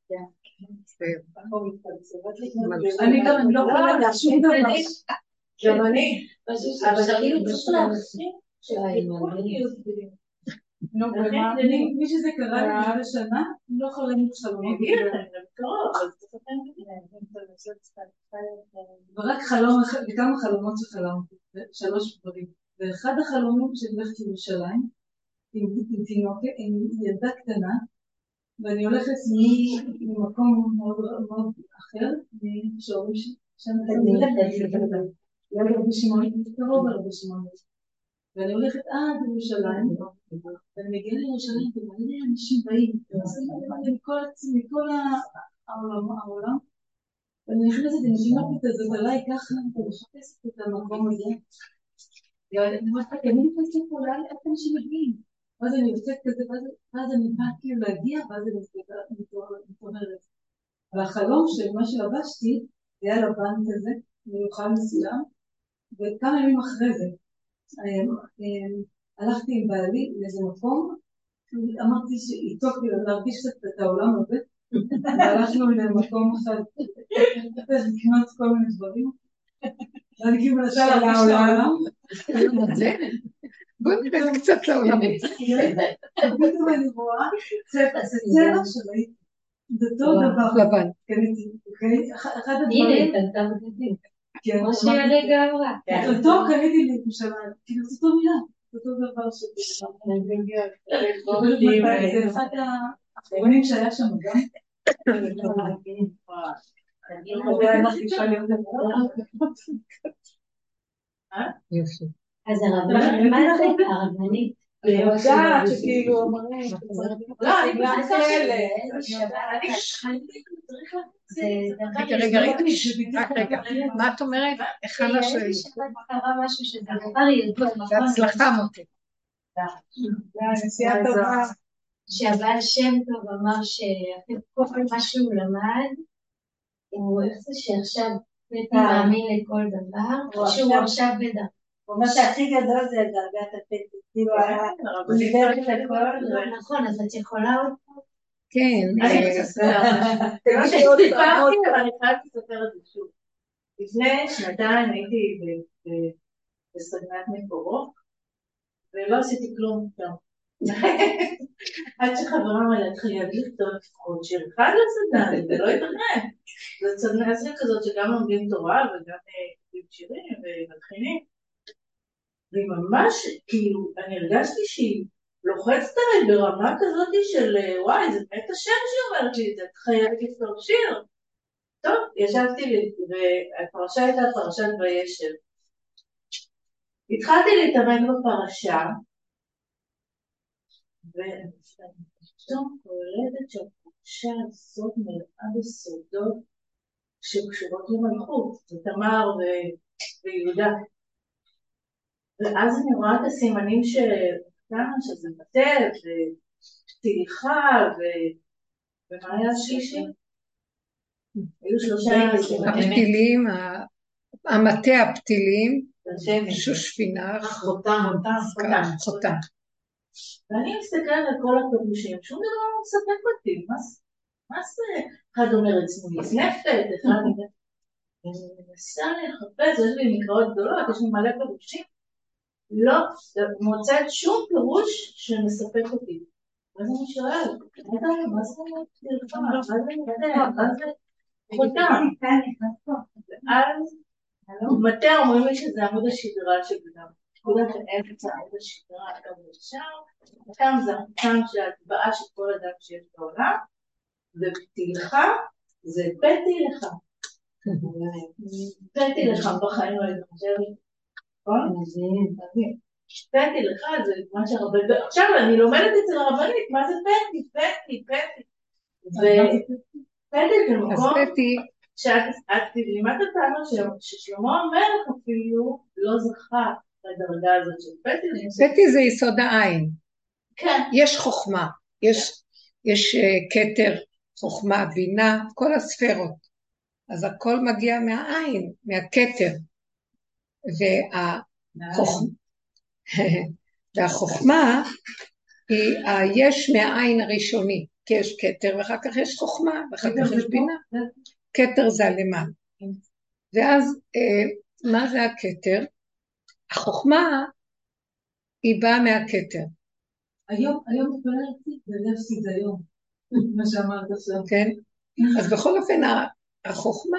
Speaker 3: אני גם לא יכולה להשאיר דבר.
Speaker 9: גם אני. אבל זה כאילו צריך להכין
Speaker 3: מי שזה קרה לי לפני שנה, לא יכולה להגיד חלומות. ורק חלום, וכמה חלומות שחלמתי, 3 דברים. ואחד החלומים שאני הולכת לירושלים, עם תינוקת, עם ילדה קטנה, ואני הולכת ממקום מאוד אחר, משאורים שם ליד רבי שמעון, קרוב לרבי שמעון. ואני הולכת עד ירושלים, ואני מגיעה לירושלים, ומלא אנשים באים, מכל העולם, ואני נכנסת עם התינוקת הזאת עליי ככה, ומחפשת את המקום הזה. ואני אומרת, אני נכנסת פה, לאט אנשים מגיעים. ואז אני יוצאת כזה, ואז אני באה כאילו להגיע, ואז אני מתעוררת. והחלום של מה שלבשתי, היה לבן כזה, מיוחד מסוים, וכמה ימים אחרי זה, הלכתי עם בעלי לאיזה מקום, אמרתי שאיתו להרגיש קצת את העולם הזה, והלכנו למקום אחד, לקנות כל מיני דברים, ואני כאילו מנסה להרגיש את העולם.
Speaker 2: בואו נראה קצת לעולם.
Speaker 3: פתאום אני רואה, זה צבע שלי, זה אותו דבר.
Speaker 2: לבן.
Speaker 3: אחד הדברים...
Speaker 7: הנה, אתה מדהים. כמו שהרגע אמרה.
Speaker 3: אותו קניתי לירושלים, כאילו זאת אותו מילה, זה אותו דבר זה אחד האחרונים שהיה שם גם.
Speaker 7: אז הרבנית, מה זה הרבנית?
Speaker 9: אני יודעת שכאילו אומרים, לא, אני יודעת כאלה.
Speaker 2: רגע, מה את אומרת? אחד השאלה.
Speaker 7: קרה משהו שזה דבר ילדות.
Speaker 2: זה הצלחה מותי.
Speaker 9: נסיעה טובה.
Speaker 7: שהבעל שם טוב אמר שאחרי כל מה שהוא למד, הוא איך זה שעכשיו פתע מאמין לכל דבר, שהוא עכשיו בדרך.
Speaker 5: מה שהכי גדול זה דרגת הפתע, כאילו הוא דיבר את הכל.
Speaker 7: נכון, אז את יכולה עוד פה?
Speaker 2: כן.
Speaker 9: מה שסיפרתי, אבל אני חייבת לספר את זה שוב. לפני 2 הייתי בסדנת מקורות, ולא עשיתי כלום שם. עד שחברה אמרה, התחילה להגיד לכתוב לפחות שיר אחד לסדנה, זה לא יתכן. זו סדנה כזאת שגם לומדים תורה וגם כותבים שירים ומתחילים. והיא ממש, כאילו, אני הרגשתי שהיא לוחצת עליי ברמה כזאת של וואי, זה באמת השם שאומרת לי, זה חייבת לכתוב שיר. טוב, ישבתי לי, והפרשה הייתה פרשת וישב. התחלתי להתאמן בפרשה, ופתאום קולדת שם שהסוד מלאה בסודות שקשורות למלכות, ותמר ויהודה. ואז אני רואה את הסימנים שזה מטה ופתיחה ומה היה השלישי? היו שלושה
Speaker 2: הפתילים, המטה הפתילים, שושפינה, חותם.
Speaker 9: ואני מסתכלת על כל הפירושים, שום דבר לא מספק אותי, מה זה? אחד אומר עצמו נפת, אחד אומר, אני מנסה לחפש, יש לי מקראות גדולות, יש לי מלא פירושים, לא מוצאת שום פירוש שמספק אותי. ואז אני שואלת, מה זה תלכה? מה זה מטה? מה זה חותם? ואז מטה אומרים לי שזה עמוד השדרה של בדם. נקודת האמצע עמוד השדרה, גם ישר, חותם זה החותם של ההטבעה של כל אדם שיש בעולם, ופתיחה זה פתי לך. פתי לך בחיים האלה, פתי לך זה מה שהרבה, עכשיו אני לומדת אצל הרבנית, מה זה פתי? ופתי זה מקום שאת לימדת אותנו ששלמה המלך אפילו לא זכה לדרגה הזאת של פתי.
Speaker 2: פתי זה יסוד העין.
Speaker 9: כן.
Speaker 2: יש חוכמה, יש כתר, חוכמה, בינה, כל הספרות. אז הכל מגיע מהעין, מהכתר. והחוכמה היא היש מהעין הראשוני, כי יש כתר ואחר כך יש חוכמה ואחר כך יש בינה. כתר זה הלמעלה. ואז מה זה הכתר? החוכמה היא באה מהכתר.
Speaker 3: היום תפלרתי, זה להפסיד היום, מה שאמרת עכשיו.
Speaker 2: כן, אז בכל אופן החוכמה,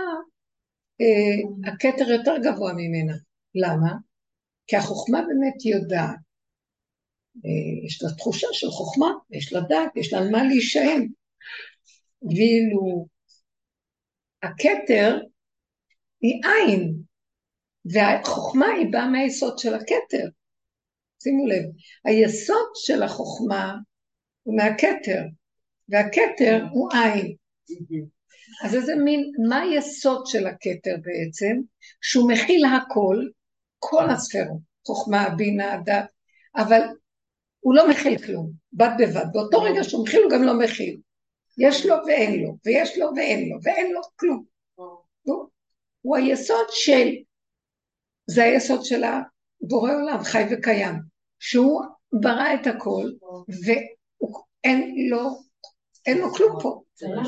Speaker 2: הכתר יותר גבוה ממנה. למה? כי החוכמה באמת יודעת, יש לה תחושה של חוכמה, יש לה דעת, יש לה על מה להישען. ואילו הכתר היא עין, והחוכמה היא באה מהיסוד של הכתר. שימו לב, היסוד של החוכמה הוא מהכתר, והכתר הוא עין. אז איזה מין, מה היסוד של הכתר בעצם? שהוא מכיל הכל, כל הספרות, חוכמה, בינה, דת, אבל הוא לא מכיל כלום, בד בבד. באותו רגע שהוא מכיל הוא גם לא מכיל. יש לו ואין לו, ויש לו ואין לו, ואין לו כלום. הוא היסוד של, זה היסוד של הבורא עולם, חי וקיים, שהוא ברא את הכל, ואין לו כלום פה.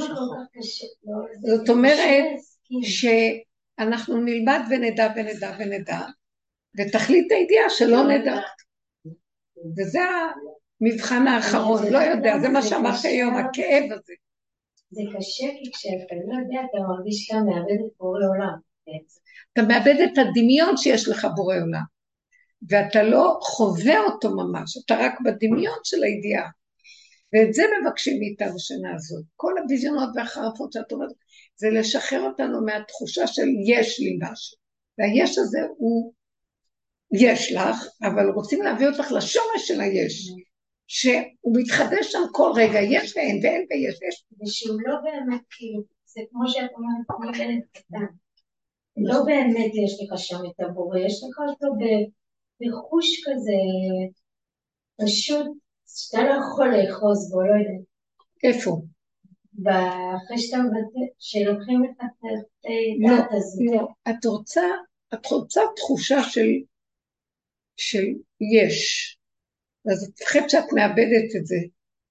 Speaker 2: זאת אומרת שאנחנו נלמד ונדע ונדע ונדע, ותכלית הידיעה שלא נדע. וזה המבחן האחרון, לא יודע, זה מה שאמרתי היום, הכאב הזה.
Speaker 7: זה קשה כי כשאתה לא יודע, אתה מרגיש שאתה מאבד את בורא עולם.
Speaker 2: אתה מאבד את הדמיון שיש לך בורא עולם, ואתה לא חווה אותו ממש, אתה רק בדמיון של הידיעה. ואת זה מבקשים מאיתנו שנעזור. כל הביזיונות והחרפות שאת אומרת, זה לשחרר אותנו מהתחושה של יש לי משהו. והיש הזה הוא יש לך, אבל רוצים להביא אותך לשורש של היש, שהוא מתחדש שם כל רגע, יש ואין ואין ויש.
Speaker 7: ושהוא לא באמת, כאילו, זה כמו שאת אומרת, כמו ילד קטן. לא באמת יש לך שם את הבורא, יש לך אותו בחוש כזה, פשוט, שאתה לא יכול לאחוז בו, לא יודע.
Speaker 2: איפה?
Speaker 7: אחרי שאתה מבטא, שלוקחים את הדת הזה.
Speaker 2: לא, את רוצה תחושה של יש, אז את חושבת שאת מאבדת את זה,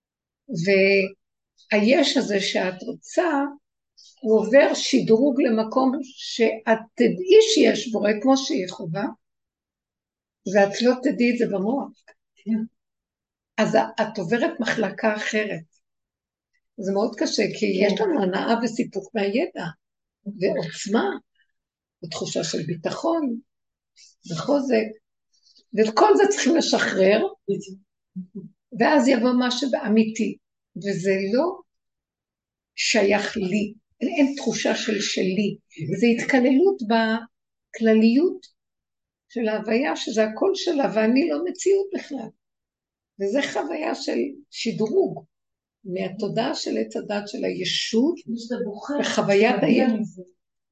Speaker 2: והיש הזה שאת רוצה, הוא עובר שדרוג למקום שאת תדעי שיש בורא כמו שהיא חובה, ואת לא תדעי את זה במוח. אז את עוברת מחלקה אחרת. זה מאוד קשה, כי יש לנו הנאה וסיפוק מהידע, ועוצמה, ותחושה של ביטחון, וחוזק, ואת כל זה צריכים לשחרר, ואז יבוא משהו אמיתי, וזה לא שייך לי, אין תחושה של שלי, זה התקללות בכלליות של ההוויה, שזה הכל שלה, ואני לא מציאות בכלל. וזה חוויה של שדרוג, מהתודעה של עץ הדת של הישות וחוויית הישות.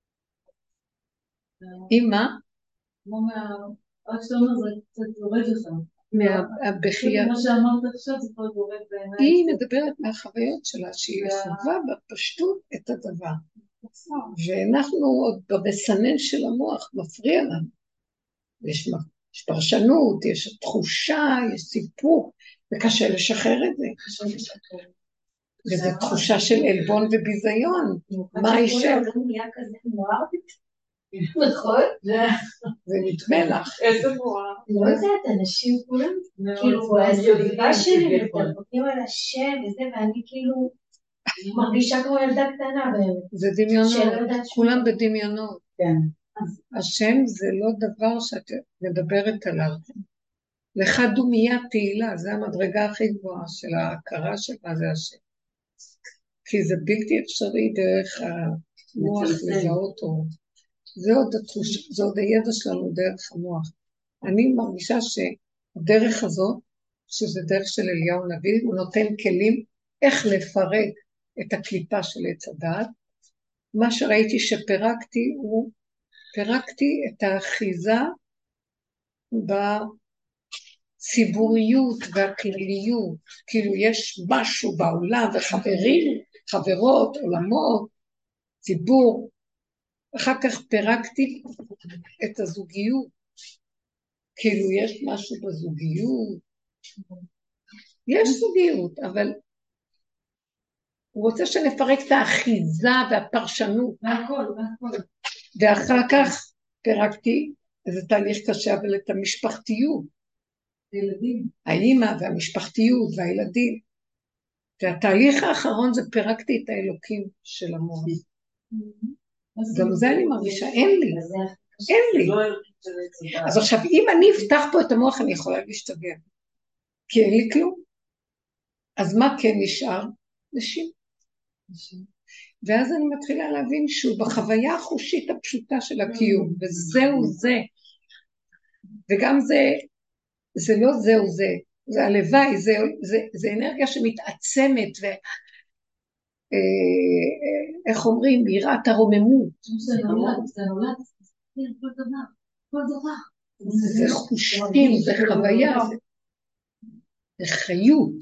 Speaker 2: עם מה?
Speaker 3: כמו רק שאתה אומר, זה קצת יורד לך.
Speaker 2: מהבחייה.
Speaker 3: מה שאמרת עכשיו, זה כבר יורד בעיניי.
Speaker 2: היא מדברת מהחוויות שלה, שהיא חווה בפשטות את הדבר. ואנחנו עוד במסנן של המוח, מפריע לנו. יש פרשנות, יש תחושה, יש סיפור, וקשה לשחרר את זה. וזו תחושה של עלבון וביזיון. מה יישאר?
Speaker 7: זה נהיה כזה מואר. נכון?
Speaker 2: זה נדמה לך.
Speaker 9: איזה מואר.
Speaker 7: לא יודעת, אנשים כולם, כאילו, הסביבה שלי, מדברים על השם וזה, ואני כאילו מרגישה כמו ילדה קטנה באמת.
Speaker 2: זה דמיונות, כולם בדמיונות.
Speaker 6: כן.
Speaker 2: השם זה לא דבר שאת מדברת עליו. לך דומיה תהילה, זה המדרגה הכי גבוהה של ההכרה של מה זה השם. כי זה בלתי אפשרי דרך המוח לזהות אותו. זה עוד הידע שלנו דרך המוח. אני מרגישה שהדרך הזאת, שזה דרך של אליהו נביא, הוא נותן כלים איך לפרק את הקליפה של עץ הדעת. מה שראיתי שפירקתי, פירקתי את האחיזה בציבוריות והכלליות, כאילו יש משהו בעולם וחברים, חברות, עולמות, ציבור, אחר כך פירקתי את הזוגיות, כאילו יש משהו בזוגיות, יש זוגיות, אבל הוא רוצה שנפרק את האחיזה והפרשנות, ואחר כך פירקתי, איזה תהליך קשה, אבל את המשפחתיות, האמא והמשפחתיות והילדים, והתהליך האחרון זה פירקתי את האלוקים של המוח. גם זה אני מרגישה, אין לי. אז עכשיו, אם אני אפתח פה את המוח, אני יכולה להשתגע. כי אין לי כלום. אז מה כן נשאר? נשים. ואז אני מתחילה להבין שהוא בחוויה החושית הפשוטה של הקיום, וזהו זה. וגם זה לא זהו זה. זה הלוואי, זה אנרגיה שמתעצמת, איך אומרים, יראת הרוממות.
Speaker 3: זה נולד, כל דבר.
Speaker 2: זה חושים, זה חוויה, זה חיות.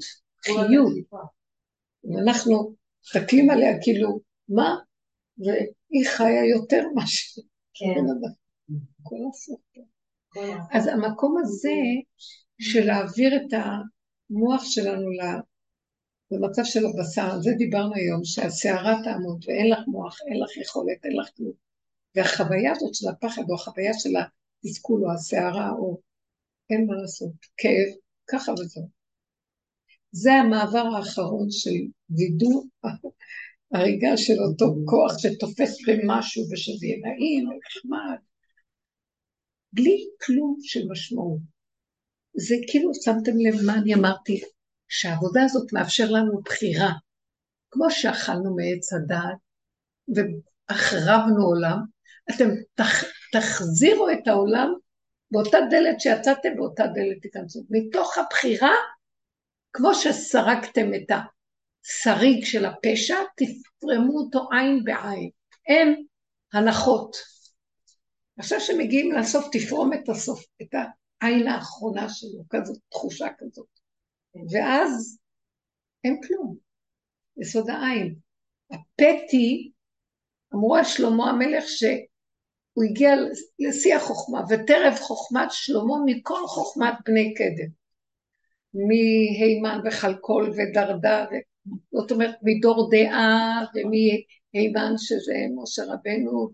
Speaker 2: ואנחנו תקלים עליה כאילו, מה? והיא חיה יותר משהו.
Speaker 7: כן.
Speaker 2: כל הפוך. אז המקום הזה של להעביר את המוח שלנו במצב של הבשר, זה דיברנו היום, שהשערה תעמוד ואין לך מוח, אין לך יכולת, אין לך כלום. והחוויה הזאת של הפחד או החוויה של התסכול או השערה או אין מה לעשות, כאב, ככה וזהו. זה המעבר האחרון של וידוא הריגה של אותו כוח שתופס במשהו ושזה יהיה נעים ונחמד, בלי כלום של משמעות. זה כאילו שמתם לב מה אני אמרתי, שהעבודה הזאת מאפשר לנו בחירה, כמו שאכלנו מעץ הדעת והחרבנו עולם, אתם תחזירו את העולם באותה דלת שיצאתם, באותה דלת תיכנסו. מתוך הבחירה, כמו שסרקתם את השריג של הפשע, תפרמו אותו עין בעין. אין הנחות. עכשיו שמגיעים לסוף, תפרום את הסוף, את העין האחרונה שלו, כזאת תחושה כזאת. ואז אין כלום. יסוד העין. הפתי, אמרו על שלמה המלך שהוא הגיע לשיא החוכמה, וטרף חוכמת שלמה מכל חוכמת בני קדם. מהימן וחלקול ודרדה, זאת אומרת מדור דעה, ומהימן שזה משה רבנו,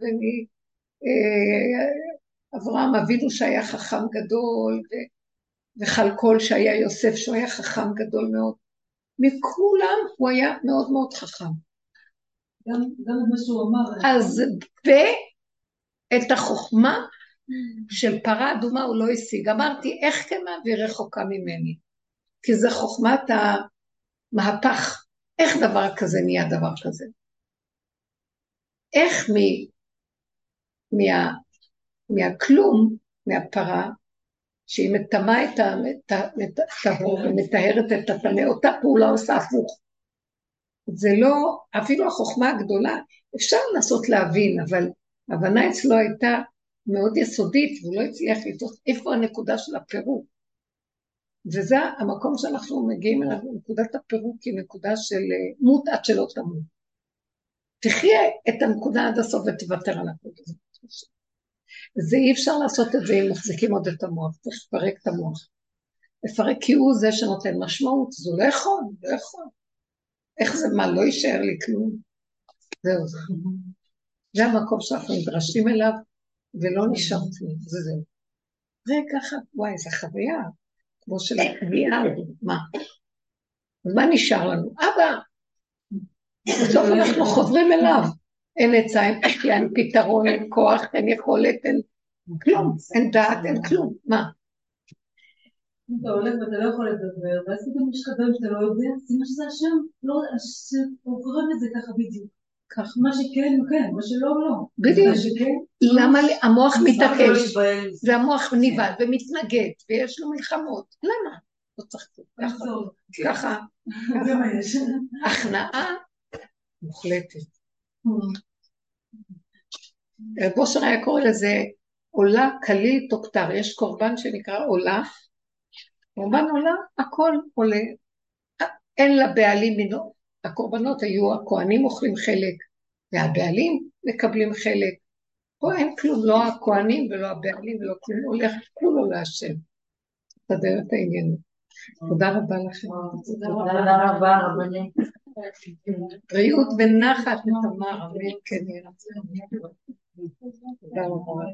Speaker 2: ומאברהם אבינו שהיה חכם גדול, וחלקול שהיה יוסף שהוא היה חכם גדול מאוד. מכולם הוא היה מאוד מאוד חכם.
Speaker 3: גם מה שהוא אמר.
Speaker 2: אז את החוכמה של פרה אדומה הוא לא השיג. אמרתי, איך כמה והיא רחוקה ממני? כי זה חוכמת המהפך. איך דבר כזה נהיה דבר כזה? איך מהכלום, מהפרה, שהיא מטמאה את הטהור ומטהרת את הטמא, אותה פעולה עושה הפוך. זה לא, אפילו החוכמה הגדולה, אפשר לנסות להבין, אבל ההבנה אצלו הייתה מאוד יסודית, והוא לא הצליח לתפוס איפה הנקודה של הפירוק. וזה המקום שאנחנו מגיעים אליו, נקודת הפירוק היא נקודה של מות עד שלא תמות. תחיה את הנקודה עד הסוף ותוותר על הנקודה הזאת. זה אי אפשר לעשות את זה אם מחזיקים עוד את המוח, צריך לפרק את המוח. לפרק כי הוא זה שנותן משמעות, זה לא יכול, לא יכול. איך זה, מה, לא יישאר לי כלום? זהו זה. זה המקום שאנחנו נדרשים אליו, ולא נשאר כלום, זה זהו. זה ככה, וואי, זה חוויה, כמו של הקביעה, מה? אז מה נשאר לנו? אבא! בסוף אנחנו חוזרים אליו. אין עצה, אין פתיעה, אין פתרון, אין כוח, אין יכולת, אין כלום, אין דעת, אין כלום. מה?
Speaker 3: אתה הולך ואתה לא יכול לדבר, ואז פתאום יש לך דברים שאתה לא יודע, זה מה שזה השם, הוא קורא לזה ככה בדיוק. כך, מה שכן הוא כן, מה שלא הוא לא.
Speaker 2: בדיוק. למה המוח מתעקש? זה המוח ניבד ומתנגד, ויש לו מלחמות. למה? לא צריך ככה. הכנעה מוחלטת. רב אושר היה קורא לזה עולה כליל תוקטר, יש קורבן שנקרא עולה, קורבן עולה, הכל עולה, אין לה בעלים מינו, הקורבנות היו, הכהנים אוכלים חלק, והבעלים מקבלים חלק, פה אין כלום, לא הכהנים ולא הבעלים ולא כלום, הולך כולו להשם, תדע את העניין. תודה רבה לכם.
Speaker 6: תודה רבה רבני.
Speaker 2: בריאות ונחת לתמר, אמן כן יהיה. תודה רבה.